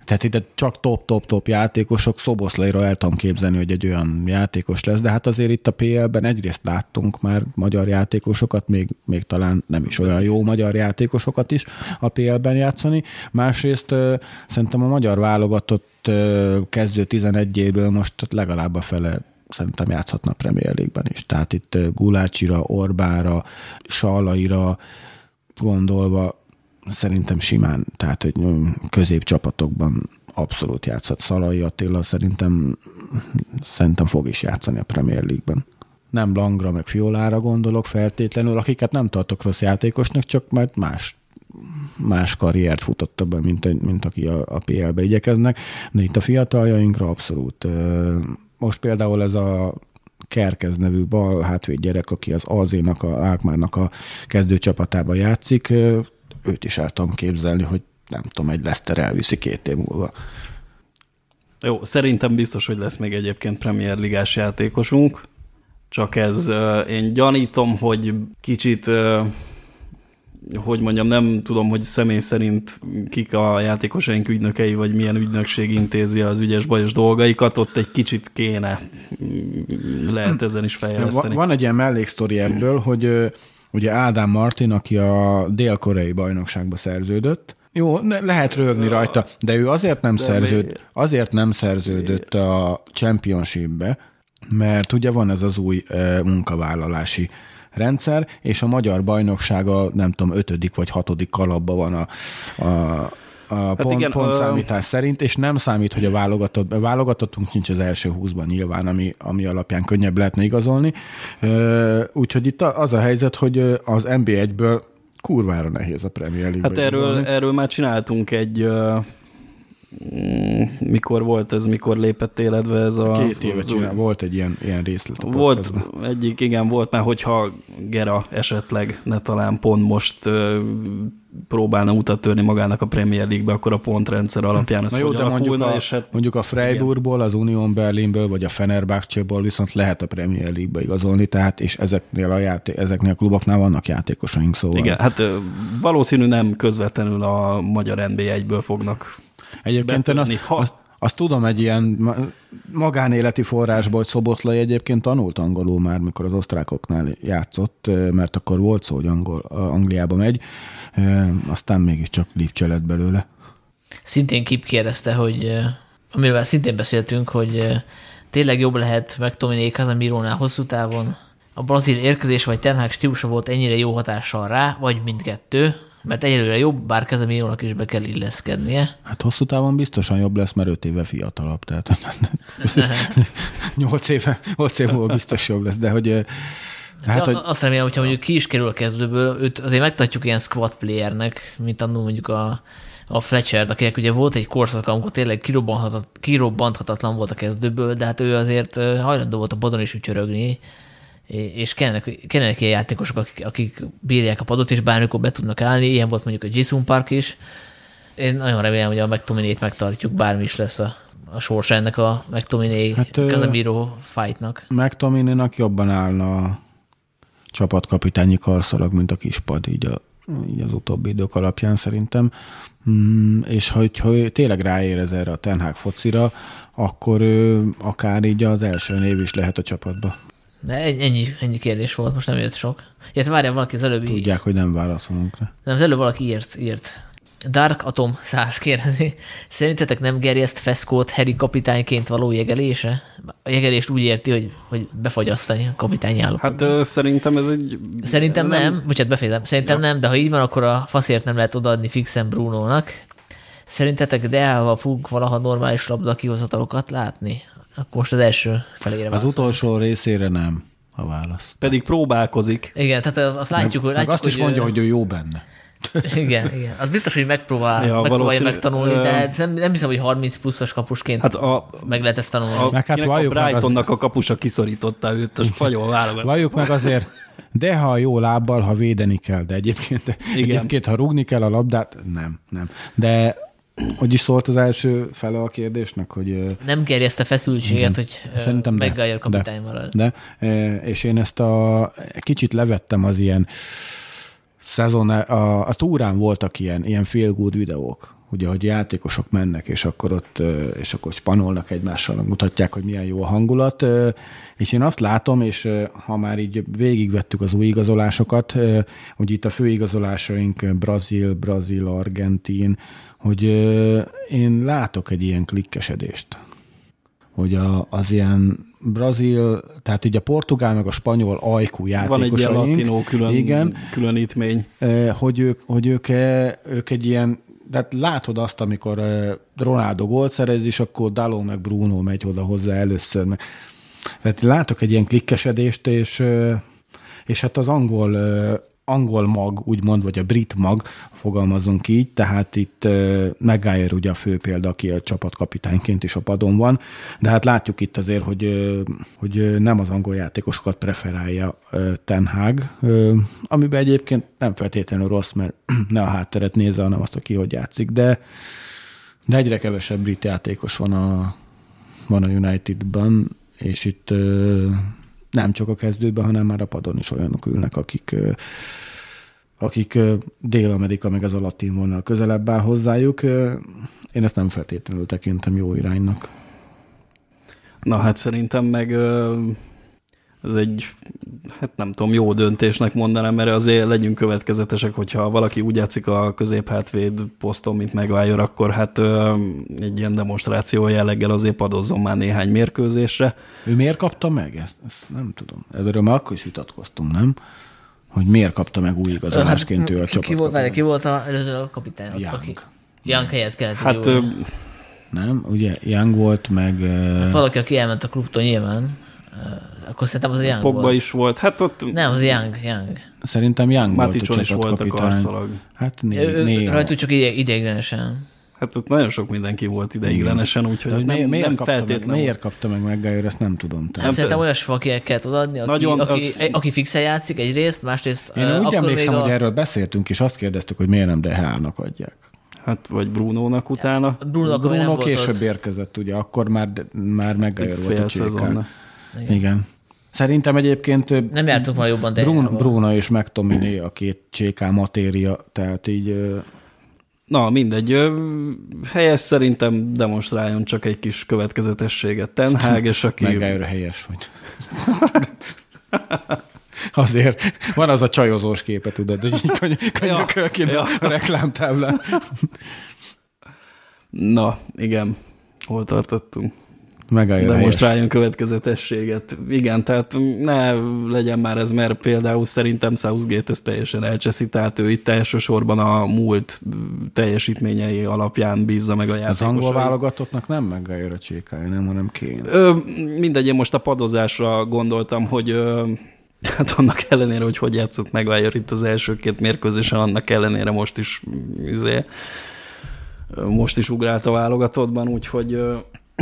Tehát itt csak top-top-top játékosok, Szoboszlaira el tudom képzelni, hogy egy olyan játékos lesz, de hát azért itt a pé el-ben egyrészt láttunk már magyar játékosokat, még, még talán nem is olyan jó magyar játékosokat is a pé el-ben játszani. Másrészt uh, szerintem a magyar válogatott uh, kezdő tizenegyéből most legalább a fele szerintem játszhatna a Premier League-ben is. Tehát itt uh, Gulácsira, Orbára, Sallaira gondolva szerintem simán, tehát hogy középcsapatokban abszolút játszhat. Szalai Attila szerintem, szerintem fog is játszani a Premier League-ben. Nem Langra meg Fiolára gondolok feltétlenül, akiket nem tartok rossz játékosnak, csak majd más, más karriert futotta be, mint, mint aki a, a pé el-be igyekeznek, de itt a fiataljainkra abszolút. Most például ez a Kerkez nevű bal hátvéd gyerek, aki az á zé-nak, a Alkmaarnak a kezdőcsapatában játszik, őt is el tudom képzelni, hogy nem tudom, egy Leicester elviszi két év múlva. Jó, szerintem biztos, hogy lesz még egyébként Premier Ligás játékosunk, csak ez, én gyanítom, hogy kicsit, hogy mondjam, nem tudom, hogy személy szerint kik a játékosaink ügynökei, vagy milyen ügynökség intézi az ügyes-bajos dolgaikat, ott egy kicsit kéne, lehet ezen is fejleszteni. Van egy ilyen melléksztori ebből, hogy ugye Ádám Martin, aki a dél-koreai bajnokságba szerződött, jó, lehet rögni rajta, de ő azért nem, szerződ, azért nem szerződött a Championship-be, mert ugye van ez az új munkavállalási rendszer, és a magyar bajnoksága nem tudom, ötödik vagy hatodik kalapban van a, a, a hát pont, igen, pontszámítás ö... szerint, és nem számít, hogy a válogatott, a válogatottunk nincs az első húszban nyilván, ami, ami alapján könnyebb lehetne igazolni. Úgyhogy itt az a helyzet, hogy az en bé egyből kurvára nehéz a Premier League-be hát erről, erről már csináltunk egy... mikor volt ez, mikor lépett életbe ez a... Két éve csinál, volt egy ilyen, ilyen részlet a Volt egyik, igen, volt már, hogyha Gera esetleg ne talán pont most ö, próbálna utat törni magának a Premier League-be, akkor a pontrendszer alapján ez jó, hogy alakulna. Mondjuk a, és hát, mondjuk a Freiburgból, az Union Berlinből, vagy a Fenerbahce-ból viszont lehet a Premier League-be igazolni, tehát és ezeknél a, játé- ezeknél a kluboknál vannak játékosaink, szóval... Igen, hát valószínű nem közvetlenül a magyar en bé egyből fognak Egyébként én azt, azt, azt tudom egy ilyen magánéleti forrásból, hogy Szoboszlai egyébként tanult angolul már, mikor az osztrákoknál játszott, mert akkor volt szó, hogy angol, Angliába megy, aztán mégiscsak lépcső lett belőle. Szintén Kip kérdezte, hogy amivel szintén beszéltünk, hogy tényleg jobb lehet McTominay Casemirónál hosszú távon. A brazil érkezés vagy Ten Hag stílusa volt ennyire jó hatással rá, vagy mindkettő? Mert egyelőre jobb, bár Casemirónak is be kell illeszkednie. Hát hosszú távon biztosan jobb lesz, mert öt éve fiatalabb, tehát nyolc éve, nyolc év múlva biztos jobb lesz, de hogy... Hát, hogy... Azt remélem, hogyha mondjuk ki is kerül a kezdőből, őt azért megtartjuk ilyen squad playernek, mint annól mondjuk a, a Fletcher-t, akinek ugye volt egy korszak, amikor tényleg kirobbanthatat, kirobbanthatatlan volt a kezdőből, de hát ő azért hajlandó volt a padon is ücsörögni, és kellenek, kellenek ilyen játékosok, akik, akik bírják a padot, és bármikor be tudnak állni. Ilyen volt mondjuk a Jason Park is. Én nagyon remélem, hogy a McTominay-t megtartjuk, bármi is lesz a, a sorsa ennek a McTominay hát, Casemiro fightnak. McTominaynak jobban állna a csapatkapitányi karszalag, mint a kispad, így, a, így az utóbbi idők alapján szerintem. Mm, és hogy, hogy tényleg ráérez erre a Ten Hag focira, akkor ő akár így az első név is lehet a csapatba. De ennyi, ennyi kérdés volt, most nem jött sok. Ilyet várjál, valaki az előbb... Tudják, hogy nem válaszolunk rá. Nem, az előbb valaki írt, írt. Dark Atom száz kérdezi. Szerintetek nem gerjeszt Feszkót Harry kapitányként való jegelése? A jegelést úgy érti, hogy, hogy befagyasztani a kapitányi állapotban. Hát ö, szerintem ez egy... Szerintem nem, nem. bocsánat, befejezem. Szerintem ja. nem, de ha így van, akkor a faszért nem lehet odaadni fixen Brunónak. Szerintetek Deával fog valaha normális labda kihozatalokat látni? Akkor most az első felére Az válaszol. utolsó részére nem a válasz. Pedig próbálkozik. Igen, tehát azt látjuk, meg, hogy... Meg azt is mondja, ő... hogy ő jó benne. Igen, igen. Az biztos, hogy megpróbál, ja, megpróbálja megtanulni, de nem, nem hiszem, hogy harminc pluszos kapusként hát a, meg lehet ezt tanulni. A, meg hát a Brightonnak az... a kapusa kiszorította őt a spanyol válogatott. Valljuk meg azért, de ha jó lábbal, ha védeni kell, de egyébként, egyébként ha rúgni kell a labdát, nem, nem. De hogy is szólt az első fele a kérdésnek, hogy... Nem gerjeszte feszültséget, hogy Maguire kapitány marad. De, és én ezt a kicsit levettem az ilyen szezon, a, a túrán voltak ilyen, ilyen feel good videók, ugye, hogy játékosok mennek, és akkor ott, és akkor spanolnak egymással, mutatják, hogy milyen jó a hangulat, és én azt látom, és ha már így végigvettük az új igazolásokat, hogy itt a fő igazolásaink Brazil, Brazil, Argentin, hogy én látok egy ilyen klikkesedést, hogy a, az ilyen Brazil, tehát így a portugál meg a spanyol ajkú játékosaink. Van egy ilyen latinó külön, igen, különítmény. Hogy ők, hogy ők, ők egy ilyen, tehát látod azt, amikor Ronaldo gólt szerez, és akkor Daló meg Bruno megy oda hozzá először. Tehát látok egy ilyen klikkesedést, és, és hát az angol, angol mag, úgymond, vagy a brit mag, fogalmazunk így, tehát itt Maguire ugye a fő példa, aki a csapatkapitányként is a padon van, de hát látjuk itt azért, hogy, hogy nem az angol játékosokat preferálja Ten Hag, amiben egyébként nem feltétlenül rossz, mert ne a hátteret nézze, hanem azt, ki hogy játszik, de, de egyre kevesebb brit játékos van a, van a Unitedban, és itt nem csak a kezdőben, hanem már a padon is olyanok ülnek, akik, akik Dél-Amerika meg az a latin vonal közelebb áll hozzájuk. Én ezt nem feltétlenül tekintem jó iránynak. Na hát szerintem meg ez egy, hát nem tudom, jó döntésnek mondanám, mert azért legyünk következetesek, hogyha valaki úgy játszik a középhátvéd poszton, mint Maguire, akkor hát egy ilyen demonstráció jelleggel azért padozzon már néhány mérkőzésre. Ő miért kapta meg? Ezt, ezt nem tudom. Erről már akkor is vitatkoztunk, nem? Hogy miért kapta meg új igazolásként ő a csapat. Ki volt, ki volt a, előző a kapitány? Young. Young helyett kellett. Hát ö... nem, ugye Young volt, meg... Hát valaki, aki elment a klubtól nyilván, akkor szerintem az a Young Pogba volt. is volt. Hát ott... Nem, az a Young. Young. Szerintem Young Maticson volt a csapatkapitány. is volt a karszalag. Hát né- néha. Rajtuk csak ide- ideiglenesen. Hát ott nagyon sok mindenki volt ideiglenesen, úgyhogy nem, miért, nem kapta feltétlenül. meg, miért kapta meg Maguire, ezt nem tudom. Hát szerintem olyas valakinek kellett odaadni, aki, Nagyon aki, az... aki fixen játszik egyrészt, másrészt... Én uh, úgy emlékszem, a... hogy erről beszéltünk, és azt kérdeztük, hogy miért nem De Gea-nak adják. Hát, vagy Brunónak utána. Bruno, Bruno később érkezett, ugye, akkor már, már Maguire volt a csékán. Igen. Igen. Szerintem egyébként nem jártunk volna jobban De Bruno, Bruno és McTominay a két cséká matéria, tehát így... Na, mindegy. Helyes szerintem demonstráljon csak egy kis következetességet Ten Hag, és aki... Maguire helyes vagy. Azért van az a csajozós képe, tudod, hogy így könyököl ki ja. a reklámtáblán. Na, igen. Hol tartottunk? Demonstráljon következetességet. Igen, tehát ne legyen már ez, mert például szerintem Southgate ez teljesen elcseszi, tehát ő itt elsősorban a múlt teljesítményei alapján bízza meg a játékosait. Az angol válogatottnak nem Maguire a csékája, nem, hanem Kane. Ö, mindegy, én most a padozásra gondoltam, hogy ö, hát annak ellenére, hogy hogy játszott Maguire itt az első két mérkőzésen, annak ellenére most is izé, most is ugrált a válogatottban, úgyhogy ö,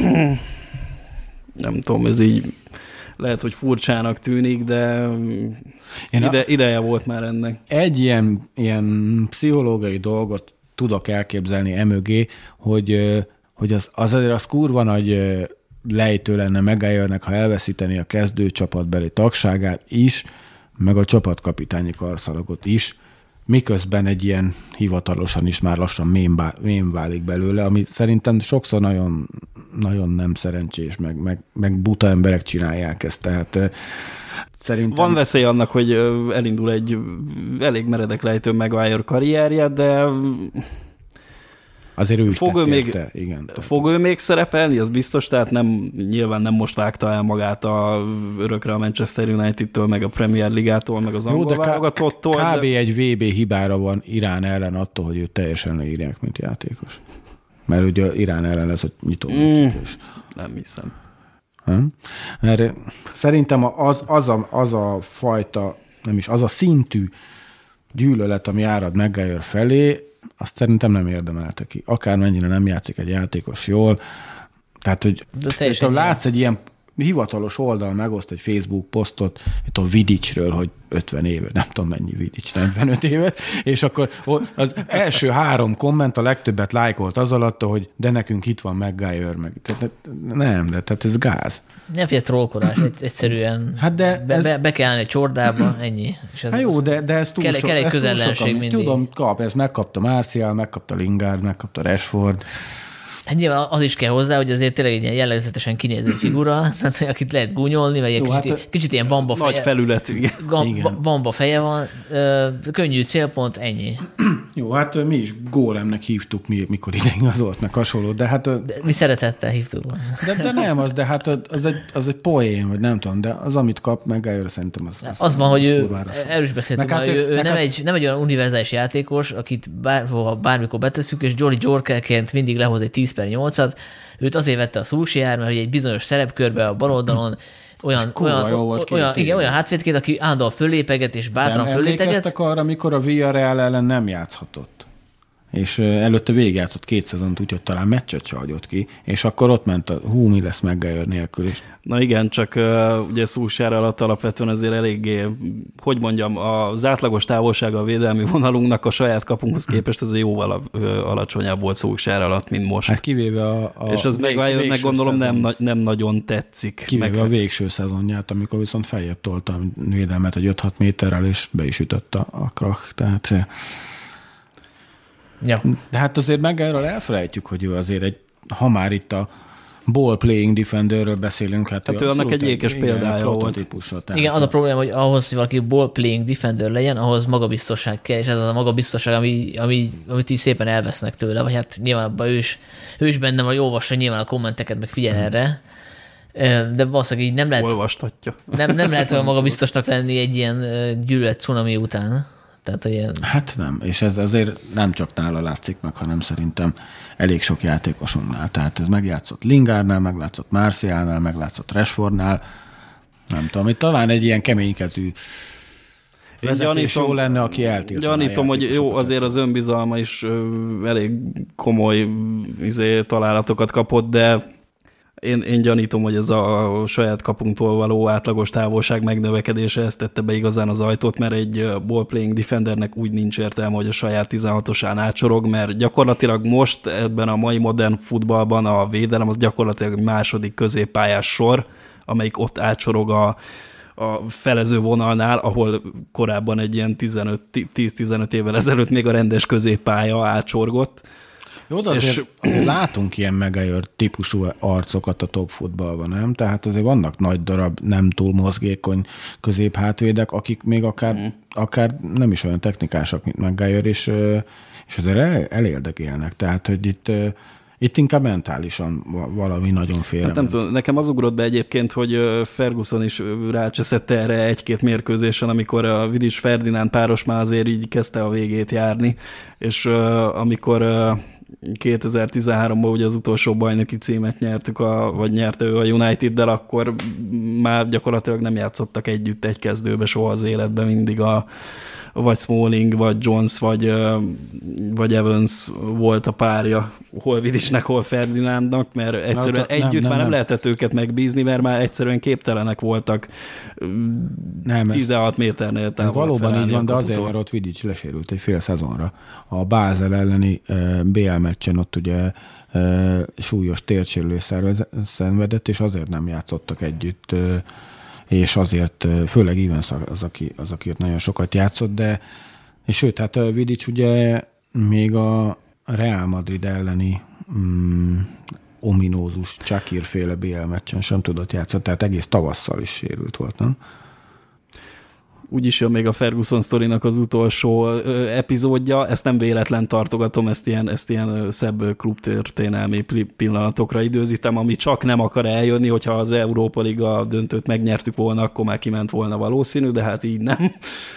nem tudom, ez így lehet, hogy furcsának tűnik, de ide, ideje volt már ennek. Egy ilyen, ilyen pszichológiai dolgot tudok elképzelni emögé, hogy, hogy az, az azért az kurva nagy lejtő lenne Maguire-nek, ha elveszíteni a kezdőcsapatbeli tagságát is, meg a csapatkapitányi karszalagot is, miközben egy ilyen hivatalosan is már lassan mém válik belőle, ami szerintem sokszor nagyon, nagyon nem szerencsés, meg, meg, meg buta emberek csinálják ezt, tehát szerintem... Van veszély annak, hogy elindul egy elég meredek lejtő Maguire karrierje, de... Azért ő is fog ő még, érte, igen. Fog ő még szerepelni, az biztos, tehát nem, nyilván nem most vágta el magát a, örökre a Manchester United-től, meg a Premier Ligától, meg az angol válogatottól. Kb. De... egy vé bé hibára van Irán ellen attól, hogy őt teljesen leírják, mint játékos. Mert ugye Irán ellen lesz a nyitó mm, nem hiszem. Nem? Mert szerintem az, az, a, az a fajta, nem is, az a szintű gyűlölet, ami árad Maguire felé, azt szerintem nem érdemelte ki. Akármennyire nem játszik egy játékos jól. Tehát, hogy látsz egy ilyen hivatalos oldal megoszt egy Facebook posztot, itt a Vidicsről, hogy ötven éve, nem tudom mennyi Vidics, negyvenöt évet, és akkor az első három komment a legtöbbet lájkolt az alatt, hogy de nekünk itt van MacGyver, meg tehát, nem, de tehát ez gáz. Nem figyelj, trollkodás, egyszerűen hát de be, ez... be, be kell állni egy csordába, ennyi. És ez hát jó, de, de ez túl kell, sok. Kell egy ez közellenség mindig. Tudom, kap, ezt megkapta Martial, megkapta Lingard, megkapta Rashford. Hát nyilván az is kell hozzá, hogy azért tényleg egy ilyen jellegzetesen kinéző figura, akit lehet gúnyolni, vagy egy kicsit, hát, kicsit ilyen bamba feje. Nagy felület, igen. Gam, bamba feje van, könnyű célpont, ennyi. Jó, hát mi is gólemnek hívtuk, mikor ide igazolt, meg hasonló, de hát... De mi szeretettel hívtuk. De, de nem az, de hát az egy, az egy poén, vagy nem tudom, de az, amit kap, meg eljön, szerintem az... Az, az van, az hogy ő, erről is beszéltünk, hát ő, ő nem, hát... egy, nem egy olyan univerzális játékos, akit bár, bármikor betesszük, és Jolly Jokerként mindig lehoz egy tíz per nyolcat, őt azért vette a Solskjaer, mert egy bizonyos szerepkörbe a bal oldalon olyan, olyan, olyan, igen, olyan hátvédként, aki állandóan föllépeget és bátran föllépeget. Emlékeztek arra, amikor a Villarreal ellen nem játszhatott? És előtte végigjátszott két szezont, úgyhogy talán meccset se hagyott ki, és akkor ott ment a hú, mi lesz McGuire nélkül is. Na igen, csak uh, ugye Solskjaer alatt alapvetően azért eléggé, hogy mondjam, az átlagos távolsága a védelmi vonalunknak a saját kapunkhoz képest azért jóval uh, alacsonyabb volt Solskjaer alatt, mint most. Hát kivéve a, a és az McGuire-nek gondolom nem, nem nagyon tetszik. Kivéve meg... a végső szezonját, amikor viszont feljebb tolta a védelmet egy öt-hat méterrel, és be is ütött a, a krach, tehát... Ja. De hát azért meg erről elfelejtjük, hogy ő azért egy, ha már itt a ball playing defenderről beszélünk, hát, hát ő, ő annak egy ékes példája volt. Igen, az a probléma, hogy ahhoz, hogy valaki ball playing defender legyen, ahhoz magabiztosság kell, és ez az a magabiztosság, ami, ami, amit így szépen elvesznek tőle, vagy hát nyilván abban ő is, ő is benne vagy olvassa nyilván a kommenteket, meg figyel hmm. erre, de valószínűleg így nem lehet, olvastatja. Nem, nem lehet olyan magabiztosnak lenni egy ilyen gyűlölet cunami után. Tehát, ilyen... Hát nem, és ez azért nem csak nála látszik meg, hanem szerintem elég sok játékosunknál. Tehát ez megjátszott Lingardnál, meglátszott Martialnál, meglátszott Rashfordnál. Nem tudom, itt talán egy ilyen keménykezű vezetés jó lenne, aki eltiltaná. Gyanítom, hogy jó, azért az önbizalma is ö, elég komoly izé, találatokat kapott, de Én, én gyanítom, hogy ez a saját kapunktól való átlagos távolság megnövekedése ezt tette be igazán az ajtót, mert egy ball-playing defendernek úgy nincs értelme, hogy a saját tizenhatosán átsorog, mert gyakorlatilag most ebben a mai modern futballban a védelem az gyakorlatilag második középpályás sor, amelyik ott átsorog a, a felező vonalnál, ahol korábban egy ilyen tíz-tizenöt évvel ezelőtt még a rendes középpálya átsorgott. Jó, de azért, és... azért látunk ilyen Maguire típusú arcokat a top futballban, nem? Tehát azért vannak nagy darab, nem túl mozgékony középhátvédek, akik még akár, mm. akár nem is olyan technikásak, mint Maguire, és, és azért el, elérdekélnek. Tehát, hogy itt, itt inkább mentálisan valami nagyon félre. Hát nem tudom, nekem az ugrott be egyébként, hogy Ferguson is rácseszett erre egy-két mérkőzésen, amikor a Vidics Ferdinand páros már azért így kezdte a végét járni, és amikor kétezer-tizenháromban ugye az utolsó bajnoki címet nyertük, a, vagy nyerte ő a United-del, akkor már gyakorlatilag nem játszottak együtt egy kezdőbe soha az életben, mindig a vagy Smalling, vagy Jones, vagy, vagy Evans volt a párja, hol Vidicsnek, hol Ferdinandnak, mert egyszerűen nem, együtt nem, nem, már nem, nem lehetett őket megbízni, mert már egyszerűen képtelenek voltak nem, tizenhat méternél távol. Ez valóban így van, de azért, mert ott Vidics lesérült egy fél szezonra. A Basel elleni bé el meccsen ott ugye súlyos térsérülés szenvedett, és azért nem játszottak együtt, és azért főleg Evans az, aki, az, aki ott nagyon sokat játszott, de és sőt, hát a Vidics ugye még a Real Madrid elleni mm, ominózus Shaqiri féle bé el meccsen sem tudott játszani, tehát egész tavasszal is sérült volt, nem? Úgyis jön még a Ferguson sztorinak az utolsó ö, epizódja, ezt nem véletlen tartogatom, ezt ilyen, ezt ilyen ö, szebb klubtörténelmi pillanatokra időzítem, ami csak nem akar eljönni, hogyha az Európa Liga döntőt megnyertük volna, akkor már kiment volna valószínű, de hát így nem.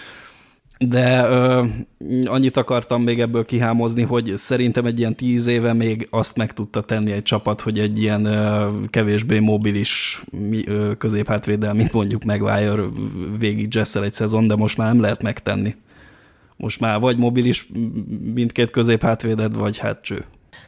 De ö, annyit akartam még ebből kihámozni, hogy szerintem egy ilyen tíz éve még azt meg tudta tenni egy csapat, hogy egy ilyen ö, kevésbé mobilis ö, középhátvéddel, mint mondjuk Maguire végig jesszel egy szezon, de most már nem lehet megtenni. Most már vagy mobilis mindkét középhátvéded, vagy hát cső.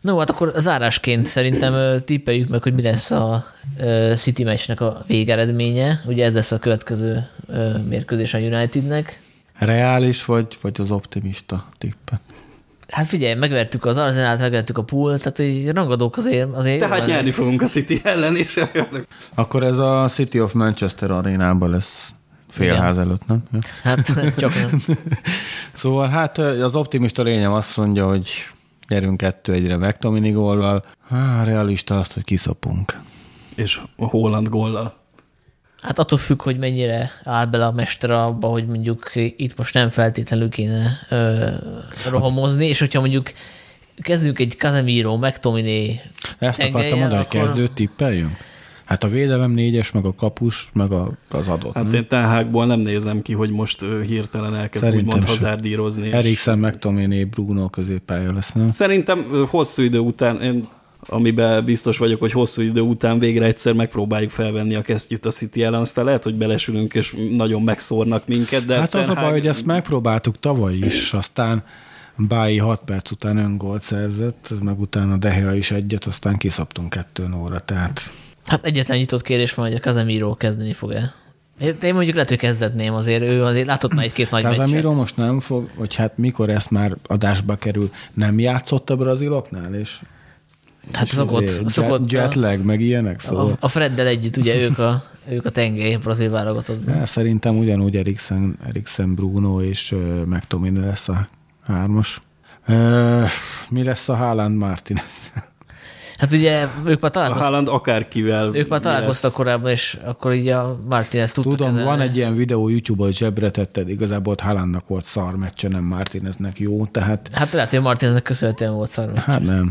No, hát akkor zárásként szerintem tippeljük meg, hogy mi lesz a City meccsnek a végeredménye. Ugye ez lesz a következő mérkőzés a Unitednek. Reális vagy, vagy az optimista tippe? Hát figyelj, megvertük az Arsenalt, megvertük a Poolt, tehát így rangadók azért... azért Tehát nyerni azért fogunk a City ellen is. Akkor ez a City of Manchester arénában lesz félház igen. előtt, nem? Hát csak nem. Szóval hát az optimista lényem azt mondja, hogy gyerünk kettő egyre McTominay góllal. Há, realista azt, hogy kiszapunk. És a Haaland góllal. Hát attól függ, hogy mennyire áll bele a mester abba, hogy mondjuk itt most nem feltétlenül kéne ö, rohamozni, és hogyha mondjuk kezdünk egy Casemiro, McTominay ezt akartam mondani, hogy kezdőt tippeljünk? Hát a védelem négyes, meg a kapus, meg a, az adott. Hát nem? Én Ten Hagból nem nézem ki, hogy most hirtelen elkezd szerintem úgymond hazárdírozni. Eriksen, McTominay, Bruno középpálya lesz, nem? Szerintem hosszú idő után, én, amiben biztos vagyok, hogy hosszú idő után végre egyszer megpróbáljuk felvenni a kesztyűt a City ellen, aztán lehet, hogy belesülünk, és nagyon megszórnak minket. De hát Ten az a Hag... baj, hogy ezt megpróbáltuk tavaly is, aztán Bái hat perc után öngolt szerzett, meg utána De Gea is egyet, aztán kiszabtunk kettő óra, tehát... Hát egyetlen nyitott kérdés van, hogy a Casemiro kezdeni fog-e. Én mondjuk lehet, hogy kezdetném azért, ő azért látott már egy-két nagy meccset. Casemiro most nem fog, vagy hát mikor ezt már adásba kerül, nem játszott a braziloknál, és... Hát szokott, jet, szokott jetlag, meg ilyenek, szóval... A, a Freddel együtt, ugye ők a, ők a tengely brazil válogatottban. Ja, szerintem ugyanúgy Eriksen, Eriksen Bruno és uh, McTominay lesz a hármas. Uh, mi lesz a Haaland Martinez? Hát ugye ők már találkoztak. A Haaland akárkivel. Ők már találkoztak korábban, és akkor így a Martinez tudta Tudom, kezelni. van egy ilyen videó YouTube-on, hogy zsebre tetted, igazából ott Haalandnak volt szar meccse, nem Martineznek jó, tehát... Hát lehet, hogy a Martineznek köszönhetően volt szar meccse. Hát nem.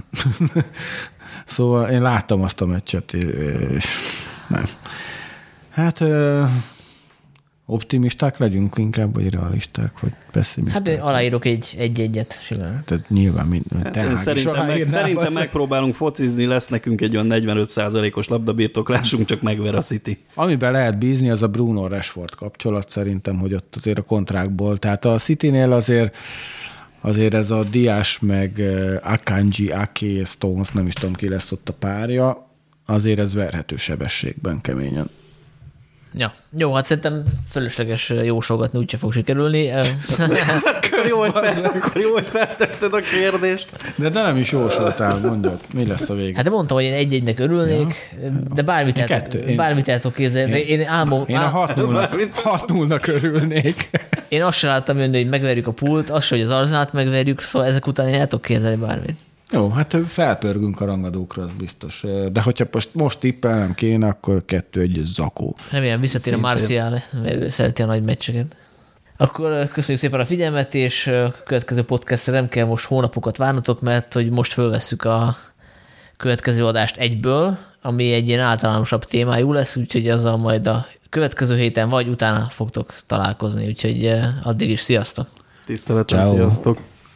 Szóval én láttam azt a meccset, és nem. Hát optimisták legyünk inkább, vagy realisták, vagy pessimisták. Hát én aláírok egy, egy-egyet simán. Tehát nyilván minden. Hát szerintem, meg, szerintem megpróbálunk focizni, lesz nekünk egy olyan negyvenöt százalékos labdabirtoklásunk, csak megver a City. Amiben lehet bízni, az a Bruno Rashford kapcsolat szerintem, hogy ott azért a kontrákból. Tehát a Citynél azért azért ez a Diás meg Akanji, Ake, Stones, nem is tudom ki lesz ott a párja, azért ez verhető sebességben keményen. Ja, jó, hát szerintem fölösleges jósolgatni úgyse fog sikerülni. akkor, jó, hogy fel, akkor jó, hogy feltetted a kérdést. De, de nem is jósoltál, mondjad, mi lesz a vége? Hát de mondtam, hogy én egy-egynek örülnék, ja. de bármit el, kettő, én, bármit el tudok képzelni. Én, én, álmom, én a hat nullnak örülnék. Én azt sem láttam jönni, hogy megverjük a Pult, azt sem, hogy az Arsenalt megverjük, szóval ezek után én el tudok képzelni bármit. Jó, hát felpörgünk a rangadókra, az biztos. De hogyha most, most tippelnem kéne, akkor kettő egy zakó. Remélem visszatér a Martial, mert ő szereti a nagy meccseket. Akkor köszönjük szépen a figyelmet, és a következő podcastre nem kell most hónapokat várnotok, mert hogy most fölvesszük a következő adást egyből, ami egy ilyen általánosabb témájú lesz, úgyhogy azzal majd a következő héten vagy utána fogtok találkozni, úgyhogy addig is sziasztok! Tiszteletem, sziasztok!